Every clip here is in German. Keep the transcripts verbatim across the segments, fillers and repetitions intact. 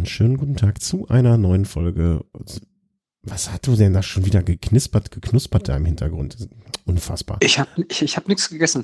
schönen guten Tag zu einer neuen Folge. Was hat du denn da schon wieder geknispert, geknuspert da im Hintergrund? Unfassbar. Ich habe ich, ich hab nichts gegessen.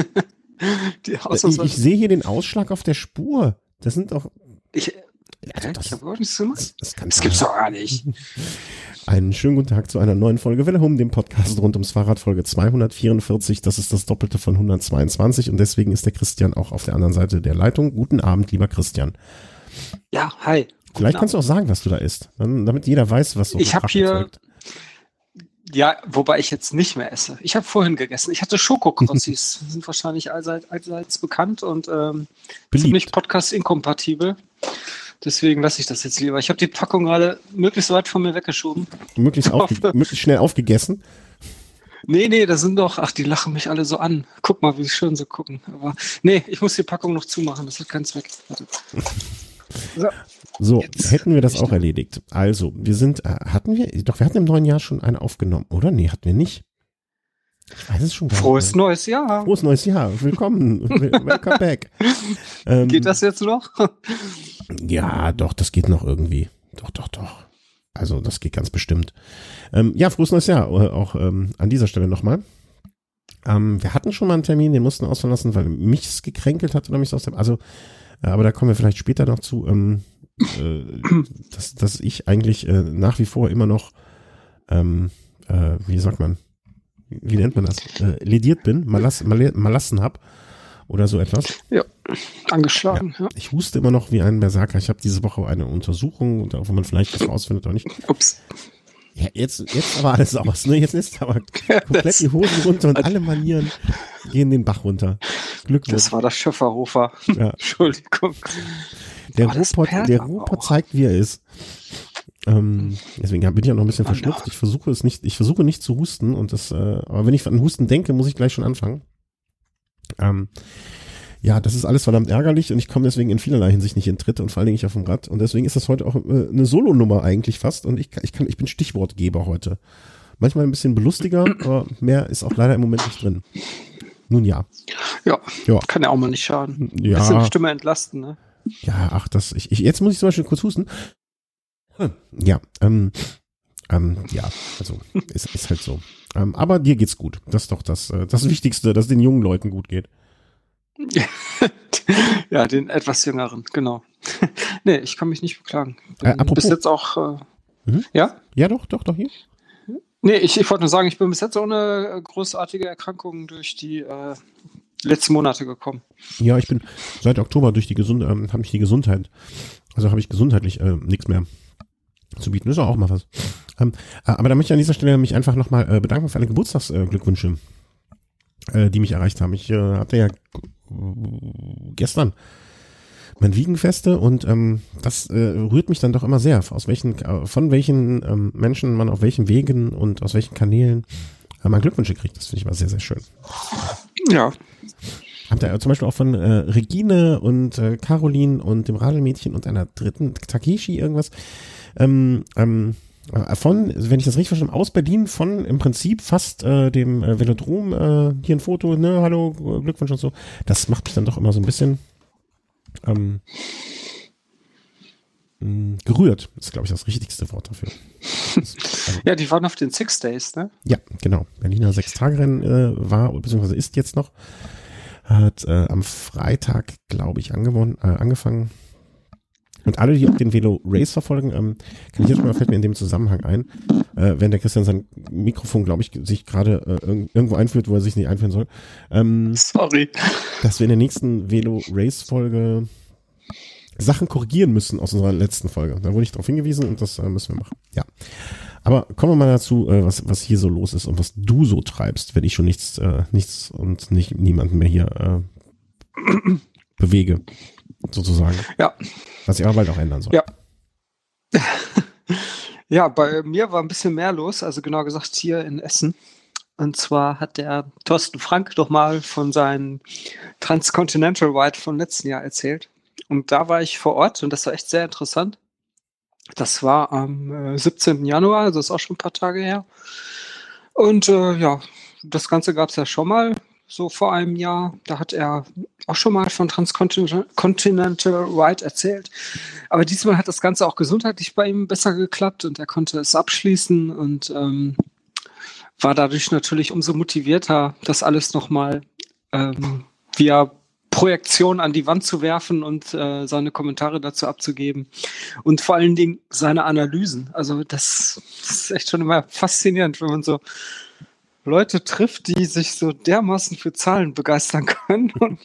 Die ich ich sehe hier den Ausschlag auf der Spur. Das sind doch... Ich, also das, ich habe überhaupt nichts gemacht. Das, das, das gibt's doch gar nicht. Einen schönen guten Tag zu einer neuen Folge Welle Home, dem Podcast rund ums Fahrrad, Folge zweihundertvierundvierzig. Das ist das Doppelte von hundertzweiundzwanzig und deswegen ist der Christian auch auf der anderen Seite der Leitung. Guten Abend, lieber Christian. Ja, hi. Vielleicht kannst du auch sagen, was du da isst, damit jeder weiß, was so Ich habe hier, erzeugt. Ja, wobei ich jetzt nicht mehr esse. Ich habe vorhin gegessen. Ich hatte Schokokrossis. Die sind wahrscheinlich allseits, allseits bekannt und ähm, ziemlich podcast-inkompatibel. Deswegen lasse ich das jetzt lieber. Ich habe die Packung gerade möglichst weit von mir weggeschoben. Möglichst, aufge- möglichst schnell aufgegessen? Nee, nee, da sind doch, ach, die lachen mich alle so an. Guck mal, wie schön sie gucken. Aber nee, ich muss die Packung noch zumachen. Das hat keinen Zweck. Warte. So, so hätten wir das auch erledigt. Also, wir sind, hatten wir, doch, wir hatten im neuen Jahr schon eine aufgenommen, oder? Nee, hatten wir nicht. Ich weiß es schon gar nicht. Frohes neues Jahr. Frohes neues Jahr. Willkommen. Welcome back. Ähm, geht das jetzt noch? Ja, doch, das geht noch irgendwie. Doch, doch, doch. Also, das geht ganz bestimmt. Ähm, ja, frohes neues Jahr. Auch ähm, an dieser Stelle nochmal. Ähm, wir hatten schon mal einen Termin, den mussten ausfallen lassen, weil mich es gekränkelt hat oder mich aus dem, also, aber da kommen wir vielleicht später noch zu, ähm, äh, dass, dass ich eigentlich äh, nach wie vor immer noch, ähm, äh, wie sagt man, wie nennt man das, äh, lediert bin, Malass, mal, Malassen hab oder so etwas. Ja, angeschlagen. Ja. Ja. Ich huste immer noch wie ein Berserker. Ich habe diese Woche eine Untersuchung, wo man vielleicht was rausfindet oder nicht. Ups. Ja, jetzt, jetzt aber alles aus, ne? Jetzt ist aber komplett das, die Hosen runter und alle Manieren gehen den Bach runter. Glückwunsch. Das war das Schöfferhofer. Ja. Entschuldigung. Der Ruhrpott, der Ruhrpott zeigt, wie er ist. Ähm, deswegen bin ich auch noch ein bisschen Mann, verschnupft. Ich versuche es nicht, ich versuche nicht zu husten und das, äh, aber wenn ich an Husten denke, muss ich gleich schon anfangen. Ähm, ja, das ist alles verdammt ärgerlich und ich komme deswegen in vielerlei Hinsicht nicht in Tritt und vor allen Dingen nicht auf dem Rad und deswegen ist das heute auch äh, eine Solonummer eigentlich fast und ich, ich kann, ich bin Stichwortgeber heute. Manchmal ein bisschen belustiger, aber mehr ist auch leider im Moment nicht drin. Nun ja. Ja, ja. Kann ja auch mal nicht schaden. Ja. Ein bisschen Stimme entlasten, ne? Ja, ach, das, ich, ich, jetzt muss ich zum Beispiel kurz husten. Hm. Ja, ähm, ähm, ja, also, ist, ist halt so. Ähm, aber dir geht's gut. Das ist doch das, das Wichtigste, dass es den jungen Leuten gut geht. Ja, den etwas jüngeren, genau. Nee, ich kann mich nicht beklagen. Äh, apropos, bis jetzt auch, äh, mhm. ja? Ja, doch, doch, doch, hier. Nee, ich, ich wollte nur sagen, ich bin bis jetzt ohne großartige Erkrankungen durch die äh, letzten Monate gekommen. Ja, ich bin seit Oktober durch die Gesundheit, ähm, habe ich die Gesundheit, also habe ich gesundheitlich äh, nichts mehr zu bieten. Das ist auch mal was. Ähm, aber da möchte ich an dieser Stelle mich einfach nochmal äh, bedanken für alle Geburtstagsglückwünsche, äh, die mich erreicht haben. Ich äh, hatte ja gestern mein Wiegenfeste und ähm, das äh, rührt mich dann doch immer sehr, aus welchen, äh, von welchen ähm, Menschen man auf welchen Wegen und aus welchen Kanälen äh, man Glückwünsche kriegt. Das finde ich immer sehr, sehr schön. Ja. Habt ihr zum Beispiel auch von äh, Regine und äh, Caroline und dem Radelmädchen und einer dritten, Takeshi irgendwas, ähm, ähm, von, wenn ich das richtig verstanden habe, aus Berlin, von im Prinzip fast äh, dem äh, Velodrom, äh, hier ein Foto, ne, hallo, Glückwunsch und so. Das macht mich dann doch immer so ein bisschen ähm, mh, gerührt. Das ist, glaube ich, das richtigste Wort dafür. Das, also, ja, die waren auf den Six Days, ne? Ja, genau. Berliner Sechstagerennen äh, war, beziehungsweise ist jetzt noch. Hat äh, am Freitag, glaube ich, angewonnen, äh, angefangen. Und alle, die auch den Velo Race verfolgen, ähm, kann ich jetzt mal, fällt mir in dem Zusammenhang ein, äh, wenn der Christian sein Mikrofon, glaube ich, sich gerade äh, irg- irgendwo einführt, wo er sich nicht einführen soll. Ähm, Sorry. Dass wir in der nächsten Velo Race Folge Sachen korrigieren müssen aus unserer letzten Folge. Da wurde ich darauf hingewiesen und das äh, müssen wir machen. Ja. Aber kommen wir mal dazu, äh, was, was hier so los ist und was du so treibst, wenn ich schon nichts, äh, nichts und nicht niemanden mehr hier äh, bewege, sozusagen. Ja. Was ich aber bald auch ändern soll. Ja. Ja, bei mir war ein bisschen mehr los, also genau gesagt hier in Essen. Und zwar hat der Thorsten Frank doch mal von seinem Transcontinental Ride vom letzten Jahr erzählt. Und da war ich vor Ort und das war echt sehr interessant. Das war am äh, siebzehnten Januar, also ist auch schon ein paar Tage her. Und äh, ja, das Ganze gab es ja schon mal. so vor einem Jahr. Da hat er auch schon mal von Transcontinental Ride erzählt. Aber diesmal hat das Ganze auch gesundheitlich bei ihm besser geklappt und er konnte es abschließen und ähm, war dadurch natürlich umso motivierter, das alles nochmal ähm, via Projektion an die Wand zu werfen und äh, seine Kommentare dazu abzugeben. Und vor allen Dingen seine Analysen. Also das, das ist echt schon immer faszinierend, wenn man so Leute trifft, die sich so dermaßen für Zahlen begeistern können. Und,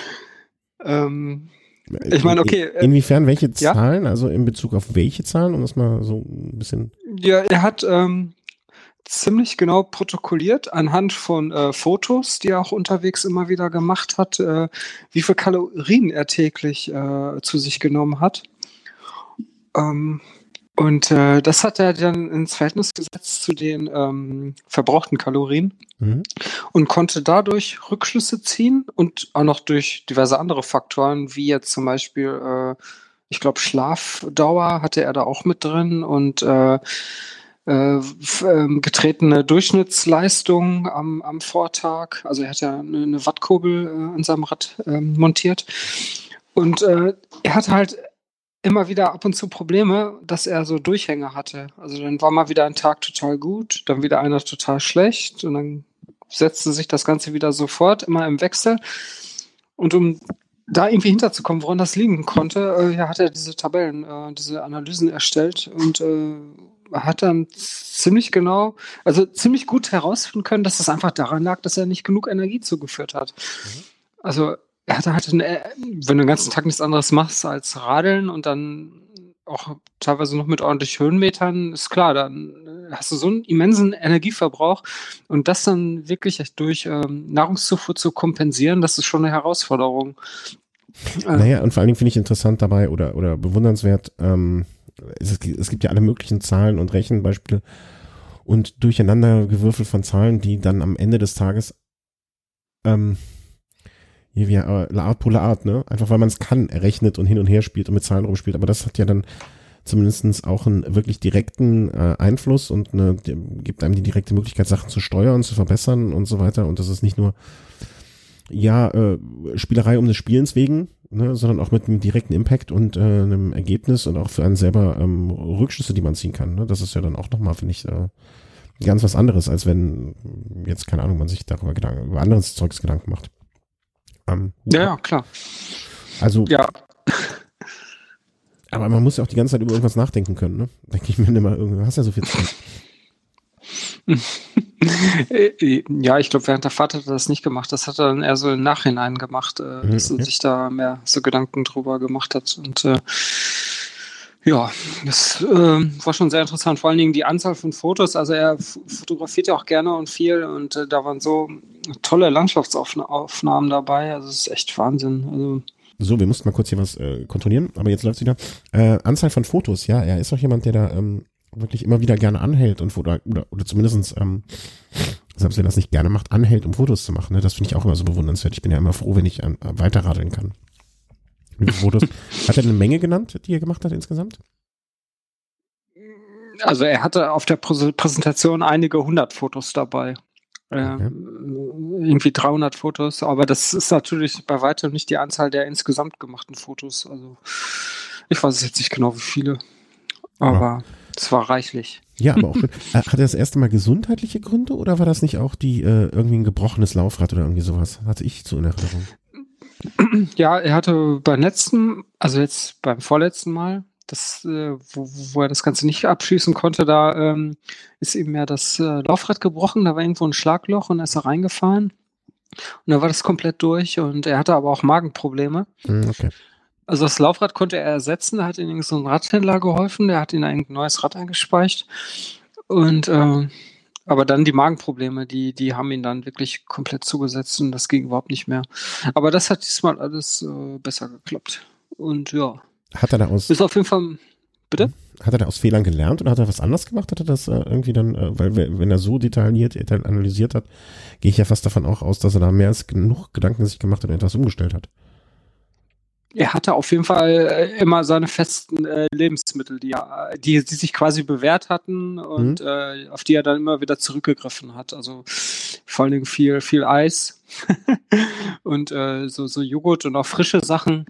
ähm, ich meine, okay. In, inwiefern welche Zahlen? Ja? Also in Bezug auf welche Zahlen? Um das mal so ein bisschen. Ja, er hat ähm, ziemlich genau protokolliert anhand von äh, Fotos, die er auch unterwegs immer wieder gemacht hat, äh, wie viel Kalorien er täglich äh, zu sich genommen hat. Ähm, und äh, das hat er dann ins Verhältnis gesetzt zu den ähm, verbrauchten Kalorien mhm. und konnte dadurch Rückschlüsse ziehen und auch noch durch diverse andere Faktoren, wie jetzt zum Beispiel, äh, ich glaube, Schlafdauer hatte er da auch mit drin und äh, Äh, f- ähm, getretene Durchschnittsleistung am, am Vortag. Also er hat ja eine, eine Wattkurbel äh, an seinem Rad ähm, montiert. Und äh, er hatte halt immer wieder ab und zu Probleme, dass er so Durchhänge hatte. Also dann war mal wieder ein Tag total gut, dann wieder einer total schlecht und dann setzte sich das Ganze wieder sofort, immer im Wechsel. Und um da irgendwie hinterzukommen, woran das liegen konnte, äh, ja, hat er diese Tabellen, äh, diese Analysen erstellt und äh, hat dann ziemlich genau, also ziemlich gut herausfinden können, dass es einfach daran lag, dass er nicht genug Energie zugeführt hat. Mhm. Also er hatte halt, eine, wenn du den ganzen Tag nichts anderes machst als Radeln und dann auch teilweise noch mit ordentlich Höhenmetern, ist klar, dann hast du so einen immensen Energieverbrauch und das dann wirklich durch ähm, Nahrungszufuhr zu kompensieren, das ist schon eine Herausforderung. Naja, und vor allen Dingen finde ich interessant dabei oder, oder bewundernswert, ähm, es, es gibt ja alle möglichen Zahlen und Rechenbeispiele und Durcheinandergewürfel von Zahlen, die dann am Ende des Tages ähm, hier wie äh, la Art pour la Art, ne? Einfach weil man es kann, errechnet und hin und her spielt und mit Zahlen rumspielt, aber das hat ja dann zumindest auch einen wirklich direkten äh, Einfluss und eine, gibt einem die direkte Möglichkeit, Sachen zu steuern, zu verbessern und so weiter und das ist nicht nur ja, äh, Spielerei um des Spielens wegen, ne, sondern auch mit einem direkten Impact und äh, einem Ergebnis und auch für einen selber ähm, Rückschlüsse, die man ziehen kann. Ne? Das ist ja dann auch nochmal, finde ich, äh, ganz was anderes, als wenn jetzt, keine Ahnung, man sich darüber Gedanken, über anderes Zeugs Gedanken macht. Ähm, ja, ja, klar. Also, ja. Aber man muss ja auch die ganze Zeit über irgendwas nachdenken können, ne? Denke ich mir immer, du hast ja so viel Zeit. Ja, ich glaube, während der Fahrt hat er das nicht gemacht. Das hat er dann eher so im Nachhinein gemacht, äh, dass er okay. sich da mehr so Gedanken drüber gemacht hat. Und äh, ja, das äh, war schon sehr interessant. Vor allen Dingen die Anzahl von Fotos. Also er f- fotografiert ja auch gerne und viel. Und äh, da waren so tolle Landschaftsaufnahmen dabei. Also es ist echt Wahnsinn. Also so, wir mussten mal kurz hier was äh, kontrollieren, aber jetzt läuft's wieder. Äh, Anzahl von Fotos, ja, er ist auch jemand, der da ähm, wirklich immer wieder gerne anhält und oder oder, oder zumindest, ähm, selbst wenn er das nicht gerne macht, anhält, um Fotos zu machen. Ne? Das finde ich auch immer so bewundernswert. Ich bin ja immer froh, wenn ich an, äh, weiterradeln kann. Wie viele Fotos? Hat er eine Menge genannt, die er gemacht hat insgesamt? Also er hatte auf der Präs- Präsentation einige hundert Fotos dabei. Okay. Ähm, irgendwie dreihundert Fotos, aber das ist natürlich bei weitem nicht die Anzahl der insgesamt gemachten Fotos. Also ich weiß jetzt nicht genau, wie viele, aber es ja. war reichlich. Ja, aber auch schön. Hat er das erste Mal gesundheitliche Gründe oder war das nicht auch die äh, irgendwie ein gebrochenes Laufrad oder irgendwie sowas? Hatte ich so in Erinnerung. Ja, er hatte beim letzten, also jetzt beim vorletzten Mal, das, äh, wo, wo er das Ganze nicht abschließen konnte, da ähm, ist ihm ja das äh, Laufrad gebrochen, da war irgendwo ein Schlagloch und er ist da reingefahren und da war das komplett durch und er hatte aber auch Magenprobleme. Okay. Also das Laufrad konnte er ersetzen, da hat ihm so ein Radhändler geholfen, der hat ihm ein neues Rad eingespeicht und äh, aber dann die Magenprobleme, die, die haben ihn dann wirklich komplett zugesetzt und das ging überhaupt nicht mehr. Aber das hat diesmal alles äh, besser geklappt und ja. Hat er da aus, ist auf jeden Fall, bitte? Hat er da aus Fehlern gelernt oder hat er was anders gemacht? Hat er das äh, irgendwie dann, äh, weil wenn er so detailliert analysiert hat, gehe ich ja fast davon auch aus, dass er da mehr als genug Gedanken sich gemacht hat und etwas umgestellt hat. er hatte auf jeden Fall äh, immer seine festen äh, Lebensmittel, die, er, die, die sich quasi bewährt hatten und mhm. äh, auf die er dann immer wieder zurückgegriffen hat. Also vor allen Dingen viel, viel Eis und äh, so, so Joghurt und auch frische Sachen.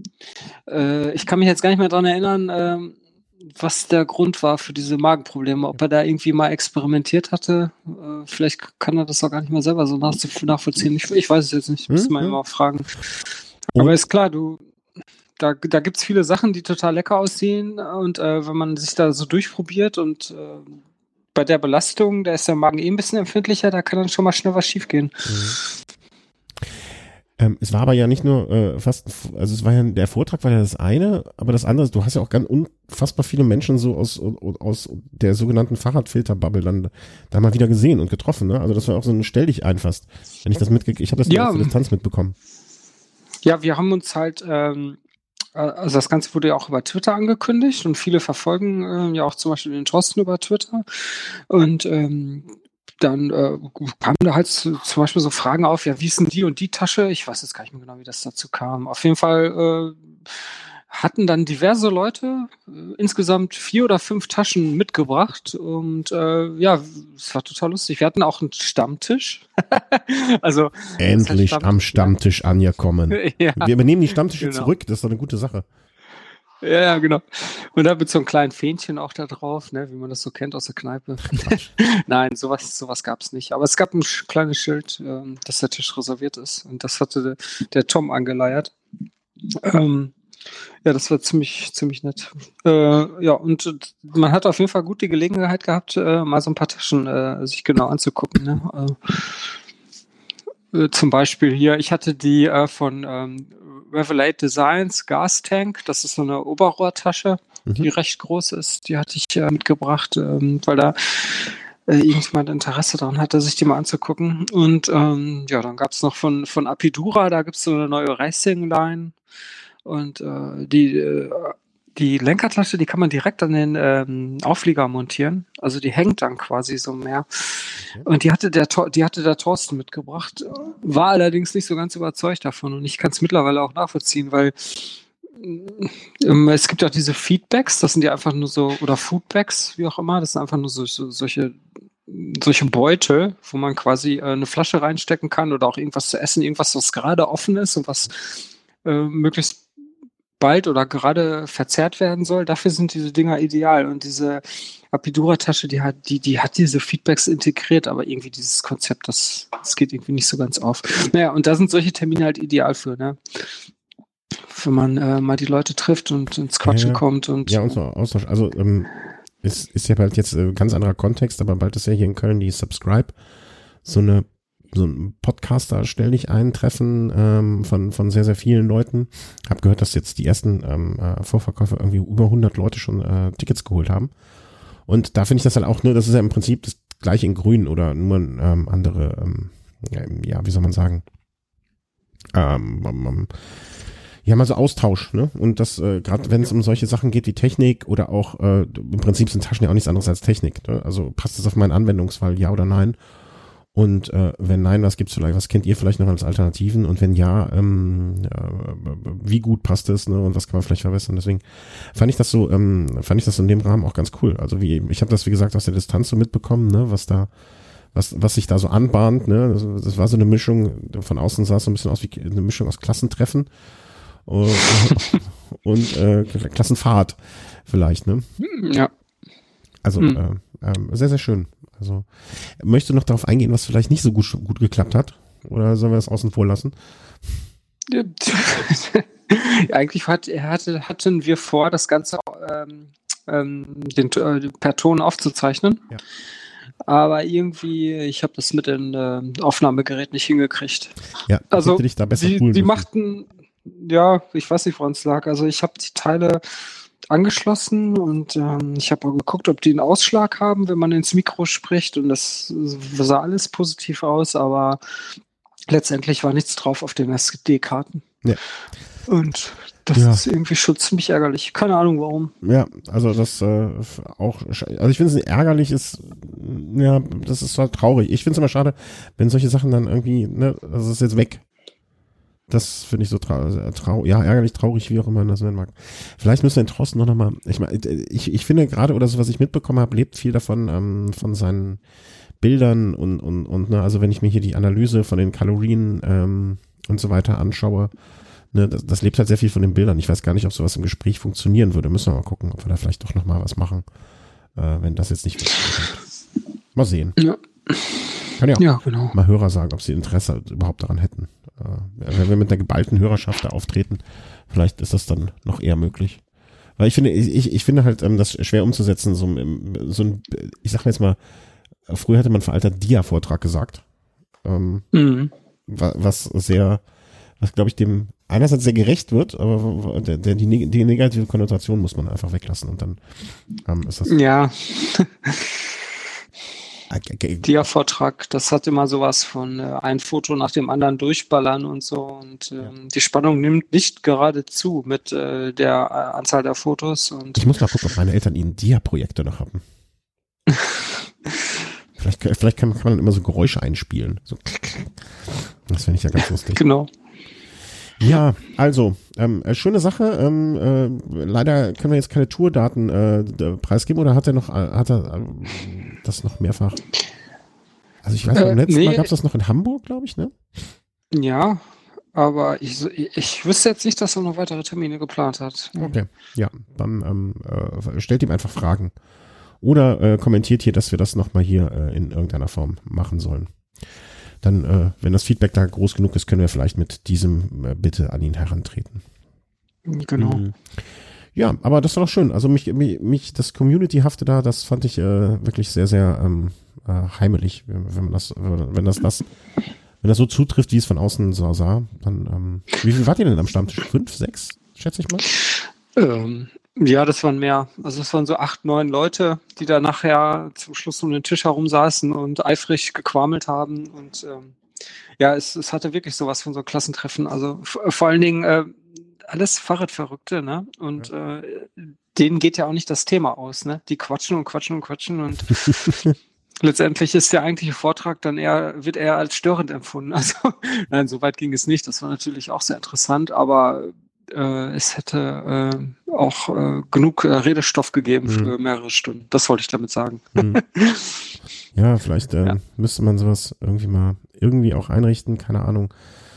Äh, ich kann mich jetzt gar nicht mehr dran erinnern, äh, was der Grund war für diese Magenprobleme. Ob er da irgendwie mal experimentiert hatte. Äh, vielleicht kann er das auch gar nicht mehr selber so nach, nachvollziehen. Ich, ich weiß es jetzt nicht. Ich muss mhm. mal immer fragen. Oh. Aber ist klar, du, da, da gibt es viele Sachen, die total lecker aussehen. Und äh, wenn man sich da so durchprobiert und äh, bei der Belastung, da ist der Magen eh ein bisschen empfindlicher, da kann dann schon mal schnell was schief gehen. Mhm. Ähm, es war aber ja nicht nur äh, fast, also es war ja, der Vortrag war ja das eine, aber das andere, du hast ja auch ganz unfassbar viele Menschen so aus, aus der sogenannten Fahrradfilter-Bubble dann da mal wieder gesehen und getroffen, ne? Also das war auch so ein Stell dich ein fast, wenn ich das mitgekriegt, ich habe das ja auf der Distanz mitbekommen. Ja, wir haben uns halt, ähm, also das Ganze wurde ja auch über Twitter angekündigt und viele verfolgen äh, ja auch zum Beispiel den Thorsten über Twitter und ähm, dann äh, kamen da halt zum Beispiel so Fragen auf, ja, wie ist denn die und die Tasche? Ich weiß jetzt gar nicht mehr genau, wie das dazu kam. Auf jeden Fall äh, hatten dann diverse Leute äh, insgesamt vier oder fünf Taschen mitgebracht und äh, ja, es war total lustig. Wir hatten auch einen Stammtisch. also endlich Stammtisch, am Stammtisch ja. angekommen. ja. Wir übernehmen die Stammtische genau. zurück, das ist doch eine gute Sache. Ja, ja, genau. Und da mit so einem kleinen Fähnchen auch da drauf, ne, wie man das so kennt aus der Kneipe. Nein, sowas, sowas gab es nicht. Aber es gab ein sch- kleines Schild, ähm, dass der Tisch reserviert ist. Und das hatte der, der Tom angeleiert. Ähm, ja, das war ziemlich, ziemlich nett. Äh, ja, und äh, man hat auf jeden Fall gut die Gelegenheit gehabt, äh, mal so ein paar Taschen äh, sich genau anzugucken. Ne? Äh, zum Beispiel hier, ich hatte die äh, von ähm, Revelate Designs Gas Tank, das ist so eine Oberrohrtasche, mhm. die recht groß ist, die hatte ich äh, mitgebracht, ähm, weil da äh, irgendjemand Interesse daran hatte, sich die mal anzugucken. Und ähm, ja, dann gab es noch von, von Apidura, da gibt es so eine neue Racing-Line und äh, die äh, die Lenkertasche, die kann man direkt an den ähm, Auflieger montieren. Also die hängt dann quasi so mehr. Okay. Und die hatte der die hatte der Thorsten mitgebracht. War allerdings nicht so ganz überzeugt davon. Und ich kann es mittlerweile auch nachvollziehen, weil ähm, es gibt auch diese Feedbacks, das sind ja einfach nur so, oder Foodbags, wie auch immer, das sind einfach nur so, so solche solche Beutel, wo man quasi äh, eine Flasche reinstecken kann oder auch irgendwas zu essen, irgendwas, was gerade offen ist und was äh, möglichst bald oder gerade verzehrt werden soll, dafür sind diese Dinger ideal. Und diese Apidura-Tasche, die hat, die, die hat diese Feedbacks integriert, aber irgendwie dieses Konzept, das, das geht irgendwie nicht so ganz auf. Naja, und da sind solche Termine halt ideal für, ne? Wenn man äh, mal die Leute trifft und ins Quatschen ja, kommt und. Ja, und so Austausch. Also, ähm, ist, ist ja bald jetzt ein ganz anderer Kontext, aber bald ist ja hier in Köln die Subscribe, so eine so ein Podcaster stell dich ein Treffen ähm, von von sehr, sehr vielen Leuten. Hab gehört, dass jetzt die ersten ähm, äh, Vorverkäufe irgendwie über hundert Leute schon äh, Tickets geholt haben. Und da finde ich das halt auch, ne, das ist ja im Prinzip das gleiche in grün oder nur ein ähm, andere, ähm, ja, wie soll man sagen, ähm, ähm, ja, mal so Austausch, ne? Und das, äh, gerade wenn es um solche Sachen geht wie Technik oder auch, äh, im Prinzip sind Taschen ja auch nichts anderes als Technik, ne? Also passt das auf meinen Anwendungsfall, ja oder nein? Und äh, wenn nein, was gibt's vielleicht, was kennt ihr vielleicht noch als Alternativen? Und wenn ja, ähm, äh, wie gut passt es, ne? Und was kann man vielleicht verbessern? Deswegen fand ich das so, ähm, fand ich das in dem Rahmen auch ganz cool. Also wie, ich habe das wie gesagt aus der Distanz so mitbekommen, ne? Was da, was, was sich da so anbahnt, ne? Das, das war so eine Mischung. Von außen sah es so ein bisschen aus wie eine Mischung aus Klassentreffen und, und äh, Klassenfahrt vielleicht, ne? Ja. Also mhm. äh, äh, sehr, sehr schön. Also, möchtest du noch darauf eingehen, was vielleicht nicht so gut, gut geklappt hat? Oder sollen wir das außen vor lassen? Ja, eigentlich hat, hatte, hatten wir vor, das Ganze ähm, ähm, den, äh, per Ton aufzuzeichnen. Ja. Aber irgendwie, ich habe das mit dem äh, Aufnahmegerät nicht hingekriegt. Ja, also dich da besser die, die machten, ja, ich weiß nicht, woran es lag. Also ich habe die Teile angeschlossen und ähm, ich habe auch geguckt, ob die einen Ausschlag haben, wenn man ins Mikro spricht, und das sah alles positiv aus, aber letztendlich war nichts drauf auf den S D-Karten. Ja. Und das ja. ist irgendwie schon ziemlich ärgerlich. Keine Ahnung warum. Ja, also das äh, auch, also ich finde es ärgerlich ist, ja, das ist halt traurig. Ich finde es immer schade, wenn solche Sachen dann irgendwie, ne, das ist jetzt weg. Das finde ich so traurig, trau ja, ärgerlich, traurig, wie auch immer man das nennen mag. Vielleicht müssen wir den Trosten noch nochmal, ich meine, ich, ich finde gerade, oder so, was ich mitbekommen habe, lebt viel davon, ähm, von seinen Bildern und, und, und, ne, also wenn ich mir hier die Analyse von den Kalorien ähm, und so weiter anschaue, ne, das, das lebt halt sehr viel von den Bildern. Ich weiß gar nicht, ob sowas im Gespräch funktionieren würde. Müssen wir mal gucken, ob wir da vielleicht doch nochmal was machen, äh, wenn das jetzt nicht funktioniert. Mal sehen. Ja. Kann ja, ja genau. mal Hörer sagen, ob sie Interesse überhaupt daran hätten. Äh, wenn wir mit einer geballten Hörerschaft da auftreten, vielleicht ist das dann noch eher möglich. Weil ich finde, ich, ich finde halt, ähm, das schwer umzusetzen, so, so ein, ich sag mal jetzt mal, früher hätte man veraltet Dia-Vortrag gesagt. Ähm, mhm. Was sehr, was glaube ich dem einerseits sehr gerecht wird, aber der, der, die, die negative Konnotation muss man einfach weglassen und dann ähm, ist das. Ja. Dia-Vortrag, das hat immer sowas von äh, ein Foto nach dem anderen durchballern und so und ähm, ja. Die Spannung nimmt nicht gerade zu mit äh, der äh, Anzahl der Fotos. Und ich muss mal gucken, ob meine Eltern ihnen Dia-Projekte noch haben. vielleicht, vielleicht kann, kann man dann immer so Geräusche einspielen. So. Das finde ich ja ganz lustig. Genau. Ja, also, ähm, schöne Sache. Ähm, äh, leider können wir jetzt keine Tourdaten äh, preisgeben, oder hat er noch, hat er äh, das noch mehrfach? Also ich weiß, beim äh, letzten nee. Mal gab es das noch in Hamburg, glaube ich, ne? Ja, aber ich, ich wüsste jetzt nicht, dass er noch weitere Termine geplant hat. Okay, ja, dann ähm, äh, stellt ihm einfach Fragen. Oder äh, kommentiert hier, dass wir das nochmal hier äh, in irgendeiner Form machen sollen. Dann, äh, wenn das Feedback da groß genug ist, können wir vielleicht mit diesem äh, Bitte an ihn herantreten. Genau. Mhm. Ja, aber das war doch schön. Also mich, mich, mich das Community-hafte da, das fand ich äh, wirklich sehr, sehr ähm, äh, heimelig, wenn, wenn man das, wenn das, das, wenn das so zutrifft, wie es von außen so sah. Dann, ähm, wie viel wart ihr denn am Stammtisch? Fünf, sechs, schätze ich mal? Ähm, ja, das waren mehr. Also es waren so acht, neun Leute, die da nachher zum Schluss um den Tisch herum saßen und eifrig gequarmelt haben. Und ähm, ja, es, es hatte wirklich sowas von so Klassentreffen. Also f- vor allen Dingen äh, alles Fahrradverrückte, ne? Und ja. äh, denen geht ja auch nicht das Thema aus, ne? Die quatschen und quatschen und quatschen und letztendlich ist der eigentliche Vortrag dann eher, wird eher als störend empfunden. Also nein, so weit ging es nicht. Das war natürlich auch sehr interessant, aber äh, es hätte äh, auch äh, genug äh, Redestoff gegeben mhm. für mehrere Stunden. Das wollte ich damit sagen. Mhm. Ja, vielleicht äh, ja. müsste man sowas irgendwie mal irgendwie auch einrichten, keine Ahnung,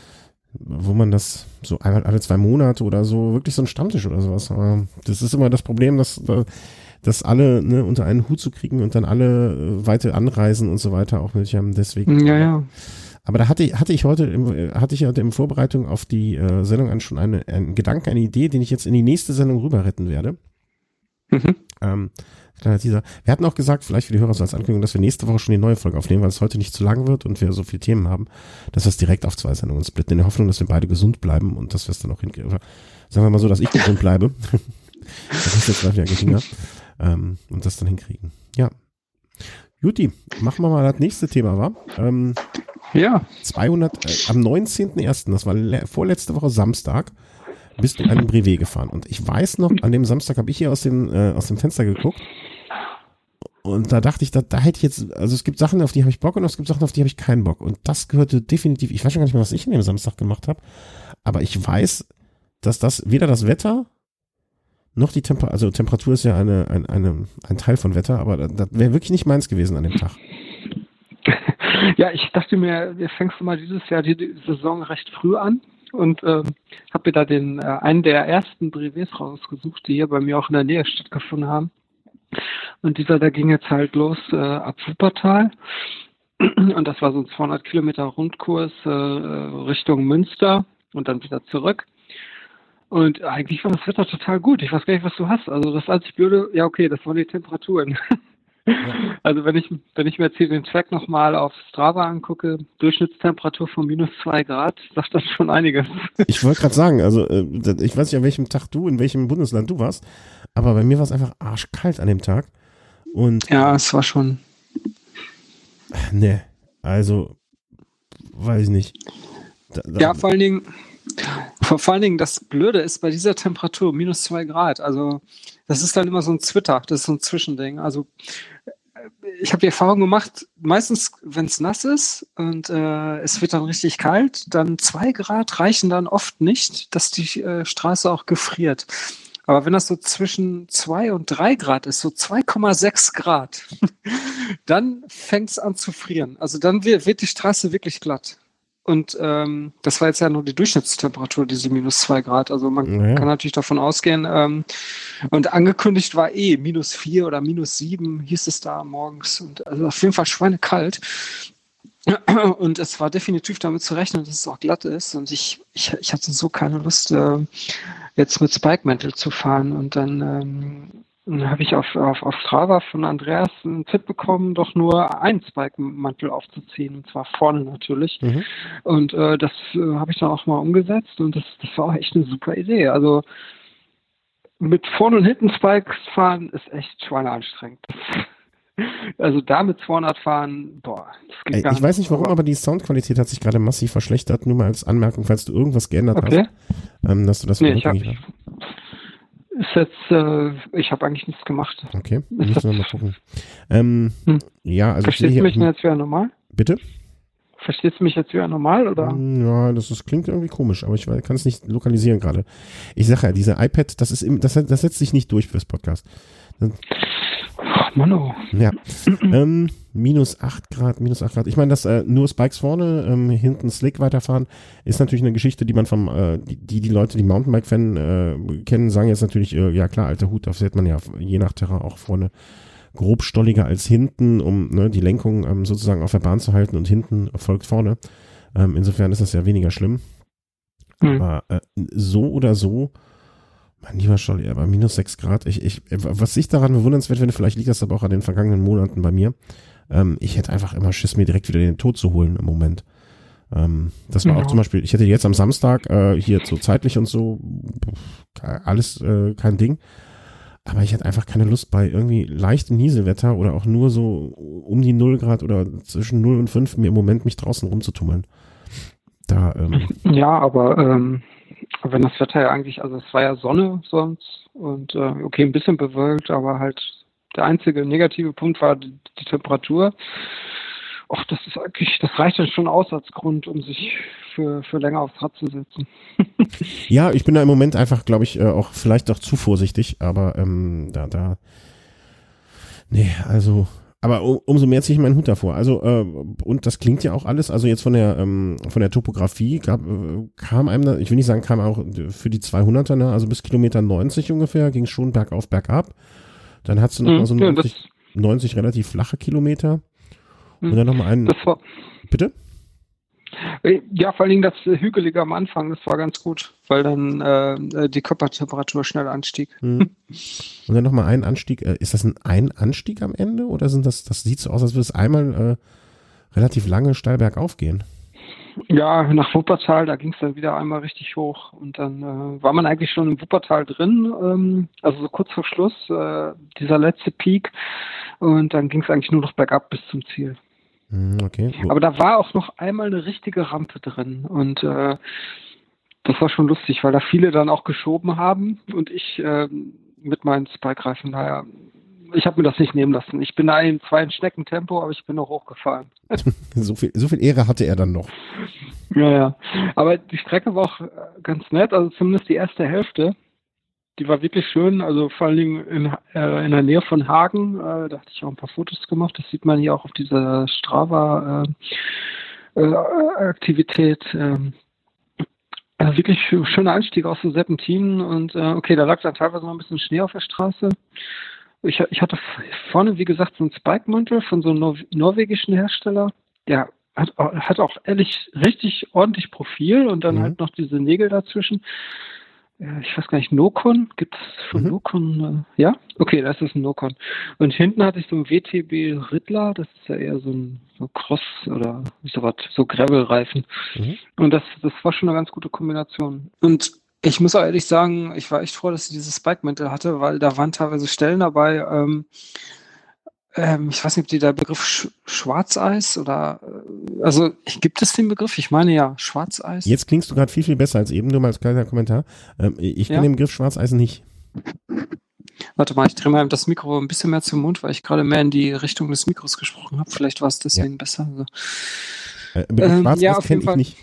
wo man das so einmal alle zwei Monate oder so, wirklich so ein Stammtisch oder sowas. Aber das ist immer das Problem, dass dass alle ne, unter einen Hut zu kriegen und dann alle äh, weite anreisen und so weiter auch nötig haben. Deswegen. Ja, ja. Aber da hatte, hatte ich heute, im, hatte ich heute in Vorbereitung auf die äh, Sendung schon eine, einen Gedanken, eine Idee, den ich jetzt in die nächste Sendung rüber retten werde. Mhm. Ähm, kleiner Teaser. Wir hatten auch gesagt, vielleicht für die Hörer so als Ankündigung, dass wir nächste Woche schon die neue Folge aufnehmen, weil es heute nicht zu lang wird und wir so viele Themen haben, dass wir es direkt auf zwei Sendungen splitten, in der Hoffnung, dass wir beide gesund bleiben und dass wir es dann auch hinkriegen. Sagen wir mal so, dass ich gesund bleibe. Das ist jetzt gleich wieder geringer. Ähm, und das dann hinkriegen. Ja. Juti, machen wir mal das nächste Thema, wa? Ähm, ja. zweihundert, äh, am neunzehnten ersten, das war le- vorletzte Woche Samstag, bist du einen Brevet gefahren. Und ich weiß noch, an dem Samstag habe ich hier aus dem, äh, aus dem Fenster geguckt und da dachte ich, da, da hätte ich jetzt, also es gibt Sachen, auf die habe ich Bock und es gibt Sachen, auf die habe ich keinen Bock. Und das gehörte definitiv, ich weiß schon gar nicht mehr, was ich an dem Samstag gemacht habe, aber ich weiß, dass das weder das Wetter noch die Temperatur, also Temperatur ist ja eine, ein, eine, ein Teil von Wetter, aber das, das wäre wirklich nicht meins gewesen an dem Tag. Ja, ich dachte mir, wir fängst du mal dieses Jahr die, die Saison recht früh an und ähm, habe mir da den äh, einen der ersten Brevets rausgesucht, die hier bei mir auch in der Nähe stattgefunden haben. Und dieser, da ging jetzt halt los äh, ab Wuppertal und das war so ein zweihundert Kilometer Rundkurs äh, Richtung Münster und dann wieder zurück. Und eigentlich war das Wetter total gut. Ich weiß gar nicht, was du hast. Also das einzig Blöde, ja okay, das waren die Temperaturen. Ja. Also wenn ich wenn ich mir jetzt hier den Track nochmal auf Strava angucke, Durchschnittstemperatur von minus zwei Grad, sagt das schon einiges. Ich wollte gerade sagen, also ich weiß nicht, an welchem Tag du, in welchem Bundesland du warst, aber bei mir war es einfach arschkalt an dem Tag. Und ja, es war schon... Ne, also weiß ich nicht. Da, da, ja, vor allen Dingen... Vor allen Dingen, das Blöde ist bei dieser Temperatur minus zwei Grad. Also, das ist dann immer so ein Zwitter, das ist so ein Zwischending. Also, ich habe die Erfahrung gemacht, meistens, wenn es nass ist und äh, es wird dann richtig kalt, dann zwei Grad reichen dann oft nicht, dass die äh, Straße auch gefriert. Aber wenn das so zwischen zwei und drei Grad ist, so zwei Komma sechs Grad, dann fängt es an zu frieren. Also dann wird, wird die Straße wirklich glatt. Und ähm, das war jetzt ja nur die Durchschnittstemperatur, diese minus zwei Grad. Also man Ja. kann natürlich davon ausgehen. Ähm, und angekündigt war eh minus vier oder minus sieben, hieß es da morgens. Und also auf jeden Fall schweinekalt. Und es war definitiv damit zu rechnen, dass es auch glatt ist. Und ich, ich, ich hatte so keine Lust, äh, jetzt mit Spike-Mantel zu fahren. Und dann ähm, dann habe ich auf, auf, auf Strava von Andreas einen Tipp bekommen, doch nur einen Spike-Mantel aufzuziehen, und zwar vorne natürlich. Mhm. Und äh, das äh, habe ich dann auch mal umgesetzt und das, das war auch echt eine super Idee. Also mit vorne und hinten Spikes fahren ist echt schweineanstrengend. Also da mit zweihundert fahren, boah, das geht Ey, gar ich weiß nicht warum, aber aber die Soundqualität hat sich gerade massiv verschlechtert. Nur mal als Anmerkung, falls du irgendwas geändert okay. hast, ähm, dass du das Nee, wieder ich hab, rückgängig ist jetzt, äh, ich habe eigentlich nichts gemacht. Okay, Ist müssen das, wir mal gucken. Ähm, Hm. Ja, also ich sehe verstehst du hier, mich denn jetzt wieder normal? bitte? Verstehst du mich jetzt wieder normal oder? Hm, Ja, das ist, klingt irgendwie komisch, aber ich kann es nicht lokalisieren gerade. Ich sage ja, diese iPad, das ist im, das, das setzt sich nicht durch fürs Podcast. Ach, Mano. Ja. ähm, minus acht Grad, minus acht Grad. Ich meine, dass äh, nur Spikes vorne, ähm, hinten Slick weiterfahren, ist natürlich eine Geschichte, die man vom, äh, die, die die Leute, die Mountainbike-Fan äh, kennen, sagen jetzt natürlich, äh, ja klar, alter Hut, da fährt man ja je nach Terrain auch vorne grobstolliger als hinten, um ne, die Lenkung ähm, sozusagen auf der Bahn zu halten, und hinten folgt vorne. Ähm, insofern ist das ja weniger schlimm. Hm. Aber äh, so oder so, mein lieber Scholli, aber minus sechs Grad, ich, ich, was ich daran bewundernswert finde, vielleicht liegt das aber auch an den vergangenen Monaten bei mir, ähm, ich hätte einfach immer Schiss, mir direkt wieder den Tod zu holen im Moment. Ähm, das war Ja. auch zum Beispiel, ich hätte jetzt am Samstag, äh, hier so zeitlich und so, alles äh, kein Ding, aber ich hätte einfach keine Lust, bei irgendwie leichtem Nieselwetter oder auch nur so um die null Grad oder zwischen null und fünf mir im Moment mich draußen rumzutummeln. Da, ähm, Ja, aber ähm, wenn das Wetter ja eigentlich, also es war ja Sonne sonst und äh, okay, ein bisschen bewölkt, aber halt der einzige negative Punkt war die, die Temperatur. Och, das ist eigentlich, das reicht dann schon aus als Grund, um sich für, für länger aufs Rad zu setzen. ja, ich bin da im Moment einfach, glaube ich, äh, auch vielleicht auch zu vorsichtig, aber ähm, da, da, nee, also, aber um, umso mehr ziehe ich meinen Hut davor. Also, äh, und das klingt ja auch alles, also jetzt von der, ähm, von der Topografie gab, äh, kam einem, da, ich will nicht sagen, kam auch für die zweihunderter, ne, also bis Kilometer neunzig ungefähr, ging schon bergauf, bergab. Dann hast du noch Mhm, mal so ja, neunzig, das- neunzig relativ flache Kilometer. Mhm. Und dann noch mal einen, Das war, bitte? ja, vor allen Dingen das Hügelige am Anfang, das war ganz gut, weil dann äh, die Körpertemperatur schnell anstieg. Mhm. Und dann nochmal ein Anstieg. Äh, ist das ein, ein Anstieg am Ende oder sind das, das sieht so aus, als würde es einmal äh, relativ lange steil bergauf gehen? Ja, nach Wuppertal, da ging es dann wieder einmal richtig hoch und dann äh, war man eigentlich schon im Wuppertal drin, ähm, also so kurz vor Schluss, äh, dieser letzte Peak, und dann ging es eigentlich nur noch bergab bis zum Ziel. Mhm, okay. Aber da war auch noch einmal eine richtige Rampe drin und äh, das war schon lustig, weil da viele dann auch geschoben haben und ich äh, mit meinen Spike-Reifen, naja, ich habe mir das nicht nehmen lassen. Ich bin da in zwei Schneckentempo, aber ich bin noch hochgefahren. So viel, so viel Ehre hatte er dann noch. Ja, ja. Aber die Strecke war auch äh, ganz nett, also zumindest die erste Hälfte. Die war wirklich schön, also vor allen Dingen in, äh, in der Nähe von Hagen. Äh, da hatte ich auch ein paar Fotos gemacht. Das sieht man hier auch auf dieser Strava-Aktivität. Äh, äh, ähm, also wirklich schöner Anstieg aus so Serpentinen. Und äh, okay, da lag dann teilweise noch ein bisschen Schnee auf der Straße. Ich, ich hatte vorne, wie gesagt, so einen Spike-Mantel von so einem Nor norwegischen Hersteller. Der hat, hat auch ehrlich richtig ordentlich Profil und dann Mhm. halt noch diese Nägel dazwischen. Ja, ich weiß gar nicht, Nokon? Gibt es von Mhm. Nokon? Äh, ja? Okay, das ist ein Nokon. Und hinten hatte ich so einen W T B Riddler, das ist ja eher so ein so Cross- oder sowas, so Gravel-Reifen. Mhm. Und das, das war schon eine ganz gute Kombination. Und ich muss auch ehrlich sagen, ich war echt froh, dass ich dieses Spike-Mantel hatte, weil da waren teilweise Stellen dabei, ähm, ähm, ich weiß nicht, ob die der Begriff Sch Schwarzeis oder, äh, also gibt es den Begriff? Ich meine ja, Schwarzeis. Jetzt klingst du gerade viel, viel besser als eben, nur mal als kleiner Kommentar. Ähm, ich kenne Ja? den Begriff Schwarzeisen nicht. Warte mal, ich drehe mal das Mikro ein bisschen mehr zum Mund, weil ich gerade mehr in die Richtung des Mikros gesprochen habe. Vielleicht war es deswegen ja. besser. Also, äh, ähm, ja, auf jeden Fall. Ich nicht.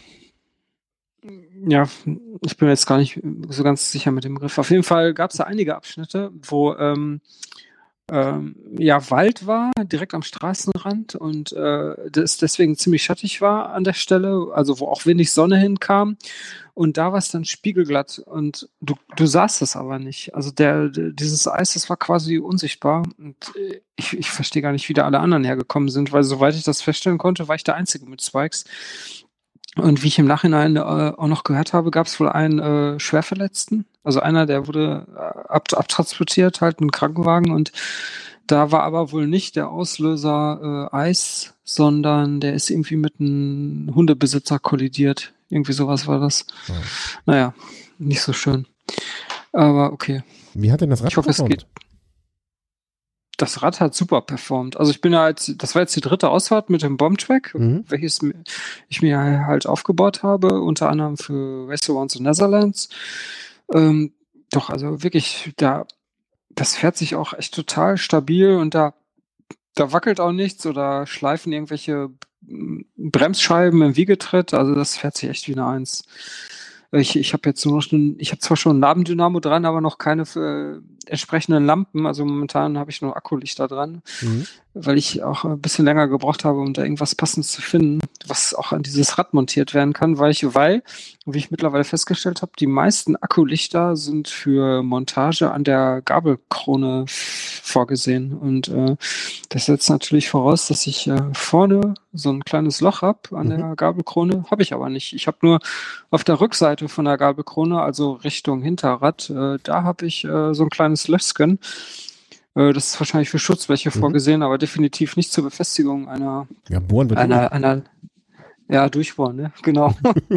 Ja, ich bin mir jetzt gar nicht so ganz sicher mit dem Begriff. Auf jeden Fall gab es da einige Abschnitte, wo ähm, ähm, ja Wald war, direkt am Straßenrand und äh, das deswegen ziemlich schattig war an der Stelle, also wo auch wenig Sonne hinkam. Und da war es dann spiegelglatt und du, du sahst es aber nicht. Also der, der dieses Eis, das war quasi unsichtbar und ich, ich verstehe gar nicht, wie da alle anderen hergekommen sind, weil soweit ich das feststellen konnte, war ich der Einzige mit Spikes. Und wie ich im Nachhinein äh, auch noch gehört habe, gab es wohl einen äh, Schwerverletzten. Also einer, der wurde ab, abtransportiert, halt in einen Krankenwagen. Und da war aber wohl nicht der Auslöser äh, Eis, sondern der ist irgendwie mit einem Hundebesitzer kollidiert. Irgendwie sowas war das. Oh. Naja, nicht so schön. Aber okay. Wie hat denn das Rad Ich hoffe, performt? Es geht. Das Rad hat super performt. Also ich bin ja jetzt, das war jetzt die dritte Ausfahrt mit dem Bombtrack, mhm. welches ich mir halt aufgebaut habe, unter anderem für Race Around the Netherlands. Ähm, doch, also wirklich, da, das fährt sich auch echt total stabil und da, da wackelt auch nichts oder schleifen irgendwelche Bremsscheiben im Wiegetritt. Also das fährt sich echt wie eine Eins. Ich, ich habe jetzt nur noch, einen, ich habe zwar schon ein Nabendynamo dran, aber noch keine für, äh, entsprechenden Lampen. Also momentan habe ich nur Akkulichter dran, mhm. weil ich auch ein bisschen länger gebraucht habe, um da irgendwas Passendes zu finden, was auch an dieses Rad montiert werden kann, weil ich, weil, wie ich mittlerweile festgestellt habe, die meisten Akkulichter sind für Montage an der Gabelkrone vorgesehen. Und äh, das setzt natürlich voraus, dass ich äh, vorne so ein kleines Loch habe an mhm. der Gabelkrone. Habe ich aber nicht. Ich habe nur auf der Rückseite von der Gabelkrone, also Richtung Hinterrad, äh, da habe ich äh, so ein kleines Löchchen. Äh, das ist wahrscheinlich für Schutzbleche mhm. vorgesehen, aber definitiv nicht zur Befestigung einer, ja, bohren wird einer, einer, ja, durchbohren, ne? Genau.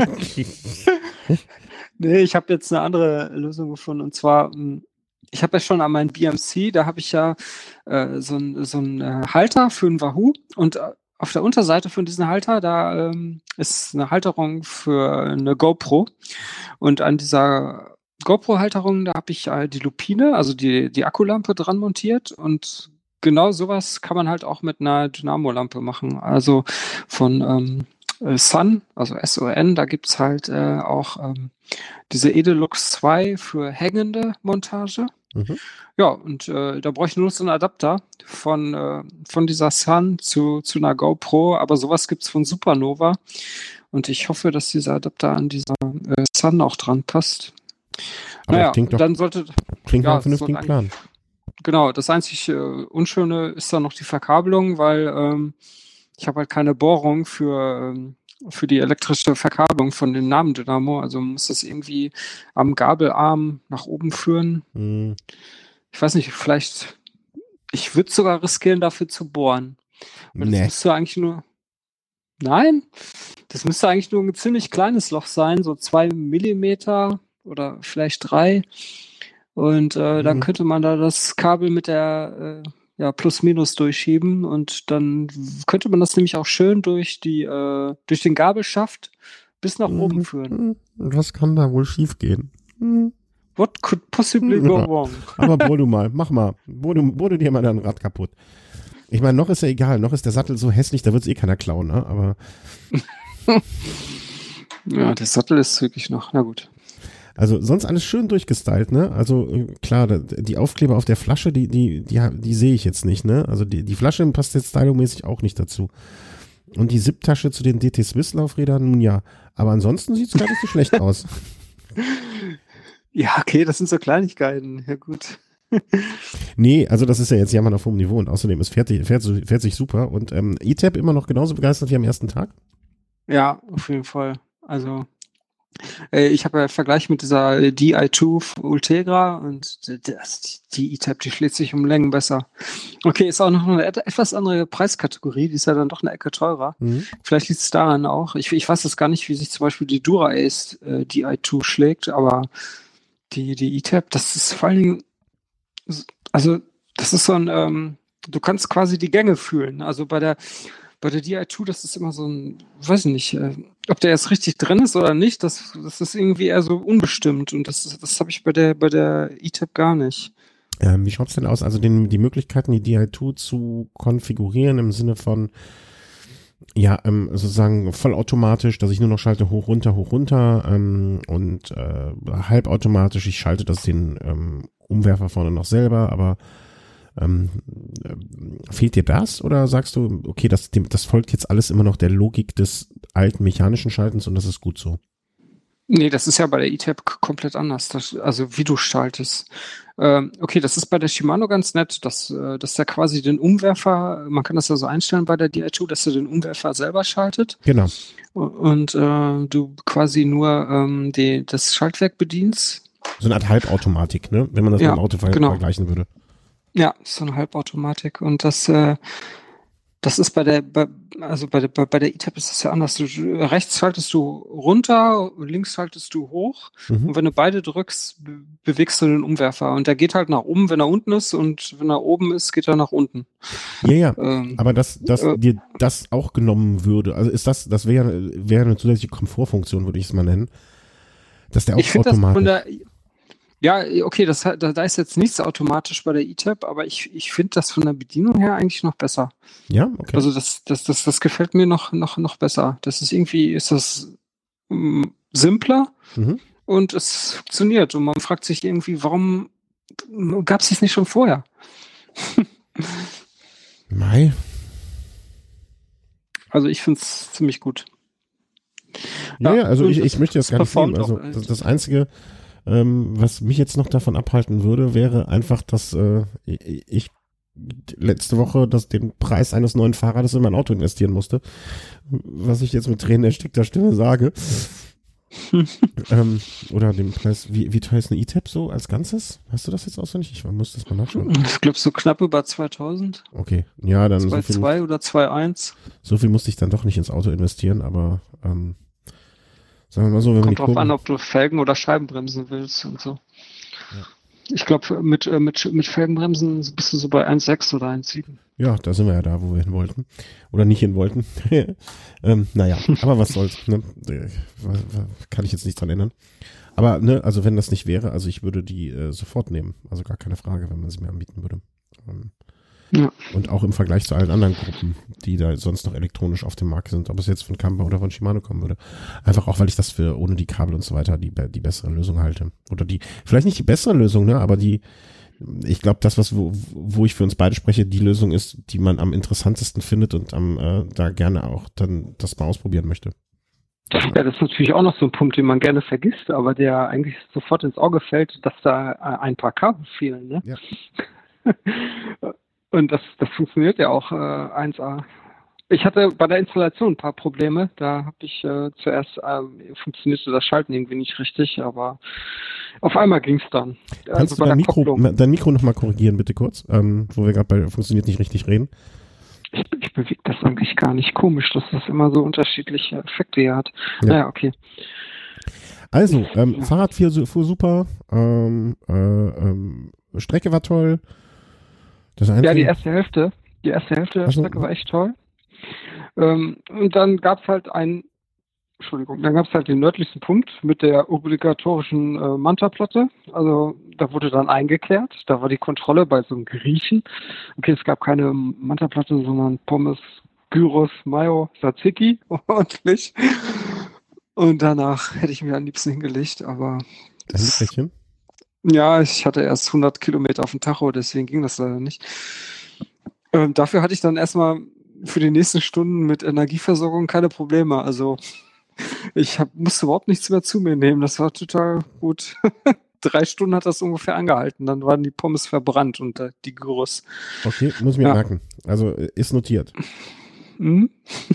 Nee, ich habe jetzt eine andere Lösung gefunden und zwar, ich habe ja schon an meinem B M C, da habe ich ja äh, so ein so ein äh, Halter für ein Wahoo und äh, auf der Unterseite von diesem Halter, da ähm, ist eine Halterung für eine GoPro und an dieser GoPro-Halterung, da habe ich äh, die Lupine, also die, die Akkulampe dran montiert und genau sowas kann man halt auch mit einer Dynamo-Lampe machen, also von ähm, Sun, also S O N, da gibt's halt äh, auch ähm, diese Edelux zwei für hängende Montage. Mhm. Ja, und äh, da brauche ich nur so einen Adapter von, äh, von dieser Sun zu, zu einer GoPro, aber sowas gibt's von Supernova und ich hoffe, dass dieser Adapter an dieser äh, Sun auch dran passt. Aber naja, klingt doch, dann sollte klingt ja, nach einem vernünftigen so Plan. Genau, das einzig äh, Unschöne ist dann noch die Verkabelung, weil ähm, ich habe halt keine Bohrung für ähm, für die elektrische Verkabelung von dem Nabendynamo, also muss das irgendwie am Gabelarm nach oben führen. Mhm. Ich weiß nicht, vielleicht, ich würde sogar riskieren, dafür zu bohren. Weil nee. Das müsste eigentlich nur, nein, das müsste eigentlich nur ein ziemlich kleines Loch sein, so zwei Millimeter oder vielleicht drei. Und äh, mhm. dann könnte man da das Kabel mit der äh, ja, Plus-Minus durchschieben und dann könnte man das nämlich auch schön durch die äh, durch den Gabelschaft bis nach mhm. oben führen. Was kann da wohl schief gehen? Mhm. What could possibly go ja. wrong? Aber bohr du mal, mach mal. Bohr du, bohr du dir mal dein Rad kaputt. Ich meine, noch ist ja egal, noch ist der Sattel so hässlich, da wird es eh keiner klauen, ne? Aber ja, der Sattel ist wirklich noch, na gut. Also sonst alles schön durchgestylt, ne? Also klar, die Aufkleber auf der Flasche, die die die die sehe ich jetzt nicht, ne? Also die die Flasche passt jetzt stylingmäßig auch nicht dazu. Und die Zip-Tasche zu den D T Swiss Laufrädern, nun ja. Aber ansonsten sieht es gar nicht so schlecht aus. Ja, okay, das sind so Kleinigkeiten. Ja gut. Nee, also das ist ja jetzt Jammern auf hohem Niveau und außerdem ist fährt, fährt, fährt sich super und ähm, E T A P immer noch genauso begeistert wie am ersten Tag? Ja, auf jeden Fall. Also ich habe ja Vergleich mit dieser D I zwei Ultegra und das, die E T A P, die schlägt sich um Längen besser. Okay, ist auch noch eine etwas andere Preiskategorie, die ist ja dann doch eine Ecke teurer. Mhm. Vielleicht liegt es daran auch. Ich, ich weiß jetzt gar nicht, wie sich zum Beispiel die Dura-Ace äh, D I zwei schlägt, aber die, die E T A P, das ist vor allen Dingen, also das ist so ein, ähm, du kannst quasi die Gänge fühlen. Also bei der Bei der D I zwei, das ist immer so ein, weiß nicht, äh, ob der jetzt richtig drin ist oder nicht, das, das ist irgendwie eher so unbestimmt und das, das habe ich bei der bei der E T A P gar nicht. Ähm, wie schaut's denn aus? Also den, die Möglichkeiten, die D I zwei zu konfigurieren im Sinne von, ja, ähm, sozusagen vollautomatisch, dass ich nur noch schalte hoch, runter, hoch, runter ähm, und äh, halbautomatisch, ich schalte das den ähm, Umwerfer vorne noch selber, aber ähm, äh, fehlt dir das oder sagst du, okay, das, dem, das folgt jetzt alles immer noch der Logik des alten mechanischen Schaltens und das ist gut so? Nee, das ist ja bei der E T A P k- komplett anders. Das, also wie du schaltest. Ähm, okay, das ist bei der Shimano ganz nett, dass, äh, dass der quasi den Umwerfer, man kann das ja so einstellen bei der D I zwei, dass er den Umwerfer selber schaltet Genau, und äh, du quasi nur ähm, die, das Schaltwerk bedienst. so eine Art Halbautomatik, ne, wenn man das mit Ja, dem Auto ver genau. vergleichen würde. Ja, so eine Halbautomatik. Und das, äh, das ist bei der, bei, also bei der, bei, bei der E T A P ist das ja anders. Du, rechts schaltest du runter, links schaltest du hoch. Mhm. Und wenn du beide drückst, be bewegst du den Umwerfer. Und der geht halt nach oben, wenn er unten ist. Und wenn er oben ist, geht er nach unten. Ja, ja, Ähm, aber dass, dass äh, dir das auch genommen würde, also ist das, das wäre wäre eine zusätzliche Komfortfunktion, würde ich es mal nennen, dass der ich auch finde das von automatisch, der, ja, okay, das, hat- da, da ist jetzt nichts automatisch bei der E T A P, aber ich, ich finde das von der Bedienung her eigentlich noch besser. ja, okay. Also das, das, das, das gefällt mir noch, noch, noch besser. Das ist irgendwie, ist das mm, simpler Mhm. und es funktioniert. Und man fragt sich irgendwie, warum gab es das nicht schon vorher? Mai, Also ich finde es ziemlich gut. ja, Ja, ja, also und ich, es- ich möchte das es gar nicht nehmen. performt Also auch, äh, das, das Einzige, ähm, was mich jetzt noch davon abhalten würde, wäre einfach, dass äh, ich letzte Woche das, den Preis eines neuen Fahrrades in mein Auto investieren musste, was ich jetzt mit Tränen erstickter Stimme sage. ähm, oder den Preis, wie, wie teuer ist eine E T A P so als Ganzes? Hast du das jetzt auswendig? Ich muss das mal nachschauen. Ich glaube so knapp über zweitausend. Okay, ja, dann so zwei Komma viel, zwei oder zwei Komma eins. so viel musste ich dann doch nicht ins Auto investieren, aber ähm, sagen wir mal so, wenn man die Kommt drauf Kurve, an, ob du Felgen oder Scheibenbremsen willst und so. Ja. Ich glaube, mit, äh, mit, mit Felgenbremsen bist du so bei eins Komma sechs oder eins Komma sieben. ja, da sind wir ja da, wo wir hin wollten. Oder nicht hin wollten. ähm, naja, aber was soll's, ne? Äh, Kann ich jetzt nicht dran ändern. Aber, ne, also wenn das nicht wäre, also ich würde die äh, sofort nehmen. Also gar keine Frage, wenn man sie mir anbieten würde. Ähm, Ja. Und auch im Vergleich zu allen anderen Gruppen, die da sonst noch elektronisch auf dem Markt sind, ob es jetzt von Kampa oder von Shimano kommen würde. Einfach auch, weil ich das für ohne die Kabel und so weiter die, die bessere Lösung halte. Oder die, vielleicht nicht die bessere Lösung, ne, aber die, ich glaube, das, was wo, wo ich für uns beide spreche, die Lösung ist, die man am interessantesten findet und am äh, da gerne auch dann das mal ausprobieren möchte. Ja, das ist natürlich auch noch so ein Punkt, den man gerne vergisst, aber der eigentlich sofort ins Auge fällt, dass da äh, ein paar Kabel fehlen. Ne? Ja. Und das, das funktioniert ja auch äh, eins A. Ich hatte bei der Installation ein paar Probleme. Da habe ich äh, zuerst ähm, funktionierte das Schalten irgendwie nicht richtig, aber auf einmal ging es dann. Kannst Also du bei dein der Mikro, Kopplung. dein Mikro nochmal korrigieren, bitte kurz, ähm, wo wir gerade bei funktioniert nicht richtig reden? Ich, ich bewege das eigentlich gar nicht. Komisch, dass das immer so unterschiedliche Effekte hier hat. Ja. Naja, okay. Also, ähm, Ja. Fahrrad fuhr, fuhr super, ähm, äh, ähm, Strecke war toll. Das Einzige, Ja, die erste Hälfte, die erste Hälfte der Ach so. Strecke war echt toll. Ähm, und dann gab es halt ein, Entschuldigung, dann gab es halt den nördlichsten Punkt mit der obligatorischen äh, Manta-Platte. Also da wurde dann eingekehrt. Da war die Kontrolle bei so einem Griechen. Okay, es gab keine Manta-Platte, sondern Pommes, Gyros, Mayo, Tzatziki, ordentlich. Und danach hätte ich mir am liebsten hingelegt, aber ein das, Nickerchen. ja, ich hatte erst hundert Kilometer auf dem Tacho, deswegen ging das leider nicht. Ähm, dafür hatte ich dann erstmal für die nächsten Stunden mit Energieversorgung keine Probleme. Also ich hab, musste überhaupt nichts mehr zu mir nehmen. Das war total gut. Drei Stunden hat das ungefähr angehalten. Dann waren die Pommes verbrannt und äh, die Gyros. Okay, muss ich mir Ja. merken. Also äh, ist notiert. Mhm.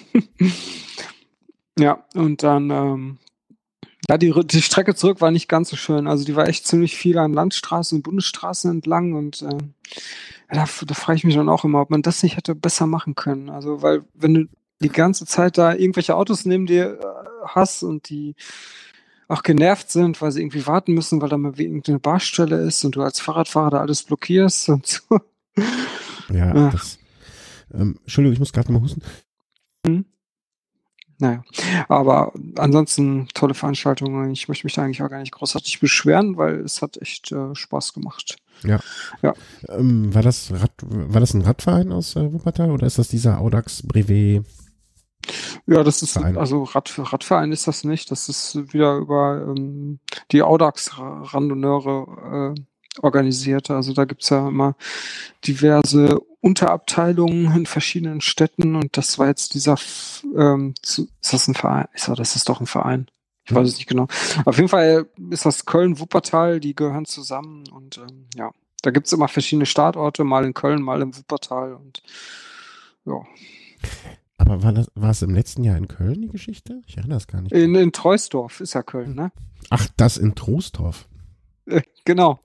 Ja, und dann, ähm, ja, die, die Strecke zurück war nicht ganz so schön. Also die war echt ziemlich viel an Landstraßen und Bundesstraßen entlang und äh, ja, da, da frage ich mich dann auch immer, ob man das nicht hätte besser machen können. Also, weil wenn du die ganze Zeit da irgendwelche Autos neben dir äh, hast und die auch genervt sind, weil sie irgendwie warten müssen, weil da mal irgendeine Baustelle ist und du als Fahrradfahrer da alles blockierst und so. Ja, Ja. das. Ähm, Entschuldigung, ich muss gerade mal husten. naja. Aber ansonsten tolle Veranstaltungen. Ich möchte mich da eigentlich auch gar nicht großartig beschweren, weil es hat echt äh, Spaß gemacht. Ja. Ja. Ähm, war das Rad, war das ein Radverein aus äh, Wuppertal oder ist das dieser Audax Brevet? Ja, das ist, Verein. also Rad, Radverein ist das nicht. Das ist wieder über ähm, die Audax-Randonneure äh, organisiert. Also da gibt's ja immer diverse Unterabteilungen in verschiedenen Städten und das war jetzt dieser, F- ähm, zu, ist das ein Verein? Ist das, das ist doch ein Verein. Ich weiß es nicht genau. Auf jeden Fall ist das Köln-Wuppertal, die gehören zusammen und ähm, ja, da gibt's immer verschiedene Startorte, mal in Köln, mal im Wuppertal und ja. Aber war, das, war es im letzten Jahr in Köln, die Geschichte? Ich erinnere das gar nicht. In, in Treusdorf ist ja Köln, ne? Ach, das in Trostorf. Äh, genau.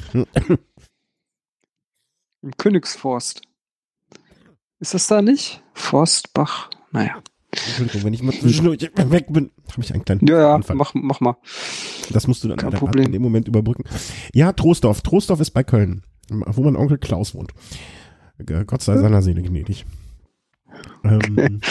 Im Königsforst. Ist das da nicht? Forstbach, naja. Entschuldigung, wenn ich mal zwischendurch weg bin, habe ich einen kleinen Ja, ja, Anfall. mach, mach mal. Das musst du dann Kein leider Problem. in dem Moment überbrücken. Ja, Troisdorf. Troisdorf ist bei Köln, wo mein Onkel Klaus wohnt. G- Gott sei seiner Seele gnädig. Ähm,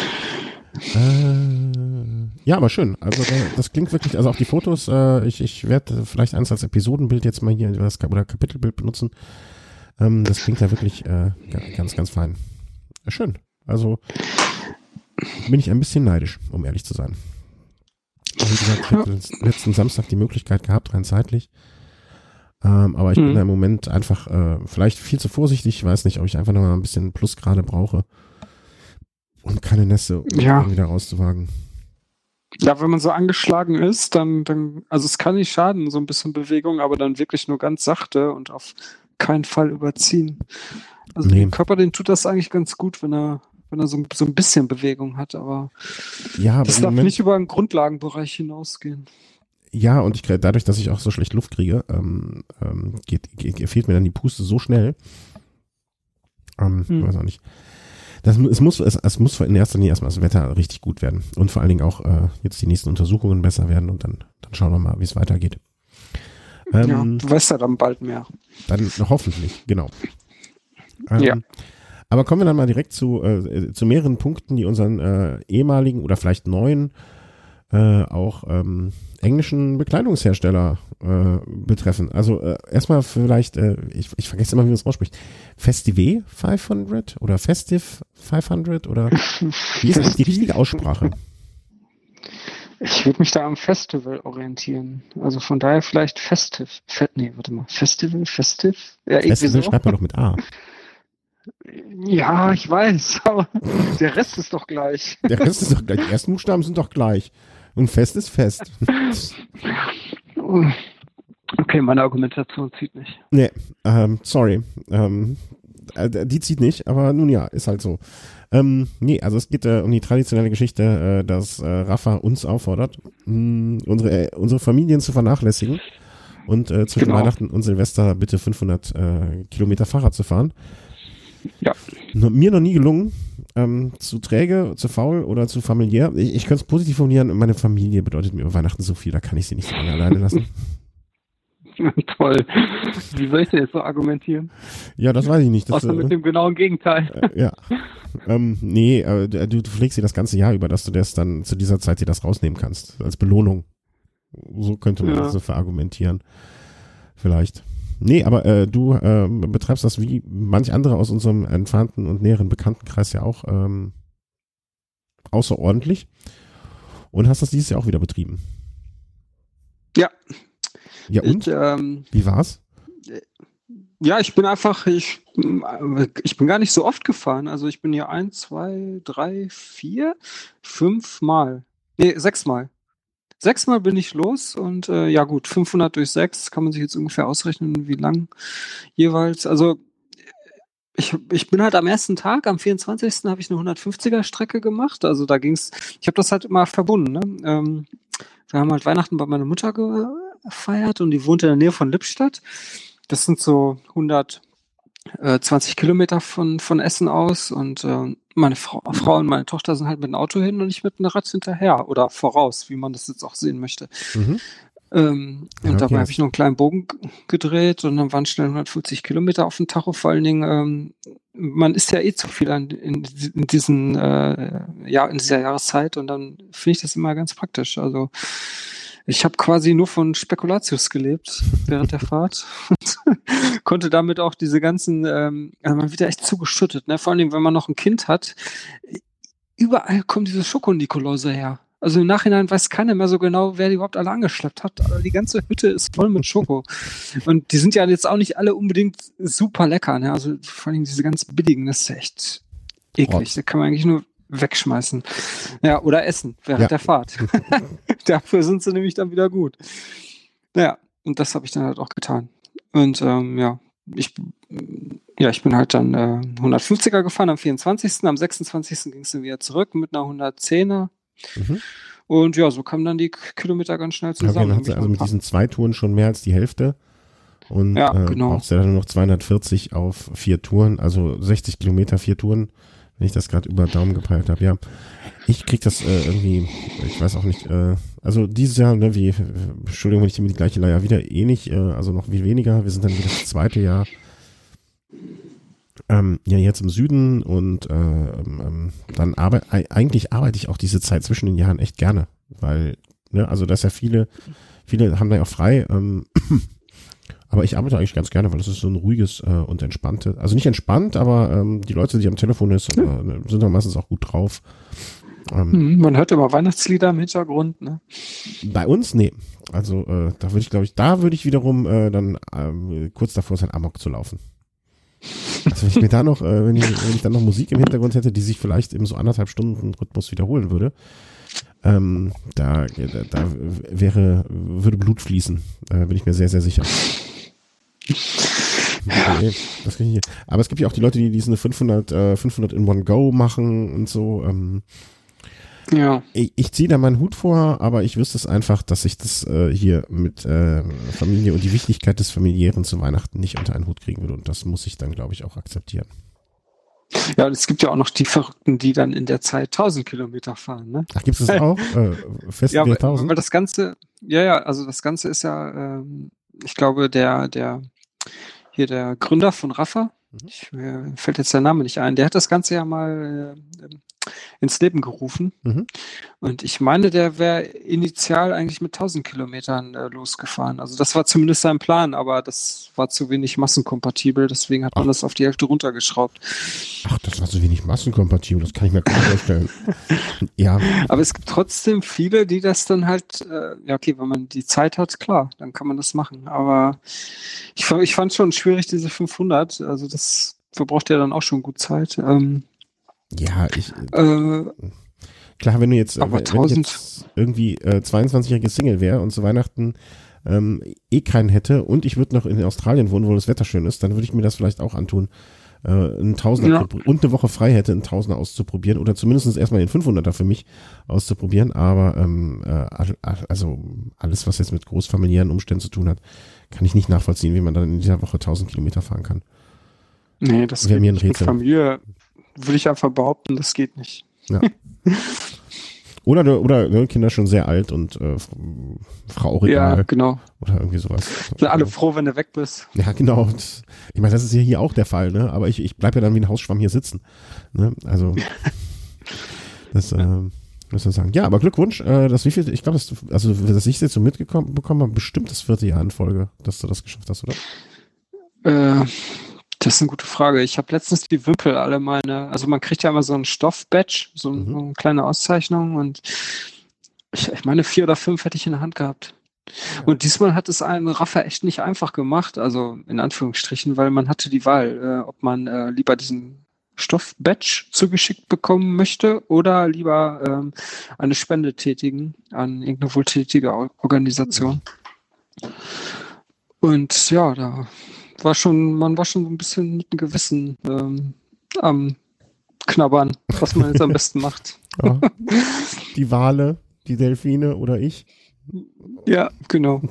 äh, ja, aber schön. Also da, das klingt wirklich, also auch die Fotos, äh, ich, ich werde vielleicht eins als Episodenbild jetzt mal hier das, oder Kapitelbild benutzen. Ähm, das klingt ja wirklich äh, ganz, ganz fein. Ja, schön. Also bin ich ein bisschen neidisch, um ehrlich zu sein. Wie gesagt, ich hatte letzten Samstag die Möglichkeit gehabt, rein zeitlich. Ähm, aber ich Mhm. bin da im Moment einfach äh, vielleicht viel zu vorsichtig. Ich weiß nicht, ob ich einfach noch mal ein bisschen Plus gerade brauche. Und keine Nässe, um Ja. wieder rauszuwagen. Ja, wenn man so angeschlagen ist, dann, dann, also es kann nicht schaden, so ein bisschen Bewegung, aber dann wirklich nur ganz sachte und auf keinen Fall überziehen. Also Nee. dem Körper, den tut das eigentlich ganz gut, wenn er, wenn er so, so ein bisschen Bewegung hat, aber Ja, aber das im darf Moment, nicht über den Grundlagenbereich hinausgehen. ja, und ich dadurch, dass ich auch so schlecht Luft kriege, ähm, ähm, geht, geht, fehlt mir dann die Puste so schnell. Ähm, Hm. Weiß auch nicht. Das, es muss, es, es muss in erster Linie erstmal das Wetter richtig gut werden und vor allen Dingen auch äh, jetzt die nächsten Untersuchungen besser werden und dann, dann schauen wir mal, wie es weitergeht. Ja, Ähm, du weißt ja dann bald mehr. Dann hoffentlich, genau. Ähm, Ja. Aber kommen wir dann mal direkt zu, äh, zu mehreren Punkten, die unseren äh, ehemaligen oder vielleicht neuen äh, auch ähm, englischen Bekleidungshersteller äh, betreffen. Also äh, erstmal vielleicht, äh, ich, ich vergesse immer, wie man es ausspricht, Festive fünfhundert oder Festive fünfhundert oder wie ist eigentlich die richtige Aussprache? Ich würde mich da am Festival orientieren. Also von daher vielleicht Festive. Fe nee, warte mal. Festival? Festive? Ja, irgendwie Festival so. schreibt man doch mit A. Ja, ich weiß, aber der Rest ist doch gleich. Der Rest ist doch gleich. Die ersten Buchstaben sind doch gleich. Und fest ist fest. Okay, meine Argumentation zieht nicht. Nee, ähm, sorry. Ähm, äh, die zieht nicht, aber nun ja, ist halt so. Ähm, nee, also es geht äh, um die traditionelle Geschichte, äh, dass äh, Rafa uns auffordert, mh, unsere, äh, unsere Familien zu vernachlässigen und äh, zwischen Genau. Weihnachten und Silvester bitte fünfhundert äh, Kilometer Fahrrad zu fahren. Ja. Nur- Mir noch nie gelungen, ähm, zu träge, zu faul oder zu familiär. Ich, ich könnte es positiv formulieren, meine Familie bedeutet mir über Weihnachten so viel, da kann ich sie nicht so lange alleine lassen. Toll. Wie soll ich denn jetzt so argumentieren? Ja, das weiß ich nicht. Das, Außer äh, mit dem genauen Gegenteil. Äh, ja. ähm, nee, äh, du, du pflegst dir das ganze Jahr über, dass du das dann zu dieser Zeit dir das rausnehmen kannst. Als Belohnung. So könnte man Ja. das so verargumentieren. Vielleicht. Nee, aber äh, du äh, betreibst das wie manch andere aus unserem entfernten und näheren Bekanntenkreis ja auch ähm, außerordentlich. Und hast das dieses Jahr auch wieder betrieben. Ja. Ja und? Ich, ähm, Wie war's? ja, ich bin einfach, ich, ich bin gar nicht so oft gefahren. Also ich bin hier ein, zwei, drei, vier, fünf Mal. Nee, sechs Mal. Sechs Mal bin ich los und äh, ja gut, fünfhundert durch sechs kann man sich jetzt ungefähr ausrechnen, wie lang jeweils. Also ich, ich bin halt am ersten Tag, am vierundzwanzigsten habe ich eine hundertfünfziger Strecke gemacht. Also da ging's, ich habe das halt immer verbunden. Ne? Ähm, wir haben halt Weihnachten bei meiner Mutter gefeiert und die wohnt in der Nähe von Lippstadt. Das sind so hundertzwanzig Kilometer von, von Essen aus und äh, meine Frau, Frau und meine Tochter sind halt mit dem Auto hin und ich mit einem Rad hinterher oder voraus, wie man das jetzt auch sehen möchte. Mhm. Ähm, Ja, und okay, dabei das- habe ich noch einen kleinen Bogen g- gedreht und dann waren schnell hundertfünfzig Kilometer auf dem Tacho. Vor allen Dingen, ähm, man isst ja eh zu viel an, in, in diesen äh, ja in dieser Jahreszeit und dann finde ich das immer ganz praktisch. Also ich habe quasi nur von Spekulatius gelebt während der Fahrt und konnte damit auch diese ganzen, ähm, also man wird ja echt zugeschüttet, ne? Vor allem, wenn man noch ein Kind hat, überall kommen diese Schoko-Nikoläuse her. Also im Nachhinein weiß keiner mehr so genau, wer die überhaupt alle angeschleppt hat. Aber die ganze Hütte ist voll mit Schoko. Und die sind ja jetzt auch nicht alle unbedingt super lecker. Ne? Also vor allem diese ganz billigen, das ist echt eklig. Da kann man eigentlich nur wegschmeißen. Ja, oder essen während ja. der Fahrt. Dafür sind sie nämlich dann wieder gut. Naja, und das habe ich dann halt auch getan. Und ähm, ja, ich ja, ich bin halt dann äh, hundertfünfziger gefahren am vierundzwanzigsten Am sechsundzwanzigsten ging es dann wieder zurück mit einer hundertzehner. Mhm. Und ja, so kamen dann die Kilometer ganz schnell zusammen. Ja, dann hat sie also mit diesen zwei Touren schon mehr als die Hälfte. Und ja, äh, genau. brauchst du ja dann nur noch zweihundertvierzig auf vier Touren, also sechzig Kilometer, vier Touren, wenn ich das gerade über Daumen gepeilt habe. Ja, ich krieg das äh, irgendwie, ich weiß auch nicht, äh, also dieses Jahr, ne, wie, Entschuldigung, wenn ich mir die gleiche Leier wieder eh nicht, äh, also noch viel weniger. Wir sind dann wieder das zweite Jahr Ähm, ja, jetzt im Süden und äh, ähm, dann arbeite eigentlich arbeite ich auch diese Zeit zwischen den Jahren echt gerne, weil, ne, also das ja viele, viele haben da ja auch frei, ähm, aber ich arbeite eigentlich ganz gerne, weil das ist so ein ruhiges äh, und entspannte, also nicht entspannt, aber ähm, die Leute, die am Telefon ist, äh, sind dann meistens auch gut drauf. Ähm, Man hört immer Weihnachtslieder im Hintergrund, ne? Bei uns? Nee. Also äh, da würde ich, glaube ich, da würde ich wiederum äh, dann äh, kurz davor sein, Amok zu laufen. Also wenn ich mir da noch, äh, wenn, ich, wenn ich dann noch Musik im Hintergrund hätte, die sich vielleicht im so anderthalb Stunden Rhythmus wiederholen würde, ähm, da, da, da wäre, würde Blut fließen, äh, bin ich mir sehr, sehr sicher. Okay, das kann ich nicht. Aber es gibt ja auch die Leute, die diese fünfhundert, äh, fünfhundert in one go machen und so. Ähm, ja. Ich, ich ziehe da meinen Hut vor, aber ich wüsste es einfach, dass ich das äh, hier mit äh, Familie und die Wichtigkeit des Familiären zu Weihnachten nicht unter einen Hut kriegen würde. Und das muss ich dann, glaube ich, auch akzeptieren. Ja, es gibt ja auch noch die Verrückten, die dann in der Zeit tausend Kilometer fahren, ne? Ach, gibt es das auch? Äh, Festival ja, tausend? Weil das Ganze, ja, ja, also das Ganze ist ja, ähm, ich glaube, der, der, hier der Gründer von Rafa, mhm. ich, mir fällt jetzt der Name nicht ein, der hat das Ganze ja mal äh, ins Leben gerufen. Mhm. Und ich meine, der wäre initial eigentlich mit tausend Kilometern äh, losgefahren. Also das war zumindest sein Plan, aber das war zu wenig massenkompatibel, deswegen hat man Ach. das auf die Hälfte runtergeschraubt. Ach, das war zu wenig massenkompatibel, das kann ich mir gar nicht vorstellen. Ja. Aber es gibt trotzdem viele, die das dann halt, äh, ja okay, wenn man die Zeit hat, klar, dann kann man das machen. Aber ich, ich fand schon schwierig, diese fünfhundert, also das verbraucht ja dann auch schon gut Zeit. Ähm, Ja, ich. Äh, klar, wenn du jetzt, aber wenn ich jetzt irgendwie äh, zweiundzwanzigjährige Single wäre und zu Weihnachten ähm, eh keinen hätte und ich würde noch in Australien wohnen, wo das Wetter schön ist, dann würde ich mir das vielleicht auch antun, äh, einen Tausender ja. und eine Woche frei hätte, einen Tausender auszuprobieren oder zumindest erstmal den fünfhunderter für mich auszuprobieren. Aber ähm, äh, also alles, was jetzt mit großfamiliären Umständen zu tun hat, kann ich nicht nachvollziehen, wie man dann in dieser Woche tausend Kilometer fahren kann. Nee, das wäre mir ein Rätsel. Mit Familie würde ich einfach behaupten, das geht nicht. Ja. Oder, oder ne, Kinder schon sehr alt und äh, Frau auch egal. Ja, genau. Oder irgendwie sowas. Sind alle froh, wenn du weg bist. Ja, genau. Das, ich meine, das ist ja hier auch der Fall, ne? Aber ich, ich bleibe ja dann wie ein Hausschwamm hier sitzen. Ne? Also, das äh, muss man sagen. Ja, aber Glückwunsch. Äh, das wie viel, ich glaube, das, also, dass ich jetzt so mitgekommen bekommen habe, bestimmt das vierte Jahr in Folge, dass du das geschafft hast, oder? Äh, Das ist eine gute Frage. Ich habe letztens die Wimpel alle meine, also man kriegt ja immer so einen Stoff-Badge, so, mhm. so eine kleine Auszeichnung und ich, ich meine vier oder fünf hätte ich in der Hand gehabt. Ja. Und diesmal hat es einen Raffa echt nicht einfach gemacht, also in Anführungsstrichen, weil man hatte die Wahl, äh, ob man äh, lieber diesen Stoff-Badge zugeschickt bekommen möchte oder lieber ähm, eine Spende tätigen an irgendeine wohltätige Organisation. Mhm. Und ja, da war schon, man war schon so ein bisschen mit dem Gewissen ähm, am Knabbern, was man jetzt am besten macht. Ja. Die Wale, die Delfine oder ich? Ja, genau.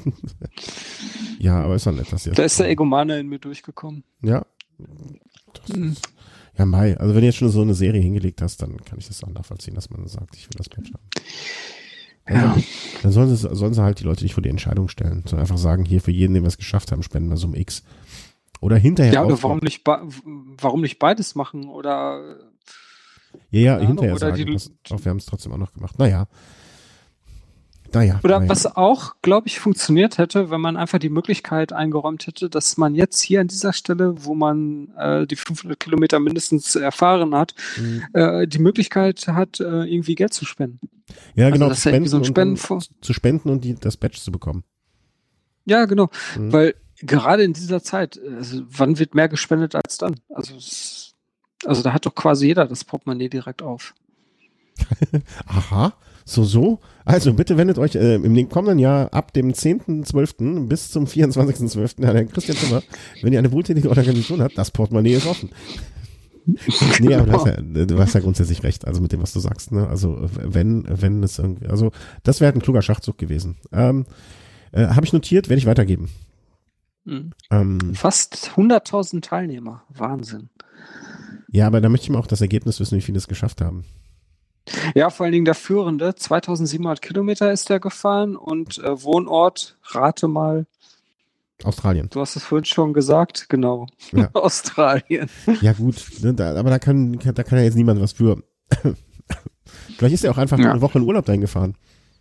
Ja, aber ist doch nett, dass jetzt. Da ist der Egomane in mir durchgekommen. Ja. Das mhm. ist, ja, Mai. Also wenn du jetzt schon so eine Serie hingelegt hast, dann kann ich das auch nachvollziehen, dass man sagt, ich will das Badge haben. Ja. Dann sollen sie, sollen sie halt die Leute nicht vor die Entscheidung stellen, sondern einfach sagen, hier für jeden, den wir es geschafft haben, spenden wir so um X. Oder hinterher Ja, oder aufwachen. warum nicht, warum nicht beides machen? Oder Ja, ja, Ahnung, hinterher oder sagen, die, pass auf, wir haben es trotzdem auch noch gemacht. Naja. Naja. Oder naja. was auch, glaube ich, funktioniert hätte, wenn man einfach die Möglichkeit eingeräumt hätte, dass man jetzt hier an dieser Stelle, wo man äh, die fünfhundert Kilometer mindestens erfahren hat, Mhm. äh, die Möglichkeit hat, äh, irgendwie Geld zu spenden. Ja, Also, genau, dass zu er irgendwie spenden, so ein und Spenden dann zu spenden und die, das Badge zu bekommen. Ja, genau. Mhm. Weil gerade in dieser Zeit, also wann wird mehr gespendet als dann? Also, es, also da hat doch quasi jeder das Portemonnaie direkt auf. Aha, so, so. Also bitte wendet euch äh, im kommenden Jahr ab dem zehnten zwölften bis zum vierundzwanzigsten zwölften an Herrn Christian Zimmer, wenn ihr eine wohltätige Organisation habt, das Portemonnaie ist offen. Nee, aber du hast, ja, du hast ja grundsätzlich recht, also mit dem, was du sagst, ne? Also wenn, wenn es irgendwie, also das wäre halt ein kluger Schachzug gewesen. Ähm, äh, habe ich notiert, werde ich weitergeben. Mhm. Ähm, Fast hunderttausend Teilnehmer. Wahnsinn. ja, aber da möchte ich mal auch das Ergebnis wissen, wie viele es geschafft haben. Ja, vor allen Dingen der Führende, zweitausendsiebenhundert Kilometer ist der gefahren und äh, Wohnort, rate mal. Australien. Du hast es vorhin schon gesagt, genau. Ja. Australien. Ja gut, ne, da, aber da kann, da kann ja jetzt niemand was für. Vielleicht ist er auch einfach Ja. eine Woche in Urlaub dahin gefahren.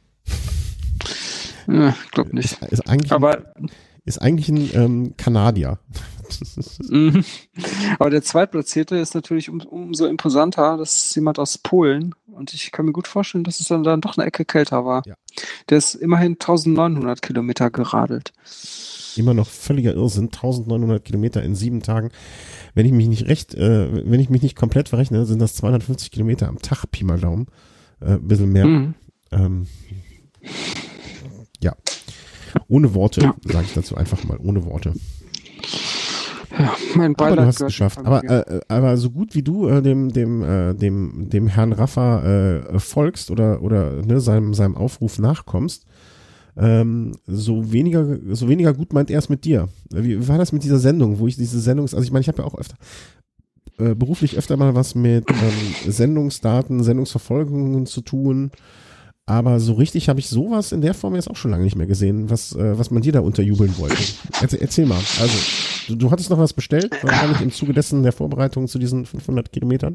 Ja, glaub nicht. Ist, ist eigentlich Aber, ein, ist eigentlich ein ähm, Kanadier. mh. Aber der Zweitplatzierte ist natürlich um, umso imposanter. Das ist jemand aus Polen. Und ich kann mir gut vorstellen, dass es dann, dann doch eine Ecke kälter war. Ja. Der ist immerhin eintausendneunhundert Kilometer geradelt. Immer noch völliger Irrsinn. eintausendneunhundert Kilometer in sieben Tagen. Wenn ich mich nicht recht, äh, wenn ich mich nicht komplett verrechne, sind das zweihundertfünfzig Kilometer am Tag, Pi mal Daumen. Äh, ein bisschen mehr. Mhm. Ähm, ja. Ohne Worte, Ja. sage ich dazu einfach mal. Ohne Worte. Ja, mein Aber Beileid du hast es gehört geschafft. der Aber, Familie. äh, aber so gut wie du äh, dem, dem, äh, dem, dem Herrn Raffa äh, folgst oder, oder ne, seinem, seinem Aufruf nachkommst, ähm, so weniger, so weniger gut meint er es mit dir. Wie war das mit dieser Sendung, wo ich diese Sendungs, also ich meine, ich habe ja auch öfter äh, beruflich öfter mal was mit ähm, Sendungsdaten, Sendungsverfolgungen zu tun. Aber so richtig habe ich sowas in der Form jetzt auch schon lange nicht mehr gesehen, was, äh, was man dir da unterjubeln wollte. Erzähl, erzähl mal. Also, du, du hattest noch was bestellt, wahrscheinlich im Zuge dessen der Vorbereitung zu diesen fünfhundert Kilometern.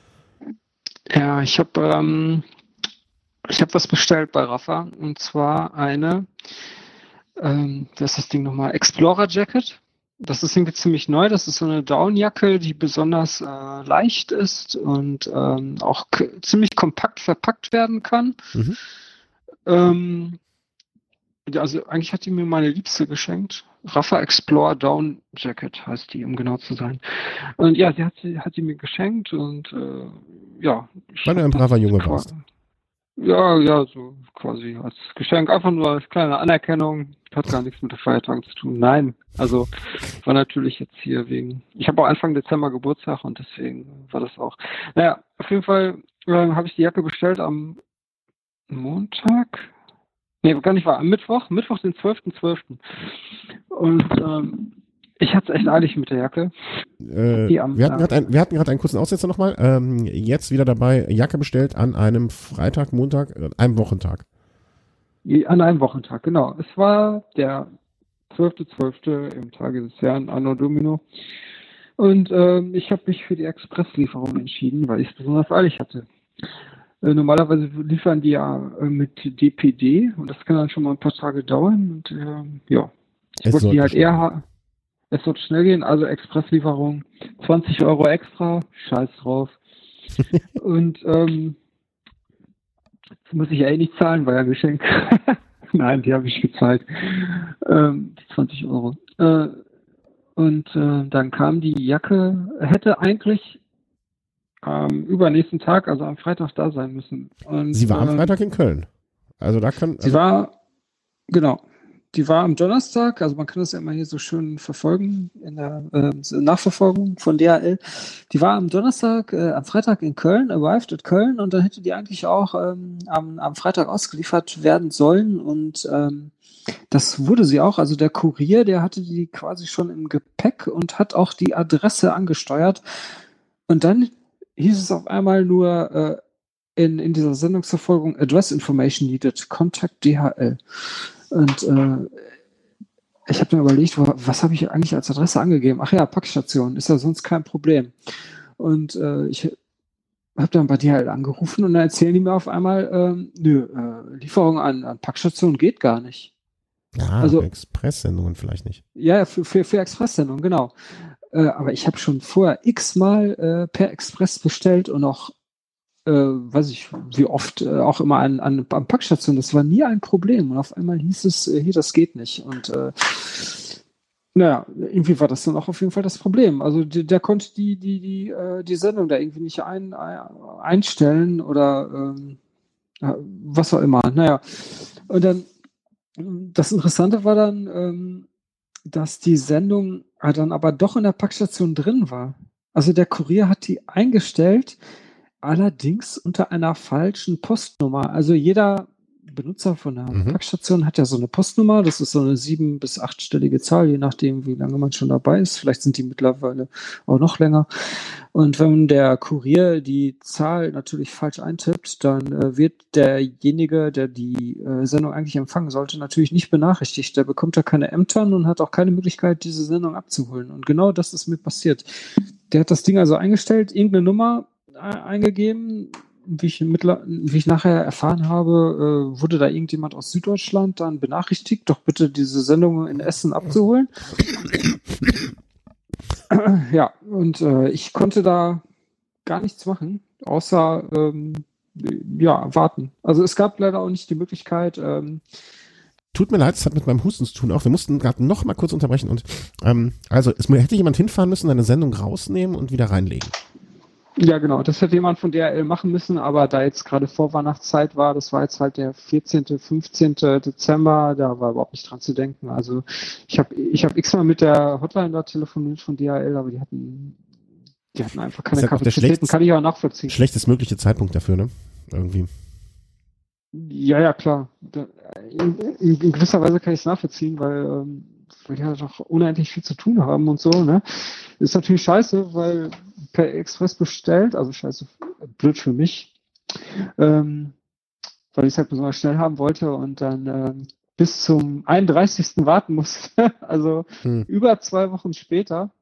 Ja, ich habe ähm, ich habe was bestellt bei Rafa und zwar eine, ähm, das ist das Ding nochmal, Explorer Jacket. Das ist irgendwie ziemlich neu. Das ist so eine Downjacke, die besonders äh, leicht ist und ähm, auch k- ziemlich kompakt verpackt werden kann. Mhm. Ähm, ja, also eigentlich hat die mir meine Liebste geschenkt. Rafa Explorer Down Jacket heißt die, um genau zu sein. Und ja, sie hat sie hat die mir geschenkt und äh, ja. ich Weil du hab ein das braver Junge qua- warst. Ja, ja, so quasi als Geschenk, einfach nur als kleine Anerkennung. Hat gar nichts mit den Feiertagen zu tun. Nein, also war natürlich jetzt hier wegen. Ich habe auch Anfang Dezember Geburtstag und deswegen war das auch. Naja, auf jeden Fall äh, habe ich die Jacke bestellt am Montag. Nee, gar nicht wahr, am Mittwoch, Mittwoch den zwölften zwölften Und ähm, ich hatte es echt eilig mit der Jacke. Äh, Die am- wir hatten gerade ein, wir hatten gerade einen kurzen Aussetzer nochmal. Ähm, jetzt wieder dabei, Jacke bestellt an einem Freitag, Montag, äh, einem Wochentag. An einem Wochentag, genau. Es war der zwölfte zwölfte im Tage des Herrn Anno Domino. Und ähm, ich habe mich für die Expresslieferung entschieden, weil ich es besonders eilig hatte. Äh, normalerweise liefern die ja äh, mit D P D und das kann dann schon mal ein paar Tage dauern. Und ähm, ja, ich Es wollte die sollte halt schnell eher gehen. ha- es wird schnell gehen, also Expresslieferung, zwanzig Euro extra, scheiß drauf. Und ähm, das muss ich ja eh nicht zahlen, war ja ein Geschenk. Nein, die habe ich gezahlt. Ähm, die zwanzig Euro. Äh, und äh, dann kam die Jacke, hätte eigentlich am übernächsten Tag, also am Freitag da sein müssen. Und, Sie war am ähm, Freitag in Köln. Also da können, Sie also, war, genau, die war am Donnerstag, also man kann das ja immer hier so schön verfolgen in der äh, Nachverfolgung von D H L. Die war am Donnerstag, äh, am Freitag in Köln, arrived at Köln und dann hätte die eigentlich auch ähm, am, am Freitag ausgeliefert werden sollen und ähm, das wurde sie auch. Also der Kurier, der hatte die quasi schon im Gepäck und hat auch die Adresse angesteuert. Und dann hieß es auf einmal nur äh, in, in dieser Sendungsverfolgung Address Information needed, Contact D H L. Und äh, ich habe mir überlegt, was habe ich eigentlich als Adresse angegeben? Ach ja, Packstation, ist ja sonst kein Problem. Und äh, ich habe dann bei D H L angerufen und dann erzählen die mir auf einmal, ähm, nö, äh, Lieferung an, an Packstationen geht gar nicht. Ja, also für Express-Sendungen vielleicht nicht. Ja, für, für, für Express-Sendungen, genau. Äh, aber ich habe schon vorher x-mal äh, per Express bestellt und auch, äh, weiß ich, wie oft, äh, auch immer an, an, an Packstationen. Das war nie ein Problem. Und auf einmal hieß es, äh, hier, das geht nicht. Und äh, naja, irgendwie war das dann auch auf jeden Fall das Problem. Also die, der konnte die, die, die, äh, die Sendung da irgendwie nicht ein, ein, einstellen oder ähm, was auch immer. Naja, und dann das Interessante war dann, ähm, dass die Sendung dann aber doch in der Packstation drin war. Also der Kurier hat die eingestellt, allerdings unter einer falschen Postnummer. Also jeder Benutzer von einer mhm. Packstation hat ja so eine Postnummer. Das ist so eine sieben- bis achtstellige Zahl, je nachdem, wie lange man schon dabei ist. Vielleicht sind die mittlerweile auch noch länger. Und wenn der Kurier die Zahl natürlich falsch eintippt, dann äh, wird derjenige, der die äh, Sendung eigentlich empfangen sollte, natürlich nicht benachrichtigt. Der bekommt ja keine Ämtern und hat auch keine Möglichkeit, diese Sendung abzuholen. Und genau das ist mir passiert. Der hat das Ding also eingestellt, irgendeine Nummer äh, eingegeben. Wie ich, mittler, wie ich nachher erfahren habe, äh, wurde da irgendjemand aus Süddeutschland dann benachrichtigt, doch bitte diese Sendung in Essen abzuholen. Ja, und äh, ich konnte da gar nichts machen, außer ähm, ja, warten. Also es gab leider auch nicht die Möglichkeit. Ähm, Tut mir leid, es hat mit meinem Husten zu tun auch. Wir mussten gerade noch mal kurz unterbrechen und ähm, also es hätte jemand hinfahren müssen, eine Sendung rausnehmen und wieder reinlegen. Ja, genau. Das hätte jemand von D H L machen müssen, aber da jetzt gerade Vorweihnachtszeit war, das war jetzt halt der vierzehnten, fünfzehnten Dezember, da war überhaupt nicht dran zu denken. Also ich habe ich hab x-mal mit der Hotline da telefoniert von D H L, aber die hatten die hatten einfach keine Kapazitäten, kann ich auch nachvollziehen. Schlechtest mögliche Zeitpunkt dafür, ne? Irgendwie. Ja, ja, klar. In, in, in gewisser Weise kann ich es nachvollziehen, weil, ähm, weil die halt auch unendlich viel zu tun haben und so, ne? Ist natürlich scheiße, weil per Express bestellt, also scheiße, blöd für mich, ähm, weil ich es halt besonders schnell haben wollte und dann ähm, bis zum einunddreißigsten warten musste, also hm. über zwei Wochen später.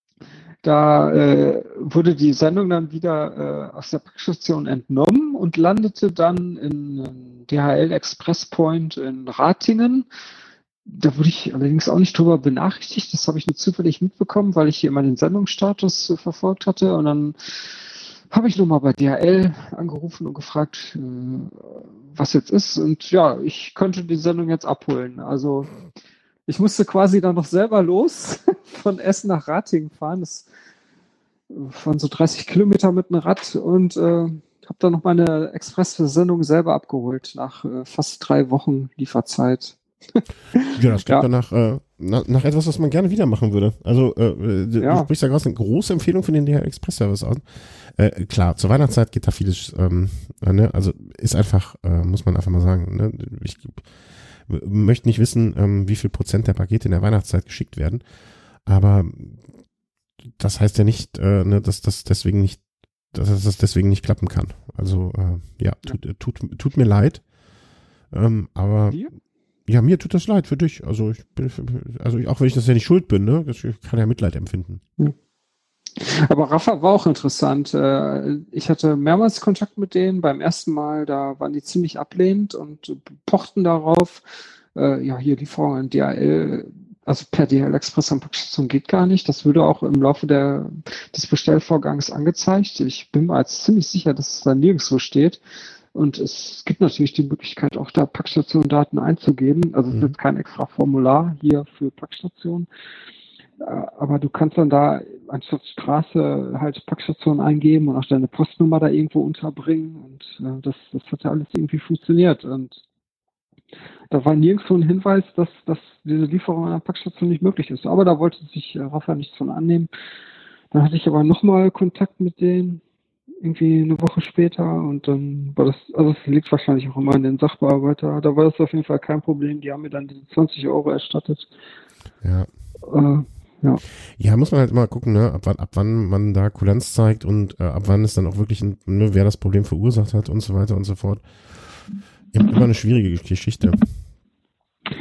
Da äh, wurde die Sendung dann wieder äh, aus der Packstation entnommen und landete dann in D H L Express Point in Ratingen. Da wurde ich allerdings auch nicht drüber benachrichtigt. Das habe ich nur zufällig mitbekommen, weil ich hier immer den Sendungsstatus äh, verfolgt hatte. Und dann habe ich nochmal bei D H L angerufen und gefragt, äh, was jetzt ist. Und ja, ich könnte die Sendung jetzt abholen. Also ich musste quasi dann noch selber los von Essen nach Ratingen fahren. Das waren so dreißig Kilometer mit einem Rad und äh, habe dann noch meine Express-Sendung selber abgeholt nach äh, fast drei Wochen Lieferzeit. Ja, das klingt ja danach äh, nach, nach etwas, was man gerne wieder machen würde. Also äh, ja. Du sprichst da gerade eine große Empfehlung für den D H L Express Service aus. Äh, klar, zur Weihnachtszeit geht da vieles, ähm, ne? Also ist einfach, äh, muss man einfach mal sagen, ne? Ich möchte nicht wissen, ähm, wie viel Prozent der Pakete in der Weihnachtszeit geschickt werden, aber das heißt ja nicht, äh, ne, dass das deswegen nicht, dass das deswegen nicht klappen kann. Also äh, ja, tut, ja. Tut, tut mir leid, ähm, aber Dir? Ja, mir tut das leid für dich. Also ich bin, also ich, auch wenn ich das ja nicht schuld bin, ne, ich kann ja Mitleid empfinden. Hm. Aber Rafa war auch interessant. Ich hatte mehrmals Kontakt mit denen. Beim ersten Mal, da waren die ziemlich ablehnend und pochten darauf, ja, hier Lieferung an D H L, also per D H L Express an Packstation geht gar nicht. Das würde auch im Laufe der, des Bestellvorgangs angezeigt. Ich bin mir als ziemlich sicher, dass es da nirgendwo steht. Und es gibt natürlich die Möglichkeit, auch da Packstation-Daten einzugeben. Also es mhm. ist kein extra Formular hier für Packstationen. Aber du kannst dann da anstatt Straße halt Packstation eingeben und auch deine Postnummer da irgendwo unterbringen. Und äh, das, das hat ja alles irgendwie funktioniert. Und da war nirgendwo ein Hinweis, dass, dass diese Lieferung an der Packstation nicht möglich ist. Aber da wollte sich äh, Rafa nichts von annehmen. Dann hatte ich aber nochmal Kontakt mit denen, irgendwie eine Woche später. Und dann war das, also es liegt wahrscheinlich auch immer an den Sachbearbeiter. Da war das auf jeden Fall kein Problem. Die haben mir dann diese zwanzig Euro erstattet. Ja. Äh, Ja. ja, muss man halt immer gucken, ne, ab wann, ab wann man da Kulanz zeigt und äh, ab wann es dann auch wirklich, ein, ne, wer das Problem verursacht hat und so weiter und so fort. Immer eine schwierige Geschichte.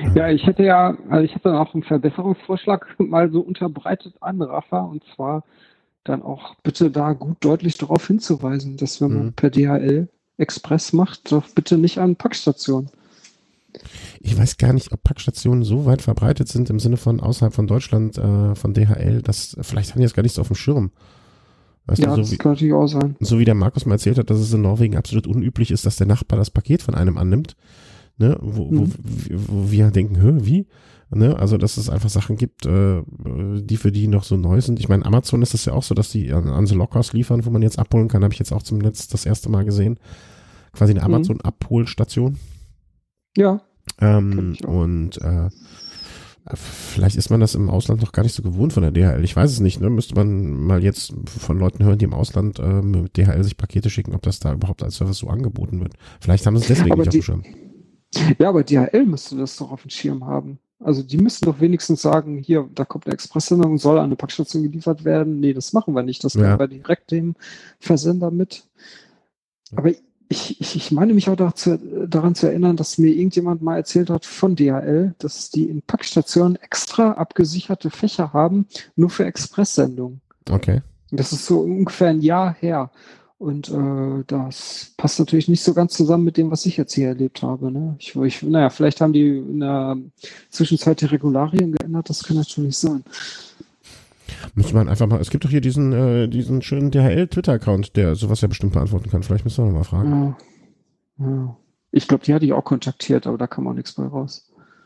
Ja, ich hätte ja, also ich habe dann auch einen Verbesserungsvorschlag mal so unterbreitet an Rafa, und zwar dann auch bitte da gut deutlich darauf hinzuweisen, dass wenn man Mhm. per D H L Express macht, doch bitte nicht an Packstationen. Ich weiß gar nicht, ob Packstationen so weit verbreitet sind im Sinne von außerhalb von Deutschland, äh, von D H L, dass vielleicht haben die das gar nicht so auf dem Schirm. Weißt Ja, du, das so wie, kann natürlich auch sein. so wie der Markus mal erzählt hat, dass es in Norwegen absolut unüblich ist, dass der Nachbar das Paket von einem annimmt, ne, wo, wo, Mhm. wo wir denken, hä, wie? Ne, also, dass es einfach Sachen gibt, äh, die für die noch so neu sind. Ich meine, Amazon ist das ja auch so, dass die an, an so Lockers liefern, wo man jetzt abholen kann, habe ich jetzt auch zum letzten das erste Mal gesehen. Quasi eine Mhm. Amazon-Abholstation. Ja. Kenn Ähm, ich auch. und äh, vielleicht ist man das im Ausland noch gar nicht so gewohnt von der D H L. Ich weiß es nicht, ne? Müsste man mal jetzt von Leuten hören, die im Ausland äh, mit D H L sich Pakete schicken, ob das da überhaupt als Service so angeboten wird. Vielleicht haben sie es deswegen Aber nicht die, auf dem Schirm. ja, aber D H L müsste das doch auf dem Schirm haben. Also die müssten doch wenigstens sagen, hier, da kommt eine Expresssendung, soll an eine Packstation geliefert werden. Nee, das machen wir nicht. Das Ja. geben wir direkt dem Versender mit. Aber ich, ich, ich meine mich auch dazu, daran zu erinnern, dass mir irgendjemand mal erzählt hat von D H L, dass die in Packstationen extra abgesicherte Fächer haben, nur für Expresssendungen. Okay. Das ist so ungefähr ein Jahr her. Und äh, das passt natürlich nicht so ganz zusammen mit dem, was ich jetzt hier erlebt habe. Ne? Ich, ich, naja, vielleicht haben die in der Zwischenzeit die Regularien geändert, das kann natürlich sein. Müsste man einfach mal, es gibt doch hier diesen, äh, diesen schönen D H L-Twitter-Account, der sowas ja bestimmt beantworten kann. Vielleicht müssen wir noch mal fragen. Ja, ja. Ich glaube, die hatte ich auch kontaktiert, aber da kam auch nichts bei raus.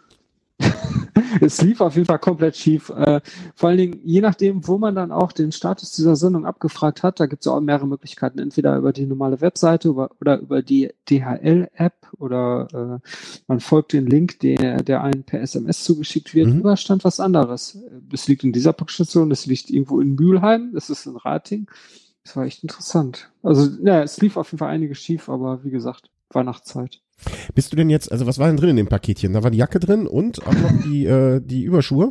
Es lief auf jeden Fall komplett schief. Äh, vor allen Dingen, je nachdem, wo man dann auch den Status dieser Sendung abgefragt hat, da gibt es auch mehrere Möglichkeiten. Entweder über die normale Webseite über, oder über die D H L-App oder äh, man folgt den Link, der, der einem per S M S zugeschickt wird. Mhm. Überall stand was anderes. Das liegt in dieser Packstation, das liegt irgendwo in Mülheim, das ist in Rating. Das war echt interessant. Also, ja, es lief auf jeden Fall einiges schief, aber wie gesagt, Weihnachtszeit. Bist du denn jetzt, also was war denn drin in dem Paketchen? Da war die Jacke drin und auch noch die, äh, die Überschuhe?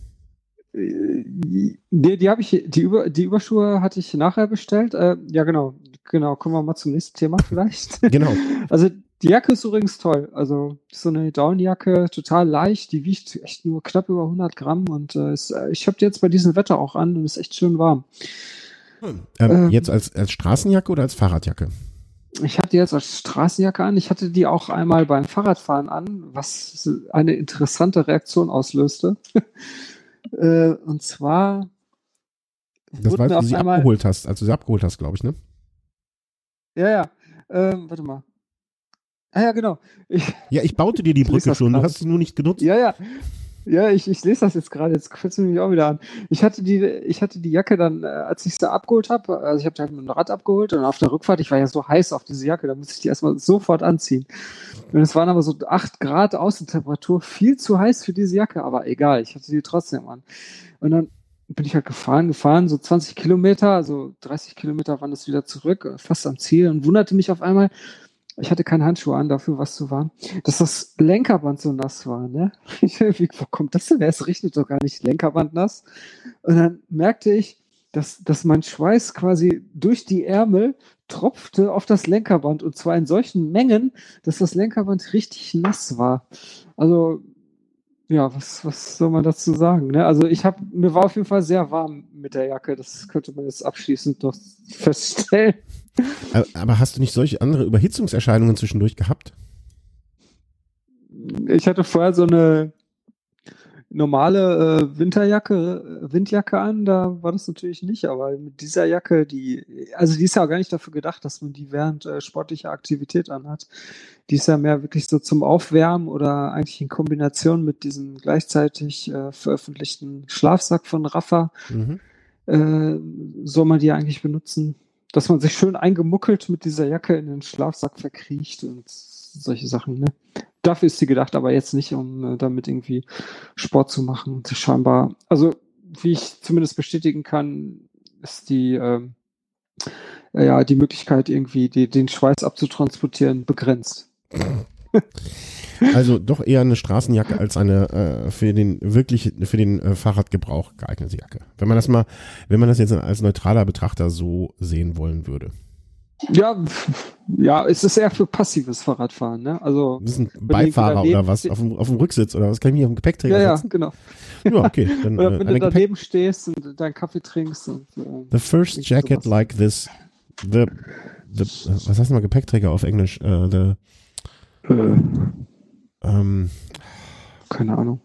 Äh, Die, die habe ich, die, Über, die Überschuhe hatte ich nachher bestellt. Äh, ja, genau. Genau, kommen wir mal zum nächsten Thema vielleicht. Genau. Also die Jacke ist übrigens toll. Also so eine Downjacke, total leicht. Die wiegt echt nur knapp über hundert Gramm und äh, ist, ich habe die jetzt bei diesem Wetter auch an und ist echt schön warm. Ähm, Ähm, jetzt als, als Straßenjacke oder als Fahrradjacke? Ich hatte die jetzt als Straßenjacke an. Ich hatte die auch einmal beim Fahrradfahren an, was eine interessante Reaktion auslöste. äh, und zwar Das wurde war, mir als du auf sie einmal, abgeholt hast, als du sie abgeholt hast, glaube ich, ne? ja, ja, ähm, warte mal. Ah ja, genau. Ich, Ja, ich baute dir die Ich lese Brücke das schon, du grad. hast sie nur nicht genutzt. ja, ja. Ja, ich, ich lese das jetzt gerade, jetzt fällt es mir nämlich auch wieder an. Ich hatte die, ich hatte die Jacke dann, äh, als ich sie abgeholt habe, also ich habe die halt mit dem Rad abgeholt und auf der Rückfahrt, ich war ja so heiß auf diese Jacke, da musste ich die erstmal sofort anziehen. Und es waren aber so acht Grad Außentemperatur, viel zu heiß für diese Jacke, aber egal, ich hatte die trotzdem an. Und dann bin ich halt gefahren, gefahren, so zwanzig Kilometer, also dreißig Kilometer waren es wieder zurück, fast am Ziel und wunderte mich auf einmal, ich hatte keine Handschuhe an, dafür was zu warm, dass das Lenkerband so nass war, ne? Ich, wie, wo kommt das denn? Es regnet doch gar nicht, Lenkerband nass. Und dann merkte ich, dass, dass mein Schweiß quasi durch die Ärmel tropfte auf das Lenkerband und zwar in solchen Mengen, dass das Lenkerband richtig nass war. Also, ja, was, was soll man dazu sagen, ne? Also ich habe, mir war auf jeden Fall sehr warm mit der Jacke, das könnte man jetzt abschließend noch feststellen. Aber hast du nicht solche andere Überhitzungserscheinungen zwischendurch gehabt? Ich hatte vorher so eine normale äh, Winterjacke, äh, Windjacke an, da war das natürlich nicht, aber mit dieser Jacke, die, also die ist ja auch gar nicht dafür gedacht, dass man die während äh, sportlicher Aktivität anhat. Die ist ja mehr wirklich so zum Aufwärmen oder eigentlich in Kombination mit diesem gleichzeitig äh, veröffentlichten Schlafsack von Rafa, Mhm. äh, soll man die eigentlich benutzen, dass man sich schön eingemuckelt mit dieser Jacke in den Schlafsack verkriecht und solche Sachen, ne? Dafür ist sie gedacht, aber jetzt nicht, um äh, damit irgendwie Sport zu machen. Und scheinbar, also wie ich zumindest bestätigen kann, ist die, ähm, äh, ja, die Möglichkeit, irgendwie die, den Schweiß abzutransportieren, begrenzt. Also doch eher eine Straßenjacke als eine äh, für den wirklich für den äh, Fahrradgebrauch geeignete Jacke. Wenn man das mal, wenn man das jetzt als neutraler Betrachter so sehen wollen würde. Ja, ja, es ist eher für passives Fahrradfahren, ne? Also Das ist ein Beifahrer daneben, oder was? Auf dem, auf dem Rücksitz oder was? Kann ich mich auf dem Gepäckträger ja, setzen? Ja, genau. Ja, okay. Dann, oder wenn äh, du daneben Gepäck- stehst und deinen Kaffee trinkst. Und, äh, the first jacket sowas. Like this. The, the, was heißt mal Gepäckträger auf Englisch? Uh, the, äh, ähm, keine Ahnung.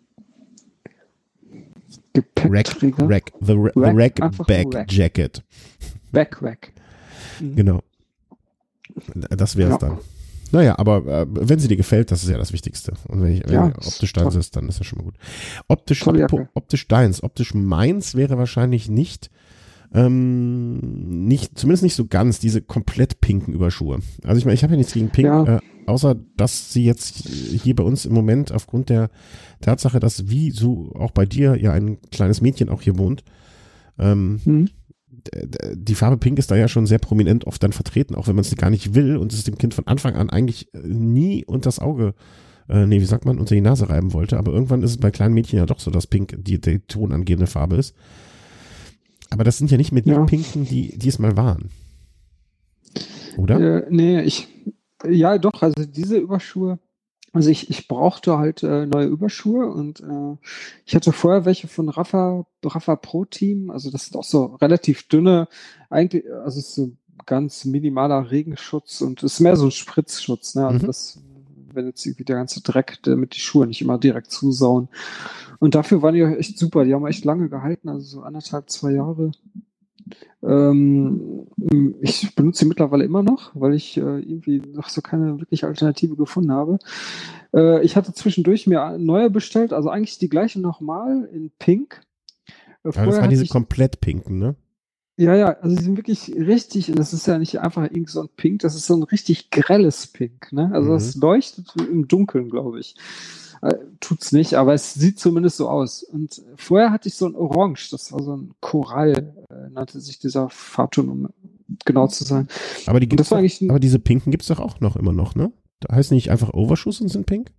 Gepäckträger? Rack, rack, the, rack, the Rack Bag rack. Jacket. Backpack. Mhm. Genau. Das wäre es ja. dann. Naja, aber äh, wenn sie dir gefällt, das ist ja das Wichtigste. Und wenn, ich, wenn ja, optisch deins ist, dann ist das schon mal gut. Optisch, optisch deins, optisch meins wäre wahrscheinlich nicht, ähm, nicht, zumindest nicht so ganz, diese komplett pinken Überschuhe. Also ich meine, ich habe ja nichts gegen Pink, ja. äh, außer dass sie jetzt hier bei uns im Moment aufgrund der Tatsache, dass wie so auch bei dir ja ein kleines Mädchen auch hier wohnt, ähm, mhm. die Farbe Pink ist da ja schon sehr prominent oft dann vertreten, auch wenn man es gar nicht will und es dem Kind von Anfang an eigentlich nie unter das Auge, äh, nee, wie sagt man, unter die Nase reiben wollte, aber irgendwann ist es bei kleinen Mädchen ja doch so, dass Pink die, die tonangebende Farbe ist. Aber das sind ja nicht mehr die ja. Pinken, die, die es mal waren. Oder? Äh, nee, ich, ja doch, also diese Überschuhe, also ich, ich brauchte halt äh, neue Überschuhe und äh, ich hatte vorher welche von Rafa, Rafa Pro Team, also das sind auch so relativ dünne, eigentlich, also es ist so ganz minimaler Regenschutz und es ist mehr so ein Spritzschutz, ne, also mhm. das, wenn jetzt irgendwie der ganze Dreck, damit die Schuhe nicht immer direkt zusauen. Und dafür waren die auch echt super, die haben echt lange gehalten, also so anderthalb, zwei Jahre. Ähm, ich benutze sie mittlerweile immer noch, weil ich äh, irgendwie noch so keine wirkliche Alternative gefunden habe. Äh, ich hatte zwischendurch mir neue bestellt, also eigentlich die gleiche nochmal in Pink. Äh, ja, das waren diese ich, komplett pinken, ne? Ja, ja, also die sind wirklich richtig, und das ist ja nicht einfach irgend so ein Pink, das ist so ein richtig grelles Pink, ne? Also mhm. das leuchtet im Dunkeln, glaube ich. Äh, tut's nicht, aber es sieht zumindest so aus. Und vorher hatte ich so ein Orange, das war so ein Korall, äh, nannte sich dieser Farbton, um genau zu sein. Aber, die gibt's doch, ein, aber diese Pinken gibt es doch auch noch immer noch, ne? Da heißt nicht einfach Overshoes und sind pink?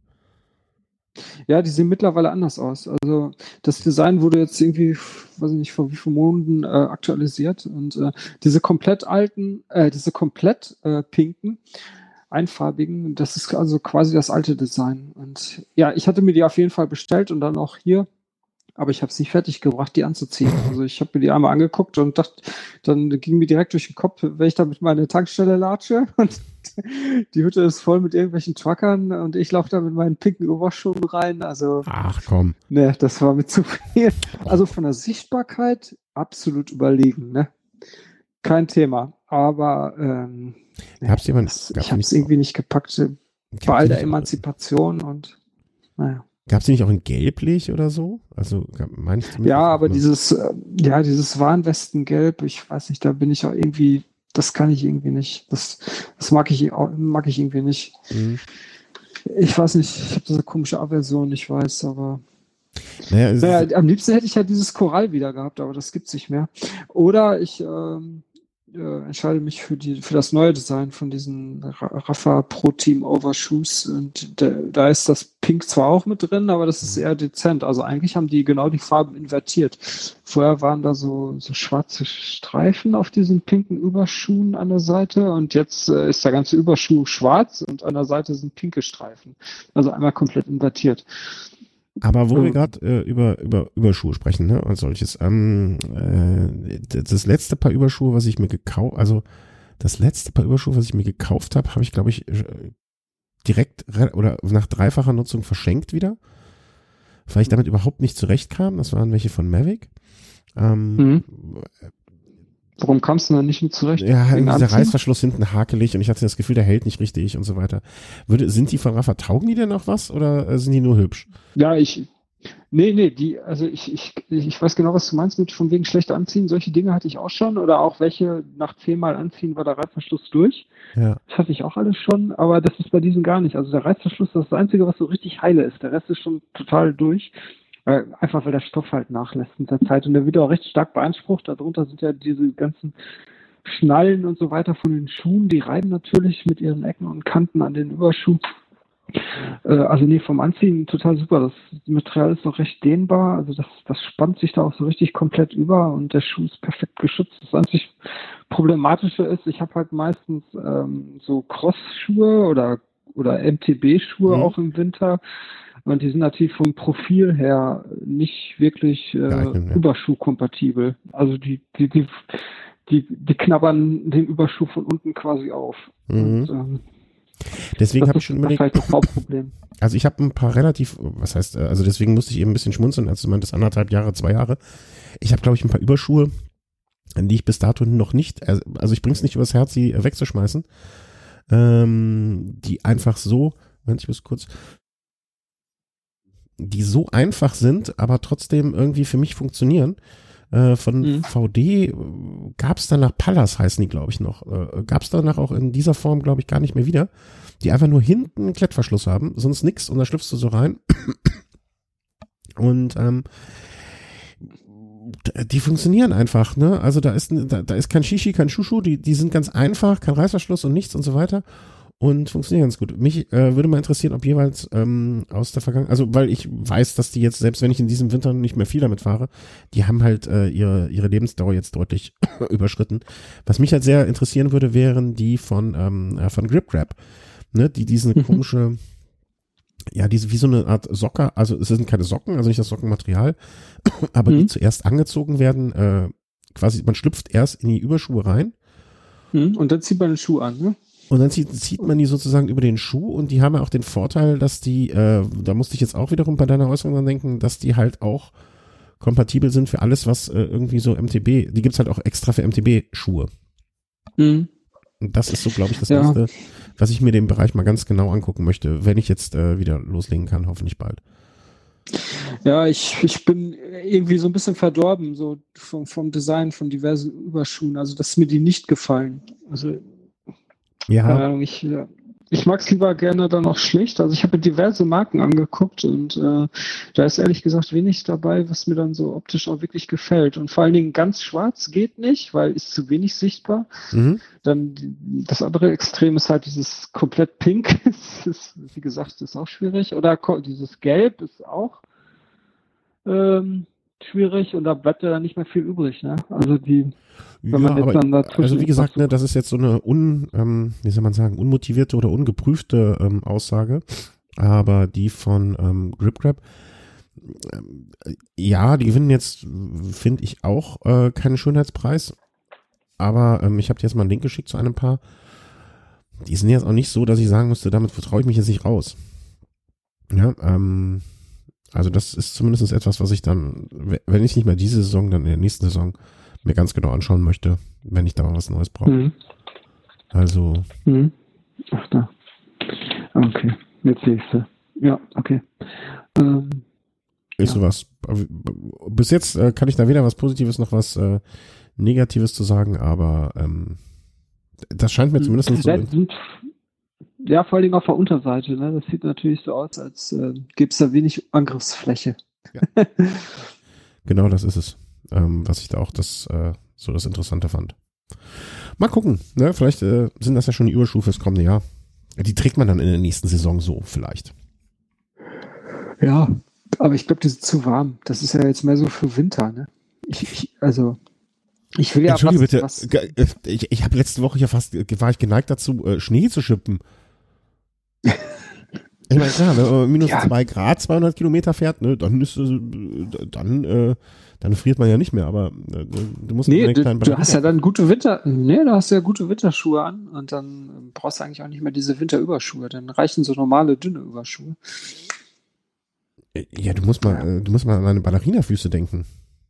Ja, die sehen mittlerweile anders aus. Also das Design wurde jetzt irgendwie, weiß ich nicht, vor wie vielen Monaten äh, aktualisiert. Und äh, diese komplett alten, äh, diese komplett äh, pinken, einfarbigen, das ist also quasi das alte Design. Und ja, ich hatte mir die auf jeden Fall bestellt und dann auch hier, aber ich habe es nicht fertig gebracht, die anzuziehen. Also ich habe mir die einmal angeguckt und dachte, dann ging mir direkt durch den Kopf, wenn ich da mit meiner Tankstelle latsche und die Hütte ist voll mit irgendwelchen Truckern und ich laufe da mit meinen pinken Oberschuhen rein. Also ach komm. Ne, das war mir zu viel. Also von der Sichtbarkeit absolut überlegen, ne? Kein Thema. Aber ähm, gab's nee, jemand, das, gab's ich habe es irgendwie nicht gepackt bei all der Emanzipation und naja. Gab es die nicht auch in gelblich oder so? Also meine ich ja, aber noch. dieses, äh, ja, dieses Warnwestengelb, ich weiß nicht, da bin ich auch irgendwie, das kann ich irgendwie nicht. Das, das mag ich auch, mag ich irgendwie nicht. Mhm. Ich weiß nicht, ich habe diese komische Aversion, ich weiß, aber naja, naja, am liebsten hätte ich ja dieses Korall wieder gehabt, aber das gibt's nicht mehr. Oder ich ähm, äh, entscheide mich für die für das neue Design von diesen Rafa Pro Team Overshoes und da, da ist das Pink zwar auch mit drin, aber das ist eher dezent. Also eigentlich haben die genau die Farben invertiert. Vorher waren da so, so schwarze Streifen auf diesen pinken Überschuhen an der Seite und jetzt äh, ist der ganze Überschuh schwarz und an der Seite sind pinke Streifen. Also einmal komplett invertiert. Aber wo ja. wir gerade äh, über, über Überschuhe sprechen, ne, als solches, ähm, äh, das letzte Paar Überschuhe, was ich mir gekauft, also das letzte Paar Überschuhe, was ich mir gekauft habe, habe ich, glaube ich, direkt re- oder nach dreifacher Nutzung verschenkt wieder, weil ich damit überhaupt nicht zurechtkam. Das waren welche von Mavic. Ähm, mhm. Warum kamst du da nicht mit zurecht? Ja, dieser Reißverschluss hinten hakelig und ich hatte das Gefühl, der hält nicht richtig und so weiter. Würde, sind die von Rafa, taugen die denn noch was oder äh, sind die nur hübsch? Ja, ich, nee, nee, die, also ich, ich, ich weiß genau, was du meinst mit von wegen schlecht anziehen. Solche Dinge hatte ich auch schon oder auch welche nach zehnmal anziehen war der Reißverschluss durch. Ja. Das hatte ich auch alles schon, aber das ist bei diesen gar nicht. Also der Reißverschluss, das ist das Einzige, was so richtig heile ist. Der Rest ist schon total durch. Einfach weil der Stoff halt nachlässt mit der Zeit und der wird auch recht stark beansprucht. Darunter sind ja diese ganzen Schnallen und so weiter von den Schuhen, die reiben natürlich mit ihren Ecken und Kanten an den Überschuh. Äh, also nee, vom Anziehen total super. Das Material ist noch recht dehnbar, also das, das spannt sich da auch so richtig komplett über und der Schuh ist perfekt geschützt. Das einzig Problematische ist, ich habe halt meistens ähm, so Cross-Schuhe oder, oder M T B-Schuhe Mhm. auch im Winter. Und die sind natürlich vom Profil her nicht wirklich äh, Geeignet, ja. überschuhkompatibel. Also die, die, die, die, die knabbern den Überschuh von unten quasi auf. Mhm. Und, ähm, Deswegen das habe ich ist schon überlegt, vielleicht das Hauptproblem. also ich habe ein paar relativ, was heißt, äh, also deswegen musste ich eben ein bisschen schmunzeln, als du meintest, anderthalb Jahre, zwei Jahre. Ich habe, glaube ich, ein paar Überschuhe, die ich bis dato noch nicht, also ich bring's nicht übers Herz, sie wegzuschmeißen, ähm, die einfach so, Moment, ich muss kurz, die so einfach sind, aber trotzdem irgendwie für mich funktionieren. Äh, von Mhm. V D gab es danach, Pallas heißen die, glaube ich, noch, äh, gab es danach auch in dieser Form, glaube ich, gar nicht mehr wieder, die einfach nur hinten einen Klettverschluss haben, sonst nix, und da schlüpfst du so rein. Und ähm, die funktionieren einfach, ne? Also da ist da, da ist kein Shishi, kein Shushu, die die sind ganz einfach, kein Reißverschluss und nichts und so weiter und funktionieren ganz gut. Mich äh, würde mal interessieren, ob jeweils ähm, aus der Vergangenheit, also weil ich weiß, dass die jetzt, selbst wenn ich in diesem Winter nicht mehr viel damit fahre, die haben halt äh, ihre ihre Lebensdauer jetzt deutlich überschritten. Was mich halt sehr interessieren würde, wären die von ähm, von Grip Grab, ne? Die diese Mhm. komische, ja, diese wie so eine Art Socker, also es sind keine Socken, also nicht das Sockenmaterial, aber Mhm. die zuerst angezogen werden, äh, quasi, man schlüpft erst in die Überschuhe rein Mhm. Und dann zieht man den Schuh an, ne? und dann zieht, zieht man die sozusagen über den Schuh, und die haben ja auch den Vorteil, dass die, äh, da musste ich jetzt auch wiederum bei deiner Äußerung dran denken, dass die halt auch kompatibel sind für alles, was äh, irgendwie so M T B, die gibt's halt auch extra für M T B-Schuhe. Mhm. Und das ist so, glaube ich, das Ja. nächste, was ich mir den Bereich mal ganz genau angucken möchte, wenn ich jetzt äh, wieder loslegen kann, hoffentlich bald. Ja, ich, ich bin irgendwie so ein bisschen verdorben, so vom, vom Design von diversen Überschuhen. Also, dass mir die nicht gefallen. Also, Ja, keine Ahnung, ich, ja, ich mag es lieber gerne dann auch schlicht. Also, ich habe mir diverse Marken angeguckt und äh, da ist ehrlich gesagt wenig dabei, was mir dann so optisch auch wirklich gefällt. Und vor allen Dingen ganz schwarz geht nicht, weil ist zu wenig sichtbar. mhm. Dann die- das andere Extrem ist halt dieses komplett Pink. Das ist, wie gesagt, ist auch schwierig. Oder ko- dieses Gelb ist auch ähm, schwierig und da bleibt ja dann nicht mehr viel übrig. Ne? Also die, wenn Ja, man jetzt aber dann dazwischen also wie etwas gesagt, ne, sucht. das ist jetzt so eine un, ähm, wie soll man sagen, unmotivierte oder ungeprüfte ähm, Aussage, aber die von ähm, Grip Grab, ähm, ja, die gewinnen jetzt, finde ich, auch äh, keinen Schönheitspreis, aber ähm, ich habe dir jetzt mal einen Link geschickt zu einem Paar. Die sind jetzt auch nicht so, dass ich sagen müsste, damit vertraue ich mich jetzt nicht raus. Ja, ähm, also das ist zumindest etwas, was ich dann, wenn ich nicht mehr diese Saison, dann in der nächsten Saison mir ganz genau anschauen möchte, wenn ich da mal was Neues brauche. Mhm. Also, Mhm. Ach da. Okay, jetzt sehe ich sie. Ja, okay. Ähm, ist Ja. sowas. Bis jetzt äh, kann ich da weder was Positives noch was äh, Negatives zu sagen, aber ähm, das scheint mir zumindest so. ja, sind, ja, vor allen Dingen auf der Unterseite. Ne? Das sieht natürlich so aus, als äh, gäbe es da wenig Angriffsfläche. Genau, das ist es. Ähm, was ich da auch das äh, so das Interessante fand. Mal gucken, ne? Vielleicht äh, sind das ja schon die Überschuhe fürs kommende Jahr. Die trägt man dann in der nächsten Saison so vielleicht. Ja, aber ich glaube, die sind zu warm. Das ist ja jetzt mehr so für Winter. Ne? Ich, ich, also, ich will ja Entschuldige was, bitte, was, ge- äh, ich, ich habe letzte Woche ja fast, äh, war ich geneigt dazu, äh, Schnee zu schippen. Ich meine, klar, wenn man minus Ja. zwei Grad zweihundert Kilometer fährt, ne, dann ist, äh, dann, äh, dann friert man ja nicht mehr, aber äh, du musst Nee, einen du, kleinen du hast ja Balkon- dann gute Winter, nee, du hast ja gute Winterschuhe an und dann brauchst du eigentlich auch nicht mehr diese Winterüberschuhe. Dann reichen so normale, dünne Überschuhe. Ja, du musst mal, Ja. äh, du musst mal an deine Ballerinafüße denken.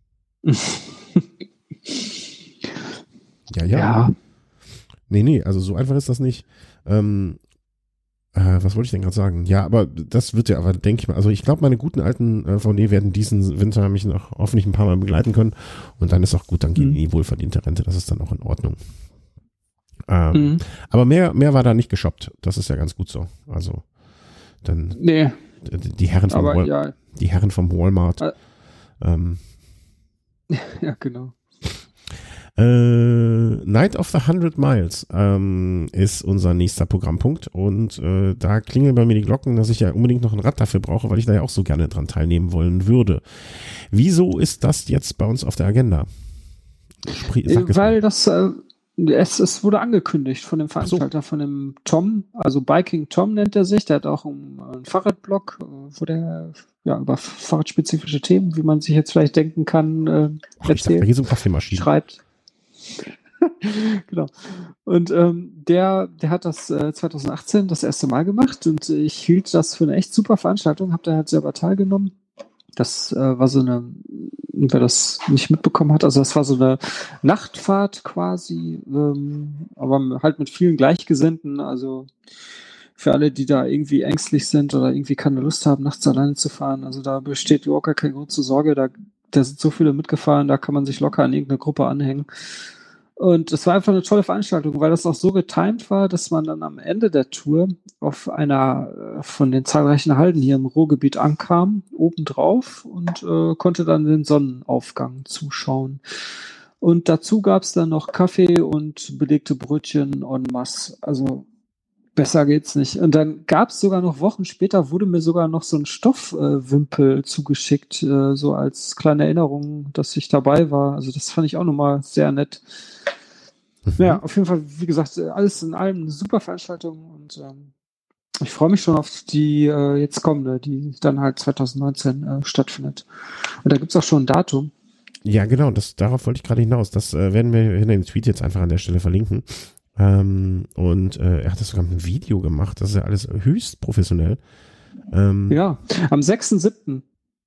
Ja, ja, Ja. Nee, nee, also so einfach ist das nicht. Ähm, äh, was wollte ich denn gerade sagen? Ja, aber das wird ja, aber denke ich mal, also ich glaube, meine guten alten äh, V D werden diesen Winter mich noch hoffentlich ein paar Mal begleiten können und dann ist auch gut, dann gehen Mhm. die wohlverdiente Rente, das ist dann auch in Ordnung. Ähm, Mhm. Aber mehr, mehr war da nicht geshoppt, das ist ja ganz gut so. Also dann Nee, die die Herren vom, aber Wal ja, die Herren vom Walmart. Äh. Ähm, ja, genau. Äh, Night of the Hundred Miles ähm, ist unser nächster Programmpunkt und äh, da klingeln bei mir die Glocken, dass ich ja unbedingt noch ein Rad dafür brauche, weil ich da ja auch so gerne dran teilnehmen wollen würde. Wieso ist das jetzt bei uns auf der Agenda? Sprich, sag es Weil mir. das, äh, Es, es wurde angekündigt von dem Veranstalter, so. von dem Tom, also Biking Tom nennt er sich, der hat auch einen, einen Fahrradblog, wo der ja über fahrradspezifische Themen, wie man sich jetzt vielleicht denken kann, äh, Ach, erzählt, ich dachte, da Kaffeemaschine. Schreibt. Genau. Und ähm, der, der hat das äh, zwanzig achtzehn das erste Mal gemacht und ich hielt das für eine echt super Veranstaltung, habe da halt selber teilgenommen. Das äh, war so eine, wer das nicht mitbekommen hat, also das war so eine Nachtfahrt quasi, ähm, aber halt mit vielen Gleichgesinnten, also für alle, die da irgendwie ängstlich sind oder irgendwie keine Lust haben, nachts alleine zu fahren, also da besteht überhaupt gar kein Grund zur Sorge, da, da sind so viele mitgefahren, da kann man sich locker an irgendeine Gruppe anhängen. Und es war einfach eine tolle Veranstaltung, weil das auch so getimed war, dass man dann am Ende der Tour auf einer von den zahlreichen Halden hier im Ruhrgebiet ankam, obendrauf und äh, konnte dann den Sonnenaufgang zuschauen. Und dazu gab es dann noch Kaffee und belegte Brötchen en masse. Also besser geht's nicht. Und dann gab es sogar noch Wochen später, wurde mir sogar noch so ein Stoffwimpel äh, zugeschickt, äh, so als kleine Erinnerung, dass ich dabei war. Also das fand ich auch nochmal sehr nett. Mhm. Ja, auf jeden Fall, wie gesagt, alles in allem eine super Veranstaltung und ähm, ich freue mich schon auf die äh, jetzt kommende, die dann halt zwanzig neunzehn äh, stattfindet. Und da gibt's auch schon ein Datum. Ja, genau, das, darauf wollte ich gerade hinaus. Das äh, werden wir in den Tweet jetzt einfach an der Stelle verlinken. Ähm, und äh, er hat das sogar mit einem Video gemacht. Das ist ja alles höchst professionell. Ähm, ja, am sechsten siebten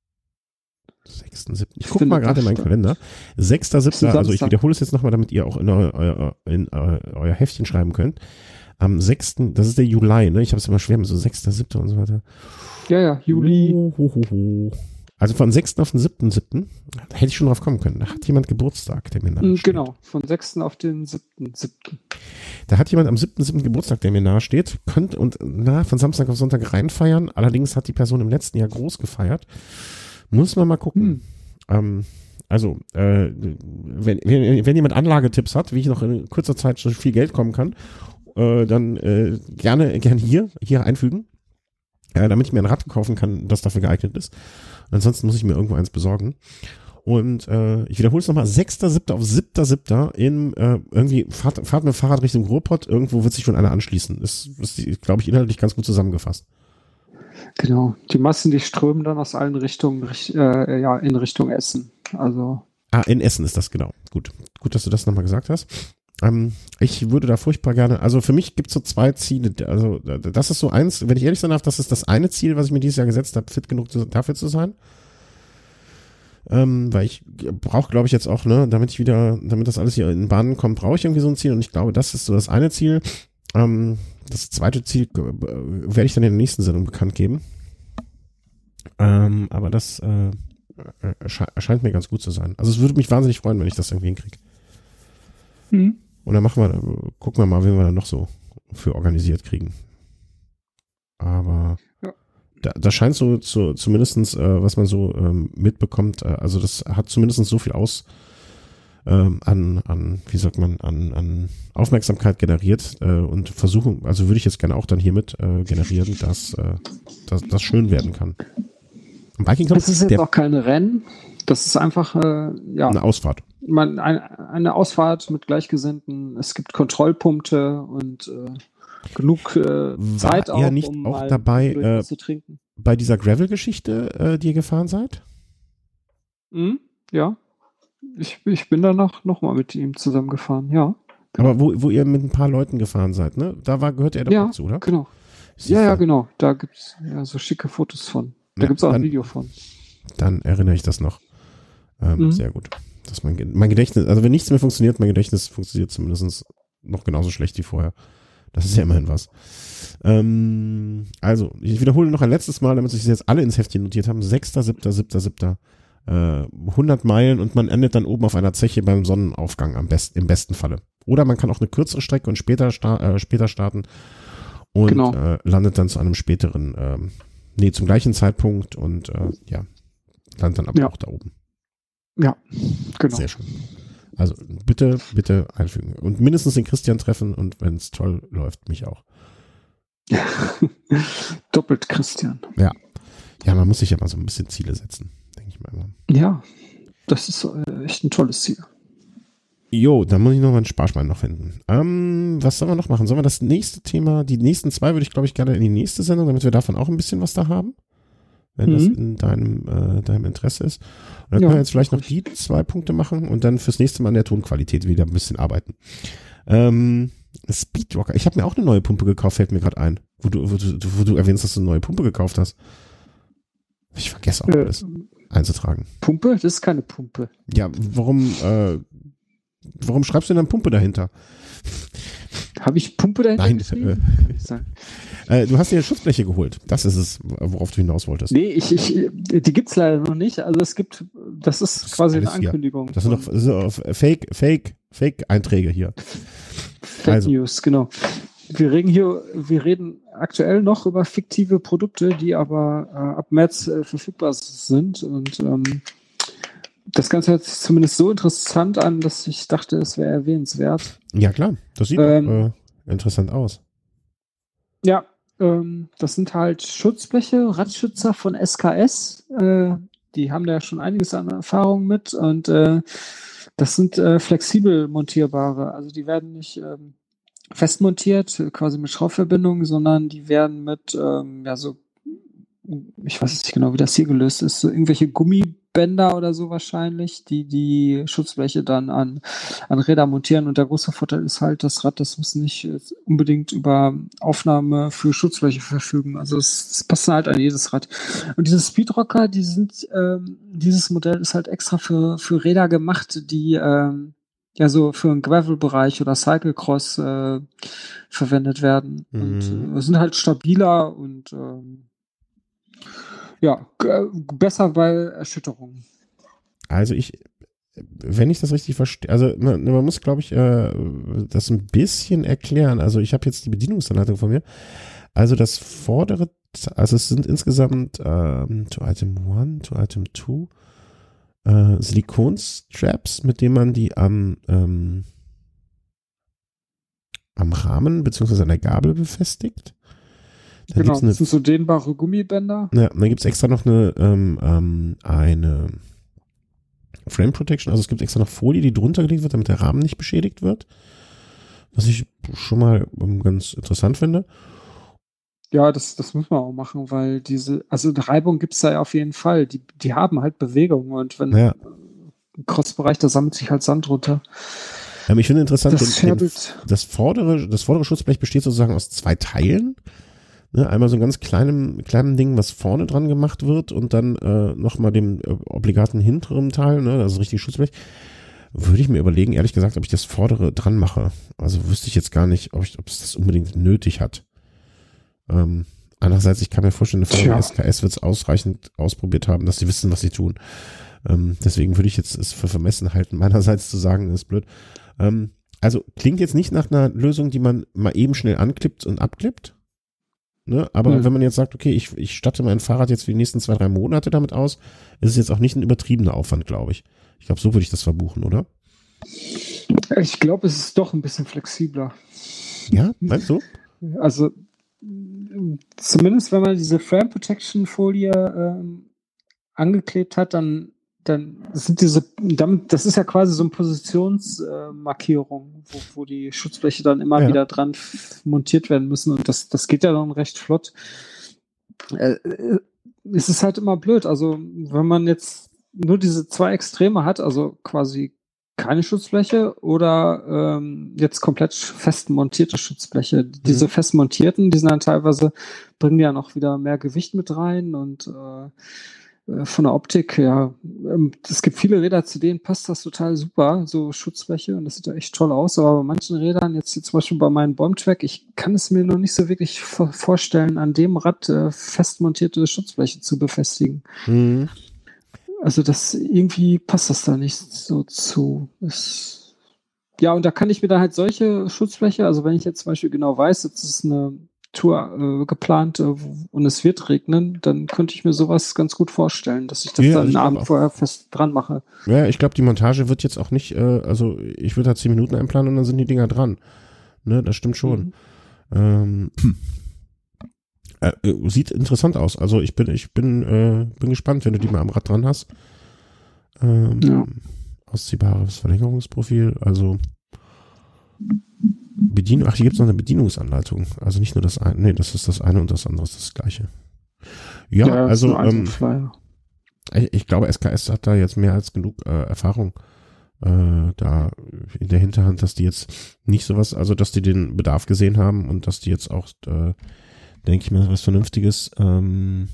sechsten siebten Ich gucke mal gerade in meinen Kalender. sechster siebter Also ich wiederhole es jetzt nochmal, damit ihr auch in euer, euer, in euer, euer Heftchen schreiben könnt. Am sechsten Das ist der Juli, ne? Ich habe es immer schwer mit so sechster siebter und so weiter. Ja, ja, Juli. Oh, oh, oh, oh. Also von sechsten auf den siebten siebten Da hätte ich schon drauf kommen können. Da hat jemand Geburtstag, der mir nahe steht. Genau, von sechsten auf den siebten siebten Da hat jemand am siebten siebten Geburtstag, der mir nahe steht. Könnt und na, von Samstag auf Sonntag reinfeiern. Allerdings hat die Person im letzten Jahr groß gefeiert. Muss man mal gucken. Hm. Ähm, also, äh, wenn, wenn, wenn jemand Anlagetipps hat, wie ich noch in kurzer Zeit so viel Geld kommen kann, äh, dann äh, gerne, gerne hier, hier einfügen. Äh, damit ich mir ein Rad kaufen kann, das dafür geeignet ist. Ansonsten muss ich mir irgendwo eins besorgen. Und äh, ich wiederhole es nochmal, sechster siebter auf siebter siebter in äh, irgendwie, fahrt, fahrt mit dem Fahrrad Richtung Ruhrpott, irgendwo wird sich schon einer anschließen. Das ist, glaube ich, inhaltlich ganz gut zusammengefasst. Genau, die Massen, die strömen dann aus allen Richtungen äh, ja, in Richtung Essen. Also. Ah, in Essen ist das, genau. Gut, gut, dass du das nochmal gesagt hast. Ähm, ich würde da furchtbar gerne, also für mich gibt es so zwei Ziele, also das ist so eins, wenn ich ehrlich sein darf, das ist das eine Ziel, was ich mir dieses Jahr gesetzt habe, fit genug zu, dafür zu sein, ähm, weil ich brauche, glaube ich, jetzt auch, ne, damit ich wieder, damit das alles hier in Bahnen kommt, brauche ich irgendwie so ein Ziel und ich glaube, das ist so das eine Ziel. Ähm, das zweite Ziel äh, werde ich dann in der nächsten Sendung bekannt geben, ähm, aber das äh, erscheint, erscheint mir ganz gut zu sein. Also es würde mich wahnsinnig freuen, wenn ich das irgendwie hinkriege. Mhm. Und dann machen wir, gucken wir mal, wen wir dann noch so für organisiert kriegen. Aber ja. da, das scheint so, so zumindestens, äh, was man so ähm, mitbekommt, äh, also das hat zumindest so viel aus ähm, an, an, wie sagt man, an, an Aufmerksamkeit generiert äh, und versuchen, also würde ich jetzt gerne auch dann hiermit äh, generieren, dass äh, das, das schön werden kann. Biking Club, das ist jetzt der, auch kein Rennen, das ist einfach äh, ja, eine Ausfahrt. Man, eine, eine Ausfahrt mit Gleichgesinnten, es gibt Kontrollpunkte und äh, genug äh, Zeit War auch, nicht um auch mal dabei äh, zu trinken. Bei dieser Gravel-Geschichte, äh, die ihr gefahren seid? Mhm, ja, ich, ich bin danach nochmal mit ihm zusammen gefahren, ja. Genau. Aber wo, wo ihr mit ein paar Leuten gefahren seid, ne? Da war, gehört er doch ja, dazu, oder? Genau. Ja, ja, genau. Da gibt es ja, so schicke Fotos von. Da ja, gibt es auch dann, ein Video von. Dann erinnere ich das noch. Ähm, mhm. Sehr gut. Dass mein, mein Gedächtnis, also wenn nichts mehr funktioniert, mein Gedächtnis funktioniert zumindest noch genauso schlecht wie vorher. Das ist ja immerhin was. Ähm, also, ich wiederhole noch ein letztes Mal, damit sich jetzt alle ins Heftchen notiert haben. sechster siebter siebter siebter Äh, hundert Meilen und man endet dann oben auf einer Zeche beim Sonnenaufgang am besten, im besten Falle. Oder man kann auch eine kürzere Strecke und später, sta- äh, später starten und genau. äh, landet dann zu einem späteren, ähm, nee, zum gleichen Zeitpunkt und äh, ja, landet dann aber ja. auch da oben. Ja, genau. Sehr schön. Also bitte, bitte einfügen. Und mindestens den Christian treffen und wenn es toll läuft, mich auch. Doppelt Christian. Ja. Ja, man muss sich ja mal so ein bisschen Ziele setzen, denke ich mal immer. Ja, das ist äh, echt ein tolles Ziel. Jo, dann muss ich noch mal ein Sparschwein noch finden. Ähm, was sollen wir noch machen? Sollen wir das nächste Thema, die nächsten zwei würde ich, glaube ich, gerne in die nächste Sendung, damit wir davon auch ein bisschen was da haben, wenn mhm. das in deinem, äh, deinem Interesse ist. Und dann ja, können wir jetzt vielleicht noch die zwei Punkte machen und dann fürs nächste Mal an der Tonqualität wieder ein bisschen arbeiten. Ähm, Speedrocker. Ich habe mir auch eine neue Pumpe gekauft, fällt mir gerade ein, wo du, wo, du, wo du erwähnst, dass du eine neue Pumpe gekauft hast. Ich vergesse auch äh, alles einzutragen. Pumpe? Das ist keine Pumpe. Ja, warum, äh, warum schreibst du denn Pumpe dahinter? Habe ich Pumpe dahinter Nein, geschrieben? Äh, äh, du hast dir Schutzbleche geholt. Das ist es, worauf du hinaus wolltest. Nee, ich, ich, die gibt's leider noch nicht. Also es gibt, das ist das quasi ist eine Ankündigung. Hier. Das sind doch das sind Fake, Fake, Fake-Einträge hier. Fake also. News, genau. Wir reden hier, wir reden aktuell noch über fiktive Produkte, die aber äh, ab März äh, verfügbar sind. Und ähm, das Ganze hört sich zumindest so interessant an, dass ich dachte, es wäre erwähnenswert. Ja, klar. Das sieht ähm, äh, interessant aus. Ja, ähm, das sind halt Schutzbleche, Radschützer von S K S. Äh, die haben da schon einiges an Erfahrung mit. Und äh, das sind äh, flexibel montierbare. Also die werden nicht ähm, fest montiert, quasi mit Schraubverbindungen, sondern die werden mit, ähm, ja, so, ich weiß nicht genau, wie das hier gelöst ist, so irgendwelche Gummibänder oder so wahrscheinlich, die die Schutzbleche dann an, an Räder montieren. Und der große Vorteil ist halt, das Rad, das muss nicht unbedingt über Aufnahme für Schutzbleche verfügen. Also es, es passt halt an jedes Rad. Und diese Speedrocker, die sind, ähm, dieses Modell ist halt extra für, für Räder gemacht, die, ähm, ja, so für den Gravel-Bereich oder Cyclecross äh, verwendet werden. Mhm. Und äh, sind halt stabiler und ähm, ja, g- besser bei Erschütterungen. Also ich, wenn ich das richtig verstehe, also man, man muss, glaube ich, äh, das ein bisschen erklären. Also ich habe jetzt die Bedienungsanleitung von mir. Also das vordere, also es sind insgesamt ähm, to Item one, to Item two Äh, Silikonstraps, mit denen man die am ähm, am Rahmen beziehungsweise an der Gabel befestigt. Dann genau, eine, das sind so dehnbare Gummibänder. Ja, dann gibt es extra noch eine ähm, ähm, eine Frame Protection, also es gibt extra noch Folie, die drunter gelegt wird, damit der Rahmen nicht beschädigt wird. Was ich schon mal ähm, ganz interessant finde. Ja, das, das muss man auch machen, weil diese, also eine Reibung gibt es da ja auf jeden Fall. Die, die haben halt Bewegung und wenn ja. im Crossbereich, da sammelt sich halt Sand runter. Ähm, ich finde interessant, das, den, den, das, vordere, das vordere Schutzblech besteht sozusagen aus zwei Teilen. Ne, einmal so ein ganz kleinem, kleinem Ding, was vorne dran gemacht wird und dann äh, nochmal dem äh, obligaten hinteren Teil, ne, also richtig Schutzblech. Würde ich mir überlegen, ehrlich gesagt, ob ich das vordere dran mache. Also wüsste ich jetzt gar nicht, ob, ich, ob es das unbedingt nötig hat. Ähm, andererseits, ich kann mir vorstellen, von der S K S wird es ausreichend ausprobiert haben, dass sie wissen, was sie tun. Ähm, deswegen würde ich jetzt es für vermessen halten, meinerseits zu sagen, ist blöd. Ähm, also klingt jetzt nicht nach einer Lösung, die man mal eben schnell anklippt und abklippt. Ne? Aber mhm. wenn man jetzt sagt, okay, ich, ich statte mein Fahrrad jetzt für die nächsten zwei, drei Monate damit aus, ist es jetzt auch nicht ein übertriebener Aufwand, glaube ich. Ich glaube, so würde ich das verbuchen, oder? Ich glaube, es ist doch ein bisschen flexibler. Ja, meinst du? Also zumindest wenn man diese Frame Protection Folie ähm, angeklebt hat, dann, dann sind diese, damit, das ist ja quasi so eine Positionsmarkierung, äh, wo, wo die Schutzbleche dann immer ja. wieder dran f- montiert werden müssen und das, das geht ja dann recht flott. Äh, es ist halt immer blöd, also wenn man jetzt nur diese zwei Extreme hat, also quasi keine Schutzbleche oder ähm, jetzt komplett fest montierte Schutzbleche. Mhm. Diese fest montierten, die sind dann teilweise, bringen ja noch wieder mehr Gewicht mit rein und äh, von der Optik, ja, ähm, es gibt viele Räder, zu denen passt das total super, so Schutzbleche und das sieht ja echt toll aus, aber bei manchen Rädern, jetzt hier zum Beispiel bei meinem Bombtrack, ich kann es mir noch nicht so wirklich vor- vorstellen, an dem Rad äh, fest montierte Schutzbleche zu befestigen. Mhm. Also das irgendwie passt das da nicht so zu. Es, ja, und da kann ich mir dann halt solche Schutzbleche, also wenn ich jetzt zum Beispiel genau weiß, jetzt ist eine Tour äh, geplant äh, und es wird regnen, dann könnte ich mir sowas ganz gut vorstellen, dass ich das ja, dann einen Abend auch. vorher fest dran mache. Ja, ich glaube, die Montage wird jetzt auch nicht, äh, also ich würde da zehn Minuten einplanen und dann sind die Dinger dran. Ne, das stimmt schon. Mhm. Ähm, Äh, sieht interessant aus. Also ich bin, ich bin, äh, bin gespannt, wenn du die mal am Rad dran hast. Ähm, ja. ausziehbares Verlängerungsprofil, also Bedienung, ach, hier gibt es noch eine Bedienungsanleitung. Also nicht nur das eine, nee, das ist das eine und das andere ist das gleiche. Ja, ja also ähm, ich, ich glaube, S K S hat da jetzt mehr als genug äh, Erfahrung äh, da in der Hinterhand, dass die jetzt nicht sowas, also dass die den Bedarf gesehen haben und dass die jetzt auch, äh, denke ich mal, was Vernünftiges ähm,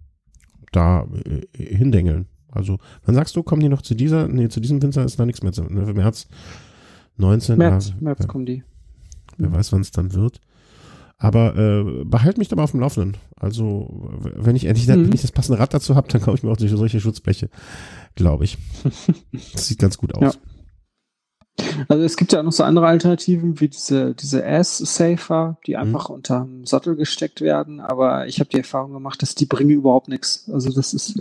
da äh, hindengeln. Also, wann sagst du, kommen die noch zu dieser, nee, zu diesem Winter ist da nichts mehr zu, ne, für März neunzehn. März, ja, März ja, kommen die. Wer weiß, wann es dann wird. Aber äh, behalt mich da mal auf dem Laufenden. Also, wenn ich endlich mhm. wenn ich das passende Rad dazu habe, dann kaufe ich mir auch solche, solche Schutzbleche, glaube ich. Das sieht ganz gut aus. Ja. Also es gibt ja auch noch so andere Alternativen, wie diese, diese Ass-Safer, die einfach mhm. unterm Sattel gesteckt werden, aber ich habe die Erfahrung gemacht, dass die bringen überhaupt nichts. Also das ist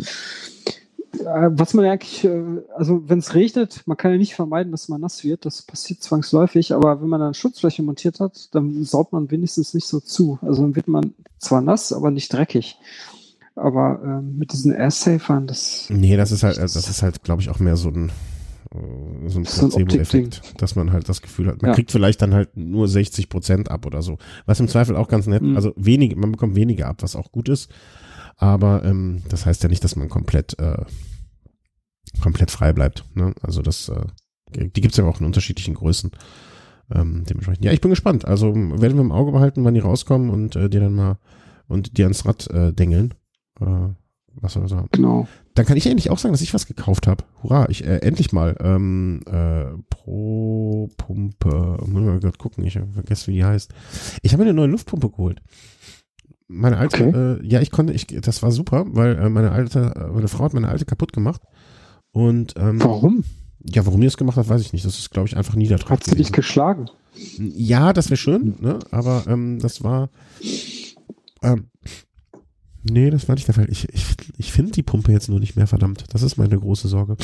was man eigentlich, also wenn es regnet, man kann ja nicht vermeiden, dass man nass wird, das passiert zwangsläufig, aber wenn man dann Schutzfläche montiert hat, dann saugt man wenigstens nicht so zu. Also dann wird man zwar nass, aber nicht dreckig. Aber ähm, mit diesen Air-Safern, das... Nee, das ist halt, das ist halt, glaube ich, auch mehr so ein so ein Placebo-Effekt, dass man halt das Gefühl hat, man ja. kriegt vielleicht dann halt nur sechzig Prozent ab oder so. Was im Zweifel auch ganz nett, mhm. also wenige, man bekommt weniger ab, was auch gut ist. Aber ähm, das heißt ja nicht, dass man komplett äh, komplett frei bleibt. Ne? Also das, äh, die gibt es ja auch in unterschiedlichen Größen. Ähm, dementsprechend. Ja, ich bin gespannt. Also werden wir im Auge behalten, wann die rauskommen und äh, dir dann mal und dir ans Rad äh, dengeln. Äh, was soll ich sagen? Genau. Dann kann ich endlich auch sagen, dass ich was gekauft habe. Hurra, ich äh, endlich mal ähm, äh, Pro Pumpe. Muss mal gerade gucken, ich habe vergessen, wie die heißt. Ich habe mir eine neue Luftpumpe geholt. Meine alte, okay. äh, ja, ich konnte, ich, das war super, weil äh, meine alte, meine Frau hat meine alte kaputt gemacht. Und ähm, warum? Ja, warum die das gemacht hat, weiß ich nicht. Das ist, glaube ich, einfach niederträchtig. Hat sie dich geschlagen? Ja, das wäre schön, ne? Aber ähm, das war ähm, nee, das war nicht der Fall. Ich, ich, ich finde die Pumpe jetzt nur nicht mehr, verdammt. Das ist meine große Sorge.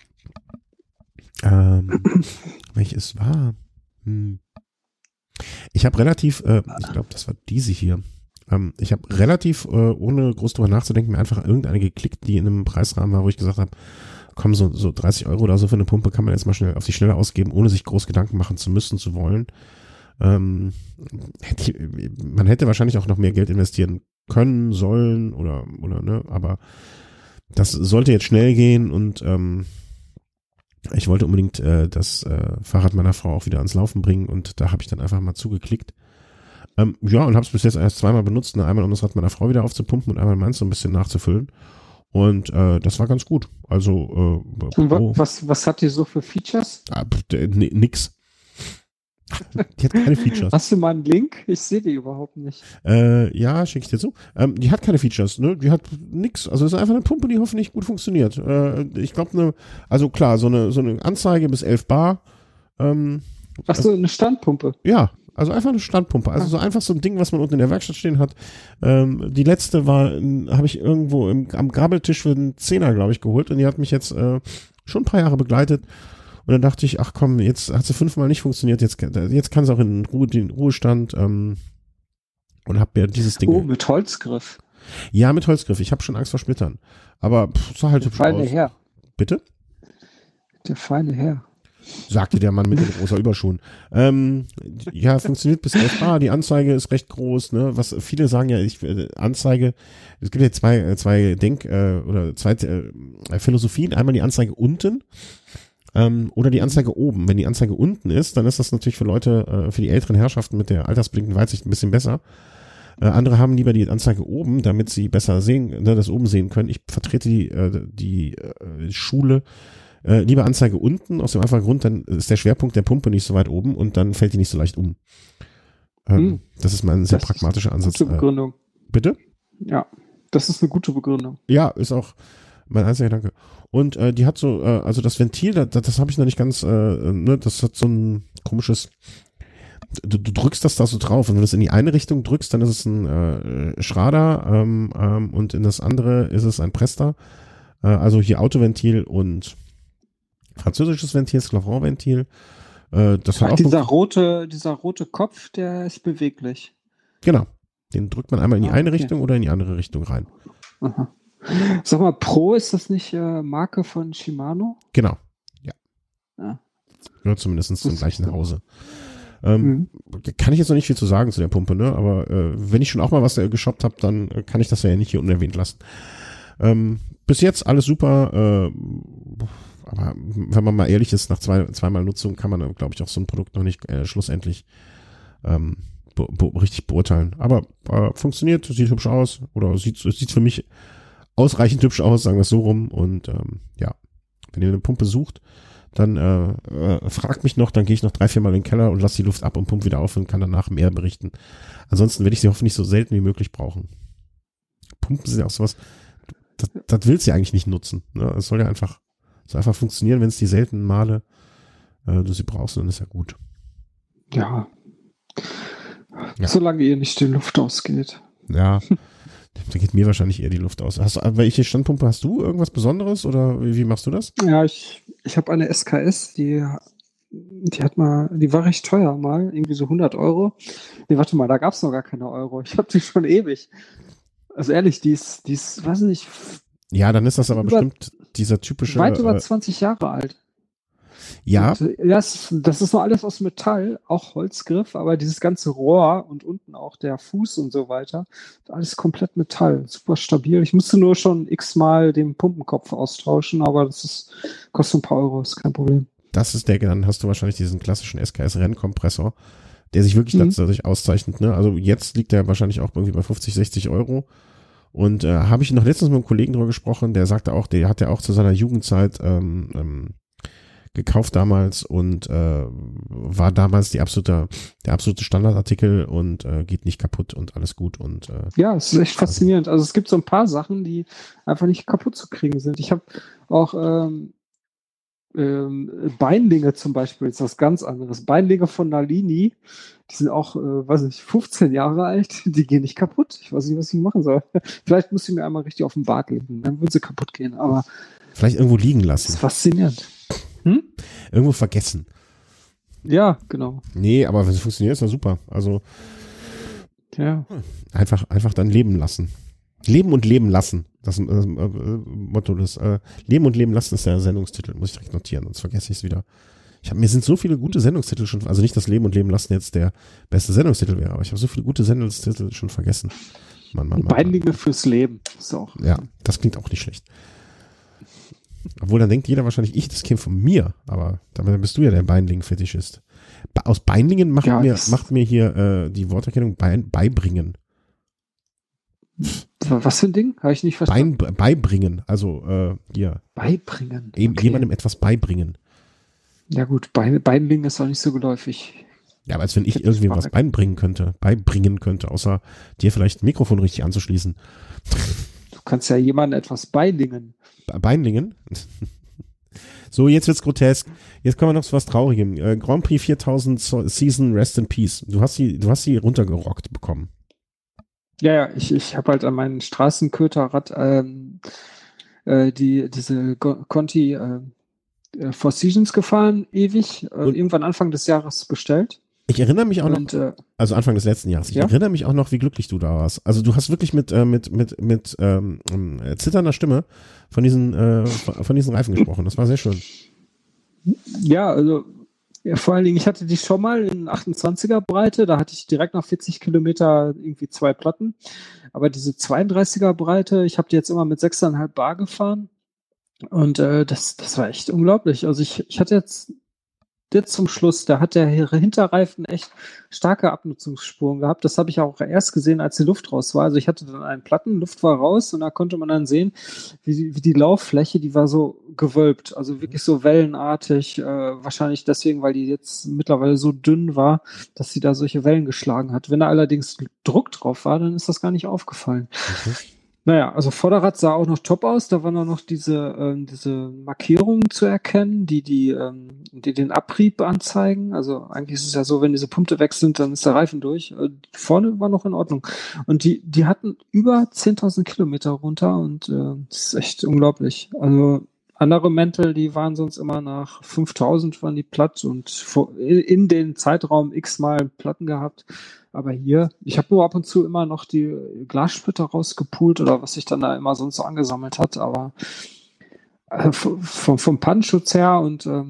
Ähm, welches war? Hm. Ich habe relativ, äh, ich glaube, das war diese hier. Ähm, ich habe relativ, äh, ohne groß drüber nachzudenken, mir einfach irgendeine geklickt, die in einem Preisrahmen war, wo ich gesagt habe, komm, so, so dreißig Euro oder so für eine Pumpe kann man jetzt mal schnell auf die Schnelle ausgeben, ohne sich groß Gedanken machen zu müssen, zu wollen. Ähm, hätte ich, man hätte wahrscheinlich auch noch mehr Geld investieren können, sollen oder, oder, ne, aber das sollte jetzt schnell gehen und ähm, ich wollte unbedingt äh, das äh, Fahrrad meiner Frau auch wieder ans Laufen bringen und da habe ich dann einfach mal zugeklickt. Ähm, ja, und habe es bis jetzt erst zweimal benutzt, ne, einmal um das Rad meiner Frau wieder aufzupumpen und einmal meins so ein bisschen nachzufüllen. Und äh, das war ganz gut. Also äh, oh. was, was hat die so für Features? Ah, n- nix. Die hat keine Features. Hast du mal einen Link? Ich sehe die überhaupt nicht. Äh, ja, schicke ich dir zu. Ähm, die hat keine Features, ne? Die hat nix. Also es ist einfach eine Pumpe, die hoffentlich gut funktioniert. Äh, ich glaube, ne, also klar, so eine so eine Anzeige bis elf Bar. Ähm, Ach so, eine Standpumpe. Ja, also einfach eine Standpumpe. Also so einfach so ein Ding, was man unten in der Werkstatt stehen hat. Ähm, die letzte war, habe ich irgendwo im, am Grabbeltisch für einen Zehner, glaube ich, geholt und die hat mich jetzt äh, schon ein paar Jahre begleitet. Und dann dachte ich, ach komm, jetzt hat sie fünfmal nicht funktioniert, jetzt, jetzt kann sie auch in Ruhe, den Ruhestand ähm, und hab mir dieses Ding. Oh, mit Holzgriff. Ja, mit Holzgriff. Ich habe schon Angst vor Splittern. Aber pff, sah halt hübsch aus. Der feine Herr. Bitte? Der feine Herr. Sagte der Mann mit den rosa Überschuhen. Ähm, ja, funktioniert bis elf Bar. Die Anzeige ist recht groß. Ne? Was viele sagen ja, ich äh, Anzeige. Es gibt ja zwei, äh, zwei Denk äh, oder zwei äh, Philosophien. Einmal die Anzeige unten. Ähm, oder die Anzeige oben. Wenn die Anzeige unten ist, dann ist das natürlich für Leute, äh, für die älteren Herrschaften mit der altersbedingten Weitsicht ein bisschen besser. Äh, andere haben lieber die Anzeige oben, damit sie besser sehen, ne, das oben sehen können. Ich vertrete die, äh, die äh, Schule, äh, lieber Anzeige unten, aus dem einfachen Grund, dann ist der Schwerpunkt der Pumpe nicht so weit oben und dann fällt die nicht so leicht um. Ähm, hm. Das ist mein sehr das pragmatischer Ansatz. Gute Begründung. Äh, bitte? Ja, das ist eine gute Begründung. Ja, ist auch mein einziger Gedanke. Und äh, die hat so, äh, also das Ventil, das, das habe ich noch nicht ganz, äh, ne, das hat so ein komisches, du, du drückst das da so drauf und wenn du es in die eine Richtung drückst, dann ist es ein äh, Schrader ähm, ähm, und in das andere ist es ein Presta. Äh, also hier Autoventil und französisches Ventil, Sclavron-Ventil. Äh, das hat Ach, auch dieser rote, dieser rote Kopf, der ist beweglich. Genau. Den drückt man einmal in die ah, eine okay. Richtung oder in die andere Richtung rein. Aha. Sag mal, Pro, ist das nicht äh, Marke von Shimano? Genau, ja. Ja. Gehört zumindest zum gleichen Hause. Ähm, mhm. Kann ich jetzt noch nicht viel zu sagen zu der Pumpe, ne? Aber äh, wenn ich schon auch mal was äh, geshoppt habe, dann äh, kann ich das ja nicht hier unerwähnt lassen. Ähm, bis jetzt alles super, äh, aber wenn man mal ehrlich ist, nach zwei, zweimal Nutzung kann man, glaube ich, auch so ein Produkt noch nicht äh, schlussendlich ähm, be be richtig beurteilen. Aber äh, funktioniert, sieht hübsch aus oder sieht, sieht für mich ausreichend hübsch aus, sagen wir es so rum. Und ähm, ja, wenn ihr eine Pumpe sucht, dann äh, äh, fragt mich noch, dann gehe ich noch drei, vier Mal in den Keller und lasse die Luft ab und pumpe wieder auf und kann danach mehr berichten. Ansonsten werde ich sie hoffentlich so selten wie möglich brauchen. Pumpen sind ja auch sowas, das, das willst du ja eigentlich nicht nutzen. Ne? Es soll ja einfach, soll einfach funktionieren, wenn es die seltenen Male äh, du sie brauchst, dann ist ja gut. Ja. ja. Solange ihr nicht die Luft ausgeht. Ja. Da geht mir wahrscheinlich eher die Luft aus. Hast du, welche Standpumpe hast du? Irgendwas Besonderes oder wie, wie machst du das? Ja, ich, ich habe eine S K S, die, die hat mal, die war recht teuer mal, irgendwie so hundert Euro. Nee, warte mal, da gab es noch gar keine Euro. Ich habe die schon ewig. Also ehrlich, die ist, die ist, weiß nicht. Ja, dann ist das aber über, bestimmt dieser typische. Weit über zwanzig Jahre alt. Ja. Und, ja, das, das ist noch alles aus Metall, auch Holzgriff, aber dieses ganze Rohr und unten auch der Fuß und so weiter, alles komplett Metall, super stabil. Ich musste nur schon x-mal den Pumpenkopf austauschen, aber das ist, kostet ein paar Euro, ist kein Problem. Das ist der, dann hast du wahrscheinlich diesen klassischen S K S-Rennkompressor, der sich wirklich mhm. dadurch auszeichnet. Ne? Also jetzt liegt der wahrscheinlich auch irgendwie bei fünfzig, sechzig Euro. Und äh, habe ich noch letztens mit einem Kollegen drüber gesprochen, der sagte auch, der hat ja auch zu seiner Jugendzeit ähm, ähm, gekauft damals und äh, war damals die absolute, der absolute Standardartikel und äh, geht nicht kaputt und alles gut. Und äh, ja, es ist echt faszinierend. Also es gibt so ein paar Sachen, die einfach nicht kaputt zu kriegen sind. Ich habe auch ähm, ähm, Beinlinge zum Beispiel, ist was ganz anderes. Beinlinge von Nalini, die sind auch, äh, weiß nicht, fünfzehn Jahre alt, die gehen nicht kaputt. Ich weiß nicht, was ich machen soll. Vielleicht muss ich mir einmal richtig auf den Bart legen, dann würden sie kaputt gehen, aber vielleicht irgendwo liegen lassen. Das ist faszinierend. Hm? Irgendwo vergessen. Ja, genau. Nee, aber wenn es funktioniert, ist ja super. Also ja. einfach, einfach dann leben lassen. Leben und leben lassen. Das äh, äh, Motto des äh, Leben und leben lassen ist der Sendungstitel. Muss ich direkt notieren, sonst vergesse ich es wieder. Ich hab, mir sind so viele gute Sendungstitel schon, also nicht, dass Leben und Leben lassen jetzt der beste Sendungstitel wäre, aber ich habe so viele gute Sendungstitel schon vergessen. Mann, Mann, Mann, Beinlinge Mann. Fürs Leben. Ist auch. Ja, das klingt auch nicht schlecht. Obwohl, dann denkt jeder wahrscheinlich, ich, das käme von mir, aber dann bist du ja der Beinling-Fetischist. Aus Beinlingen macht, ja, mir, macht mir hier äh, die Worterkennung Bein, beibringen. Was für ein Ding? Habe ich nicht verstanden. Bein, beibringen, also äh, hier. Beibringen. Eben okay. Jemandem etwas beibringen. Ja gut, Bein, Beinling ist auch nicht so geläufig. Ja, aber als wenn ich, ich irgendwie was beibringen könnte, beibringen könnte, außer dir vielleicht ein Mikrofon richtig anzuschließen. Du kannst ja jemandem etwas beilingen. Beinlingen? So, jetzt wird's grotesk. Jetzt kommen wir noch zu was Traurigem. Äh, Grand Prix viertausend Season Rest in Peace. Du hast sie, du hast sie runtergerockt bekommen. Ja, ja, ich, ich habe halt an meinem Straßenköterrad ähm, äh, die, diese Conti äh, Four Seasons gefahren, ewig. Äh, irgendwann Anfang des Jahres bestellt. Ich erinnere mich auch Und, noch, also Anfang des letzten Jahres, ich ja? erinnere mich auch noch, wie glücklich du da warst. Also du hast wirklich mit, äh, mit, mit, mit ähm, äh, zitternder Stimme von diesen, äh, von diesen Reifen gesprochen. Das war sehr schön. Ja, also ja, vor allen Dingen, ich hatte die schon mal in achtundzwanziger Breite, da hatte ich direkt nach vierzig Kilometer irgendwie zwei Platten. Aber diese zweiunddreißiger Breite, ich habe die jetzt immer mit sechs Komma fünf Bar gefahren. Und äh, das, das war echt unglaublich. Also ich, ich hatte jetzt Jetzt zum Schluss, da hat der Hinterreifen echt starke Abnutzungsspuren gehabt. Das habe ich auch erst gesehen, als die Luft raus war. Also ich hatte dann einen Platten, Luft war raus und da konnte man dann sehen, wie die, wie die Lauffläche, die war so gewölbt, also wirklich so wellenartig. Äh, wahrscheinlich deswegen, weil die jetzt mittlerweile so dünn war, dass sie da solche Wellen geschlagen hat. Wenn da allerdings Druck drauf war, dann ist das gar nicht aufgefallen. Okay. Naja, also Vorderrad sah auch noch top aus, da waren auch noch diese, ähm, diese Markierungen zu erkennen, die, die, ähm, die den Abrieb anzeigen. Also eigentlich ist es ja so, wenn diese Punkte weg sind, dann ist der Reifen durch. Äh, vorne war noch in Ordnung. Und die, die hatten über zehntausend Kilometer runter und äh, das ist echt unglaublich. Also andere Mäntel, die waren sonst immer nach fünftausend waren die platt und vor, in den Zeitraum x-mal Platten gehabt. Aber hier, ich habe nur ab und zu immer noch die Glassplitter rausgepult oder was sich dann da immer sonst so angesammelt hat. Aber äh, vom, vom Pannenschutz her und ähm,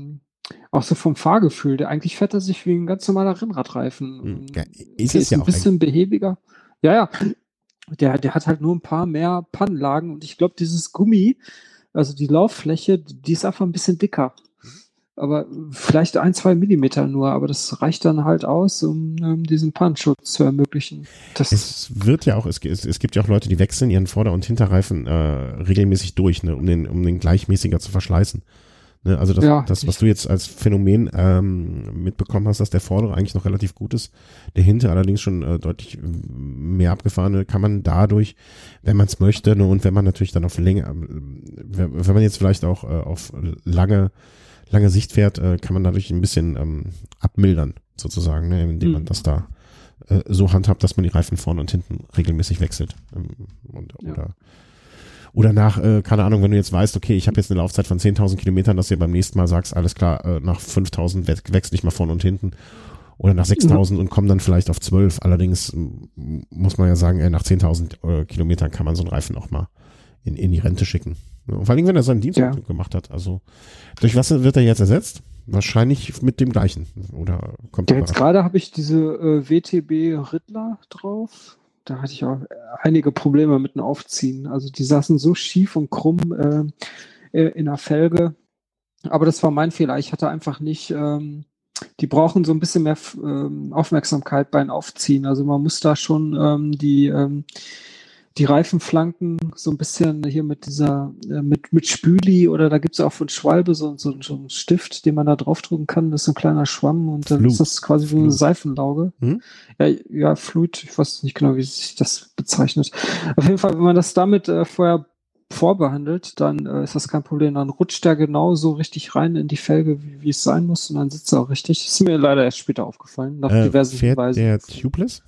auch so vom Fahrgefühl, der eigentlich fährt er sich wie ein ganz normaler Rennradreifen. Ja, ist der es ist ja ein auch bisschen behäbiger. Ja, ja. Der, der hat halt nur ein paar mehr Pannenlagen und ich glaube, dieses Gummi, also die Lauffläche, die ist einfach ein bisschen dicker. Aber vielleicht ein, zwei Millimeter nur, aber das reicht dann halt aus, um ähm, diesen Pannenschutz zu ermöglichen. Das Es wird ja auch, es, es, es gibt ja auch Leute, die wechseln ihren Vorder- und Hinterreifen äh, regelmäßig durch, ne, um den, um den gleichmäßiger zu verschleißen. Ne, also das, Ja, das, was ich- du jetzt als Phänomen ähm, mitbekommen hast, dass der Vordere eigentlich noch relativ gut ist, der Hinter allerdings schon äh, deutlich mehr abgefahrene, kann man dadurch, wenn man es möchte, ne, und wenn man natürlich dann auf Länge, ähm, wenn, wenn man jetzt vielleicht auch äh, auf lange lange Sicht fährt, äh, kann man dadurch ein bisschen ähm, abmildern, sozusagen, ne, indem man Mhm. das da äh, so handhabt, dass man die Reifen vorne und hinten regelmäßig wechselt. Ähm, und, Ja. Oder oder nach, äh, keine Ahnung, wenn du jetzt weißt, okay, ich habe jetzt eine Laufzeit von zehntausend Kilometern, dass du beim nächsten Mal sagst, alles klar, äh, nach fünftausend we wechsle ich mal vorne und hinten. Oder nach sechstausend und komm dann vielleicht auf zwölf. Allerdings m, muss man ja sagen, äh, nach zehntausend äh, Kilometern kann man so einen Reifen auch mal in, in die Rente schicken. Ja, vor allem, wenn er seinen Dienst Ja. gemacht hat. Also durch was wird er jetzt ersetzt? Wahrscheinlich mit dem gleichen. Oder kommt Ja, er jetzt gerade habe ich diese äh, W T B Riddler drauf. Da hatte ich auch einige Probleme mit dem Aufziehen. Also die saßen so schief und krumm äh, äh, in der Felge. Aber das war mein Fehler. Ich hatte einfach nicht, ähm, die brauchen so ein bisschen mehr ähm, Aufmerksamkeit beim Aufziehen. Also man muss da schon ähm, die, ähm, die Reifenflanken so ein bisschen hier mit dieser, äh, mit, mit Spüli oder da gibt es auch von Schwalbe so, so, so einen Stift, den man da draufdrücken kann. Das ist so ein kleiner Schwamm und dann Flut. ist das quasi wie eine Flut. Seifenlauge. Hm? Ja, ja, Flut, ich weiß nicht genau, wie sich das bezeichnet. Auf jeden Fall, wenn man das damit äh, vorher vorbehandelt, dann äh, ist das kein Problem. Dann rutscht der genau so richtig rein in die Felge, wie, wie es sein muss und dann sitzt er auch richtig. Ist mir leider erst später aufgefallen, nach Äh, diversen fährt Hinweisen. der tubeless?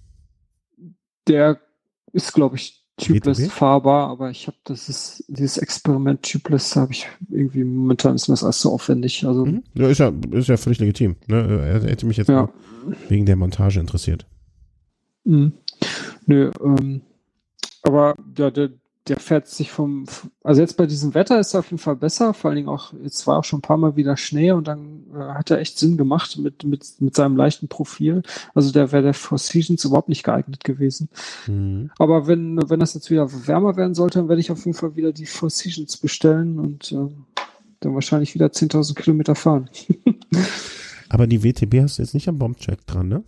Der ist, glaube ich, tubeless W T B? fahrbar, aber ich habe das ist, dieses Experiment tubeless habe ich irgendwie, momentan ist mir das alles so aufwendig. Also, Mhm. Ja, ist ja, ist ja völlig legitim. Ne? Er hätte mich jetzt ja. nur wegen der Montage interessiert. Mhm. Nö, ähm, aber ja, der, der fährt sich vom, also jetzt bei diesem Wetter ist er auf jeden Fall besser, vor allen Dingen auch, jetzt war auch schon ein paar Mal wieder Schnee und dann äh, hat er echt Sinn gemacht mit, mit, mit seinem leichten Profil. Also der wäre der Four Seasons überhaupt nicht geeignet gewesen. Mhm. Aber wenn, wenn das jetzt wieder wärmer werden sollte, dann werde ich auf jeden Fall wieder die Four Seasons bestellen und äh, dann wahrscheinlich wieder zehntausend Kilometer fahren. Aber die W T B hast du jetzt nicht am Bombcheck dran, ne?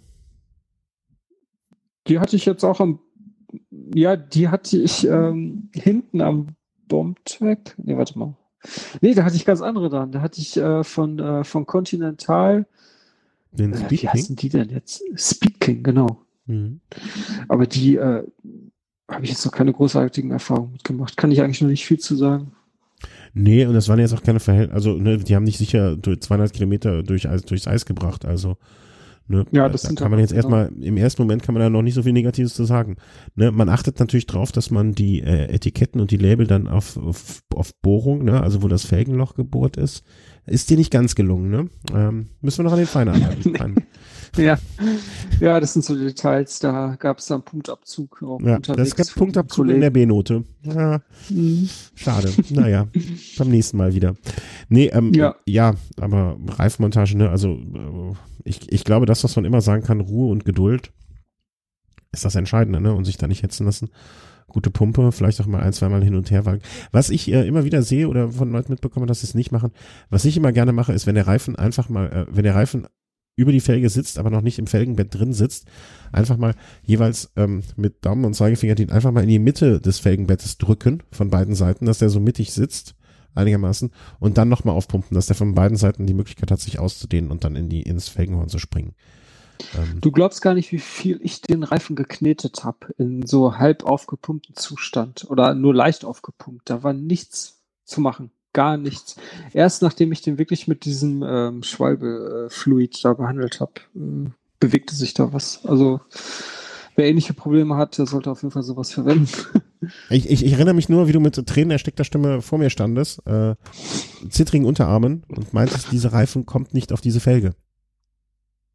Die hatte ich jetzt auch am, ja, die hatte ich ähm, hinten am Bombtrack. Nee, warte mal. Nee, da hatte ich ganz andere dran. Da hatte ich äh, von, äh, von Continental, Den äh, Speed wie heißen die denn jetzt? Speed King, genau. Mhm. Aber die äh, habe ich jetzt noch keine großartigen Erfahrungen mitgemacht. Kann ich eigentlich noch nicht viel zu sagen. Nee, und das waren jetzt auch keine Verhältnisse, also ne, die haben nicht sicher durch zweihundert Kilometer durch Eis, durchs Eis gebracht, also ne, Ja, das da sind kann dann man jetzt genau. erstmal, im ersten Moment kann man da noch nicht so viel Negatives zu sagen. Ne, man achtet natürlich drauf, dass man die äh, Etiketten und die Label dann auf, auf, auf Bohrung, ne, also wo das Felgenloch gebohrt ist, ist dir nicht ganz gelungen, ne? Ähm, müssen wir noch an den Feinen arbeiten. Ja. Ja, das sind so Details. Da gab es dann Punktabzug auch Ja, unterwegs. das gab für die Punktabzug in Kollegen. der B-Note. Ja, Mhm. schade. Naja, beim nächsten Mal wieder. Nee, ähm, Ja. ja, aber Reifenmontage, ne, also äh, ich, ich glaube, das, was man immer sagen kann, Ruhe und Geduld ist das Entscheidende, ne, und sich da nicht hetzen lassen. Gute Pumpe, vielleicht auch mal ein, zweimal hin und her wagen. Was ich äh, immer wieder sehe oder von Leuten mitbekomme, dass sie es nicht machen, was ich immer gerne mache, ist, wenn der Reifen einfach mal, äh, wenn der Reifen über die Felge sitzt, aber noch nicht im Felgenbett drin sitzt, einfach mal jeweils ähm, mit Daumen und Zeigefinger den einfach mal in die Mitte des Felgenbettes drücken, von beiden Seiten, dass der so mittig sitzt, einigermaßen, und dann nochmal aufpumpen, dass der von beiden Seiten die Möglichkeit hat, sich auszudehnen und dann in die ins Felgenhorn zu springen. Ähm, Du glaubst gar nicht, wie viel ich den Reifen geknetet habe in so halb aufgepumpten Zustand oder nur leicht aufgepumpt. Da war nichts zu machen. Gar nichts. Erst nachdem ich den wirklich mit diesem ähm, Schwalbe-Fluid da behandelt habe, äh, bewegte sich da was. Also wer ähnliche Probleme hat, der sollte auf jeden Fall sowas verwenden. ich, ich, ich erinnere mich nur, wie du mit Tränen erstickter Stimme vor mir standest, äh, zittrigen Unterarmen und meintest, diese Reifen kommt nicht auf diese Felge.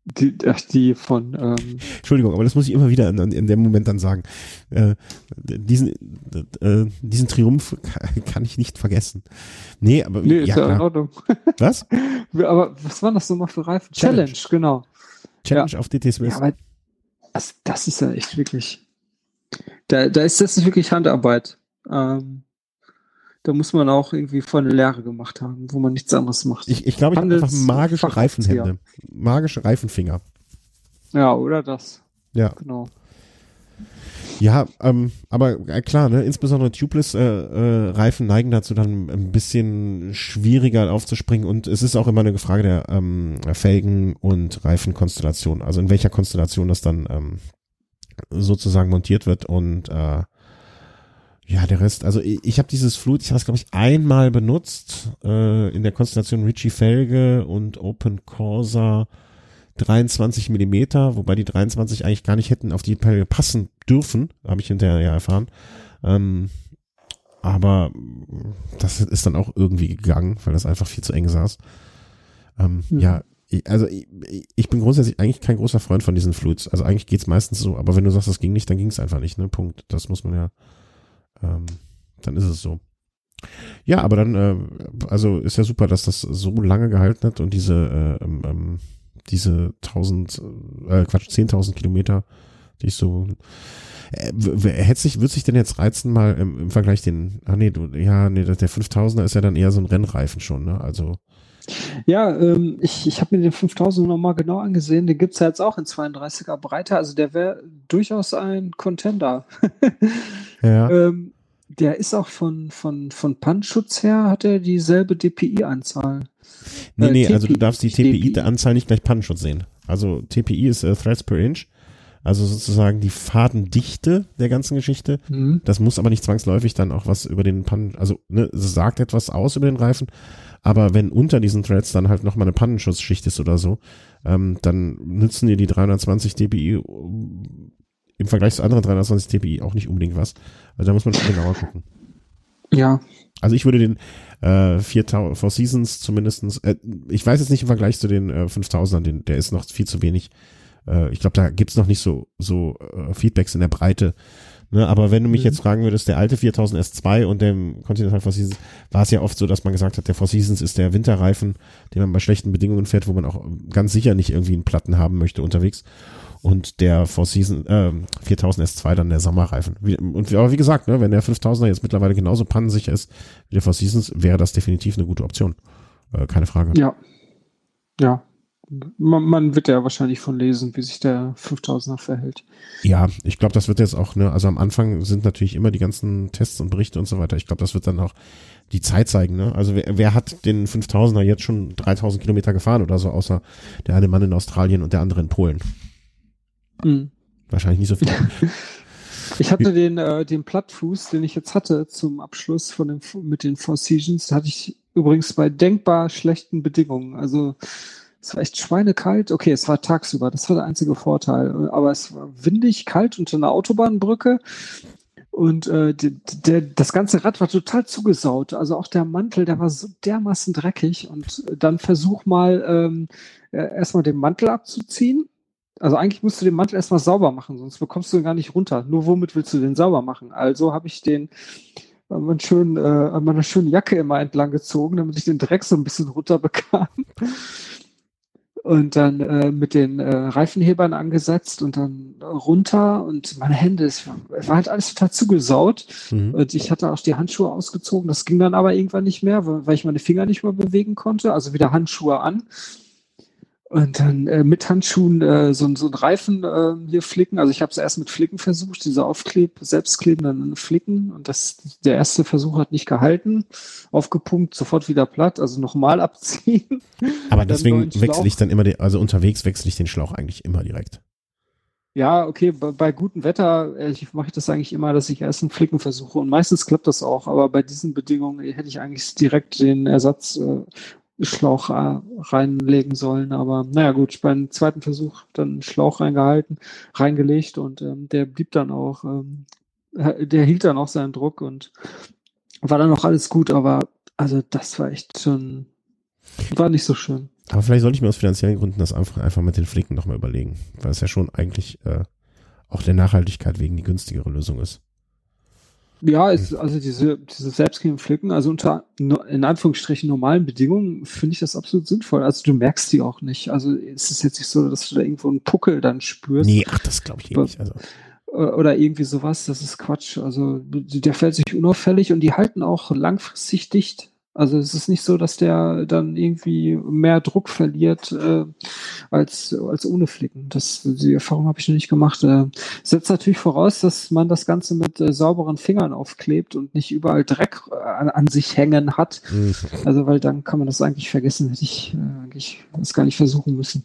Die, ach, die von ähm, Entschuldigung, aber das muss ich immer wieder in, in dem Moment dann sagen. Äh, diesen, äh, diesen Triumph kann ich nicht vergessen. Nee, aber nee, ist ja, ja klar. in Ordnung. Was? Aber was waren das nochmal für Reifen? Challenge, Challenge, genau. Challenge Ja. auf D T Swiss. Ja, aber das, das ist ja echt wirklich, da, da ist das wirklich Handarbeit. Ähm, da muss man auch irgendwie voll eine Lehre gemacht haben, wo man nichts anderes macht. Ich, ich glaube, ich habe einfach magische Reifenhände. Magische Reifenfinger. Ja, oder das. Ja. Genau. Ja, ähm, aber äh, klar, ne, insbesondere Tubeless äh, äh, Reifen neigen dazu dann ein bisschen schwieriger aufzuspringen und es ist auch immer eine Frage der ähm, Felgen und Reifenkonstellation, also in welcher Konstellation das dann ähm, sozusagen montiert wird und äh, ja, der Rest, also ich, ich habe dieses Fluid, ich habe es glaube ich einmal benutzt äh, in der Konstellation Ritchie Felge und Open Corsa dreiundzwanzig Millimeter, wobei die dreiundzwanzig eigentlich gar nicht hätten auf die Felge passen dürfen, habe ich hinterher ja erfahren. Ähm, aber das ist dann auch irgendwie gegangen, weil das einfach viel zu eng saß. Ähm, mhm. Ja, ich, also ich, ich bin grundsätzlich eigentlich kein großer Freund von diesen Fluids. Also eigentlich geht's meistens so, aber wenn du sagst, das ging nicht, dann ging es einfach nicht, ne? Punkt. Das muss man ja, ähm, dann ist es so. Ja, aber dann, äh, also ist ja super, dass das so lange gehalten hat und diese, äh, ähm, diese tausend, äh, Quatsch, zehntausend Kilometer, die ich so, äh, hätte sich, würde sich denn jetzt reizen, mal im, im Vergleich den, ah nee, du, ja, nee, der fünftausender ist ja dann eher so ein Rennreifen schon, ne, also. Ja, ähm, ich, ich habe mir den fünftausender nochmal genau angesehen, den gibt's ja jetzt auch in zweiunddreißiger Breite, also der wäre durchaus ein Contender. Ja. ähm, der ist auch von, von, von Pannenschutz her, hat er dieselbe D P I-Anzahl. Nee, nee, also du darfst die T P I-Anzahl nicht gleich Pannenschutz sehen. Also T P I ist äh, Threads per Inch, also sozusagen die Fadendichte der ganzen Geschichte. Mhm. Das muss aber nicht zwangsläufig dann auch was über den Pannen, also ne, es sagt etwas aus über den Reifen, aber wenn unter diesen Threads dann halt nochmal eine Pannenschutzschicht ist oder so, ähm, dann nützen dir die dreihundertzwanzig T P I im Vergleich zu anderen dreihundertzwanzig T P I auch nicht unbedingt was. Also da muss man schon genauer gucken. Ja. Also ich würde den äh, viertausend Four Seasons zumindestens, äh, ich weiß jetzt nicht im Vergleich zu den äh, fünftausendern, den, der ist noch viel zu wenig. Äh, ich glaube, da gibt's noch nicht so so äh, Feedbacks in der Breite. Ne? Aber wenn du mich mhm. jetzt fragen würdest, der alte viertausend S zwei und dem Continental Four Seasons, war es ja oft so, dass man gesagt hat, der Four Seasons ist der Winterreifen, den man bei schlechten Bedingungen fährt, wo man auch ganz sicher nicht irgendwie einen Platten haben möchte unterwegs. Und der Four Seasons, äh, viertausend S zwei dann der Sommerreifen. Wie, und aber wie gesagt, ne, wenn der fünftausender jetzt mittlerweile genauso pannensicher ist wie der Four Seasons, wäre das definitiv eine gute Option. Äh, keine Frage. Ja. Ja. Man, man wird ja wahrscheinlich von lesen, wie sich der fünftausender verhält. Ja, ich glaube, das wird jetzt auch, ne, also am Anfang sind natürlich immer die ganzen Tests und Berichte und so weiter. Ich glaube, das wird dann auch die Zeit zeigen, ne? Also wer, wer hat den fünftausender jetzt schon dreitausend Kilometer gefahren oder so, außer der eine Mann in Australien und der andere in Polen? Mhm. Wahrscheinlich nicht so viel. Ich hatte den, äh, den Plattfuß, den ich jetzt hatte zum Abschluss von dem, mit den Four Seasons, hatte ich übrigens bei denkbar schlechten Bedingungen. Also es war echt schweinekalt. Okay, es war tagsüber, das war der einzige Vorteil. Aber es war windig, kalt unter einer Autobahnbrücke. Und äh, der, der, das ganze Rad war total zugesaut. Also auch der Mantel, der war so dermaßen dreckig. Und dann versuch mal ähm, erstmal den Mantel abzuziehen. Also eigentlich musst du den Mantel erstmal sauber machen, sonst bekommst du ihn gar nicht runter. Nur womit willst du den sauber machen? Also habe ich den an, meinen schönen, äh, an meiner schönen Jacke immer entlang gezogen, damit ich den Dreck so ein bisschen runter bekam. Und dann äh, mit den äh, Reifenhebern angesetzt und dann runter und meine Hände, es war, es war halt alles total zugesaut. Mhm. Und ich hatte auch die Handschuhe ausgezogen. Das ging dann aber irgendwann nicht mehr, weil ich meine Finger nicht mehr bewegen konnte. Also wieder Handschuhe an. Und dann äh, mit Handschuhen äh, so, so einen Reifen äh, hier flicken. Also ich habe es erst mit Flicken versucht, diese Aufkleb, selbstklebenden Flicken. Und das, der erste Versuch hat nicht gehalten. Aufgepumpt, sofort wieder platt. Also nochmal abziehen. Aber deswegen wechsle ich dann immer, den, also unterwegs wechsle ich den Schlauch eigentlich immer direkt. Ja, okay, bei, bei gutem Wetter ich, mache ich das eigentlich immer, dass ich erst einen Flicken versuche. Und meistens klappt das auch. Aber bei diesen Bedingungen hätte ich eigentlich direkt den Ersatz äh, Schlauch äh, reinlegen sollen, aber naja gut, beim zweiten Versuch dann einen Schlauch reingehalten, reingelegt und ähm, der blieb dann auch, ähm, der hielt dann auch seinen Druck und war dann auch alles gut, aber also das war echt schon War nicht so schön. Aber vielleicht sollte ich mir aus finanziellen Gründen das einfach, einfach mit den Flicken nochmal überlegen, weil es ja schon eigentlich äh, auch der Nachhaltigkeit wegen die günstigere Lösung ist. Ja, ist, also diese, diese selbstklebenden Flicken, also unter in Anführungsstrichen normalen Bedingungen finde ich das absolut sinnvoll. Also du merkst die auch nicht. Also es ist jetzt nicht so, dass du da irgendwo einen Puckel dann spürst. Nee, ach, das glaube ich eh nicht. Also. Oder irgendwie sowas, das ist Quatsch. Also der fällt sich unauffällig und die halten auch langfristig dicht. Also es ist nicht so, dass der dann irgendwie mehr Druck verliert äh, als, als ohne Flicken. Das, die Erfahrung habe ich noch nicht gemacht. Äh, setzt natürlich voraus, dass man das Ganze mit äh, sauberen Fingern aufklebt und nicht überall Dreck äh, an, an sich hängen hat. Mhm. Also weil dann kann man das eigentlich vergessen. Hätte ich äh, eigentlich das gar nicht versuchen müssen.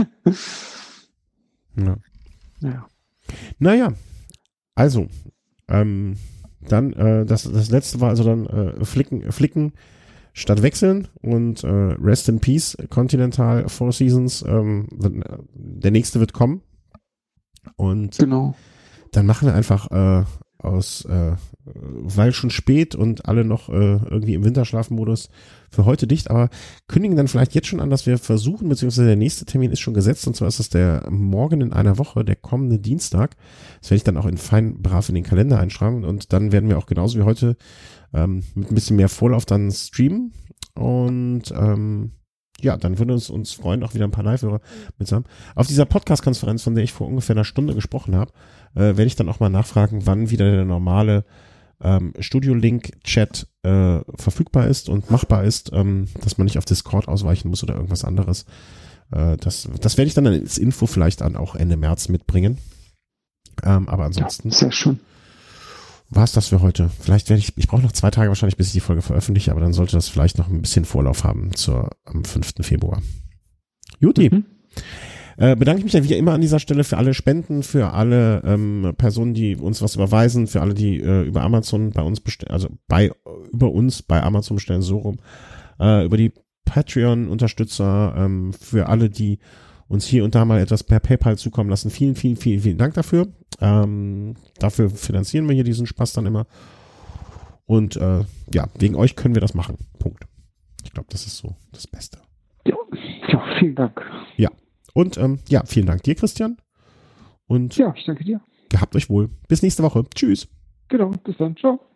Ja. Naja. Naja, also, ähm, dann, äh, das, das letzte war also dann äh, Flicken, Flicken statt Wechseln und äh, Rest in Peace, Continental Four Seasons, ähm, der nächste wird kommen und genau. Dann machen wir einfach äh, aus, äh, weil schon spät und alle noch äh, irgendwie im Winterschlafmodus für heute dicht, aber kündigen dann vielleicht jetzt schon an, dass wir versuchen, beziehungsweise der nächste Termin ist schon gesetzt, und zwar ist das der morgen in einer Woche, der kommende Dienstag. Das werde ich dann auch in fein brav in den Kalender einschreiben, und dann werden wir auch genauso wie heute ähm, mit ein bisschen mehr Vorlauf dann streamen, und ähm, ja, dann würde uns uns freuen, auch wieder ein paar Live-Hörer mitzuhaben. Auf dieser Podcast-Konferenz, von der ich vor ungefähr einer Stunde gesprochen habe, äh, werde ich dann auch mal nachfragen, wann wieder der normale ähm, Studio-Link-Chat äh, verfügbar ist und machbar ist, ähm, dass man nicht auf Discord ausweichen muss oder irgendwas anderes. Äh, das, das werde ich dann als Info vielleicht dann auch Ende März mitbringen. Ähm, aber ansonsten ja, sehr schön. War es das für heute. Vielleicht werde ich, ich brauche noch zwei Tage wahrscheinlich, bis ich die Folge veröffentliche, aber dann sollte das vielleicht noch ein bisschen Vorlauf haben zur, am fünften Februar. Juti. Mhm. Äh, bedanke ich mich ja wie immer an dieser Stelle für alle Spenden, für alle ähm, Personen, die uns was überweisen, für alle, die äh, über Amazon bei uns bestellen, also bei, über uns bei Amazon bestellen, so rum, äh, über die Patreon-Unterstützer, ähm, für alle, die uns hier und da mal etwas per PayPal zukommen lassen. Vielen, vielen, vielen, vielen Dank dafür. Ähm, dafür finanzieren wir hier diesen Spaß dann immer. Und äh, ja, wegen euch können wir das machen. Punkt. Ich glaube, das ist so das Beste. Ja, ja, vielen Dank. Ja, und ähm, ja, vielen Dank dir, Christian. Und ja, ich danke dir. Gehabt euch wohl. Bis nächste Woche. Tschüss. Genau, bis dann. Ciao.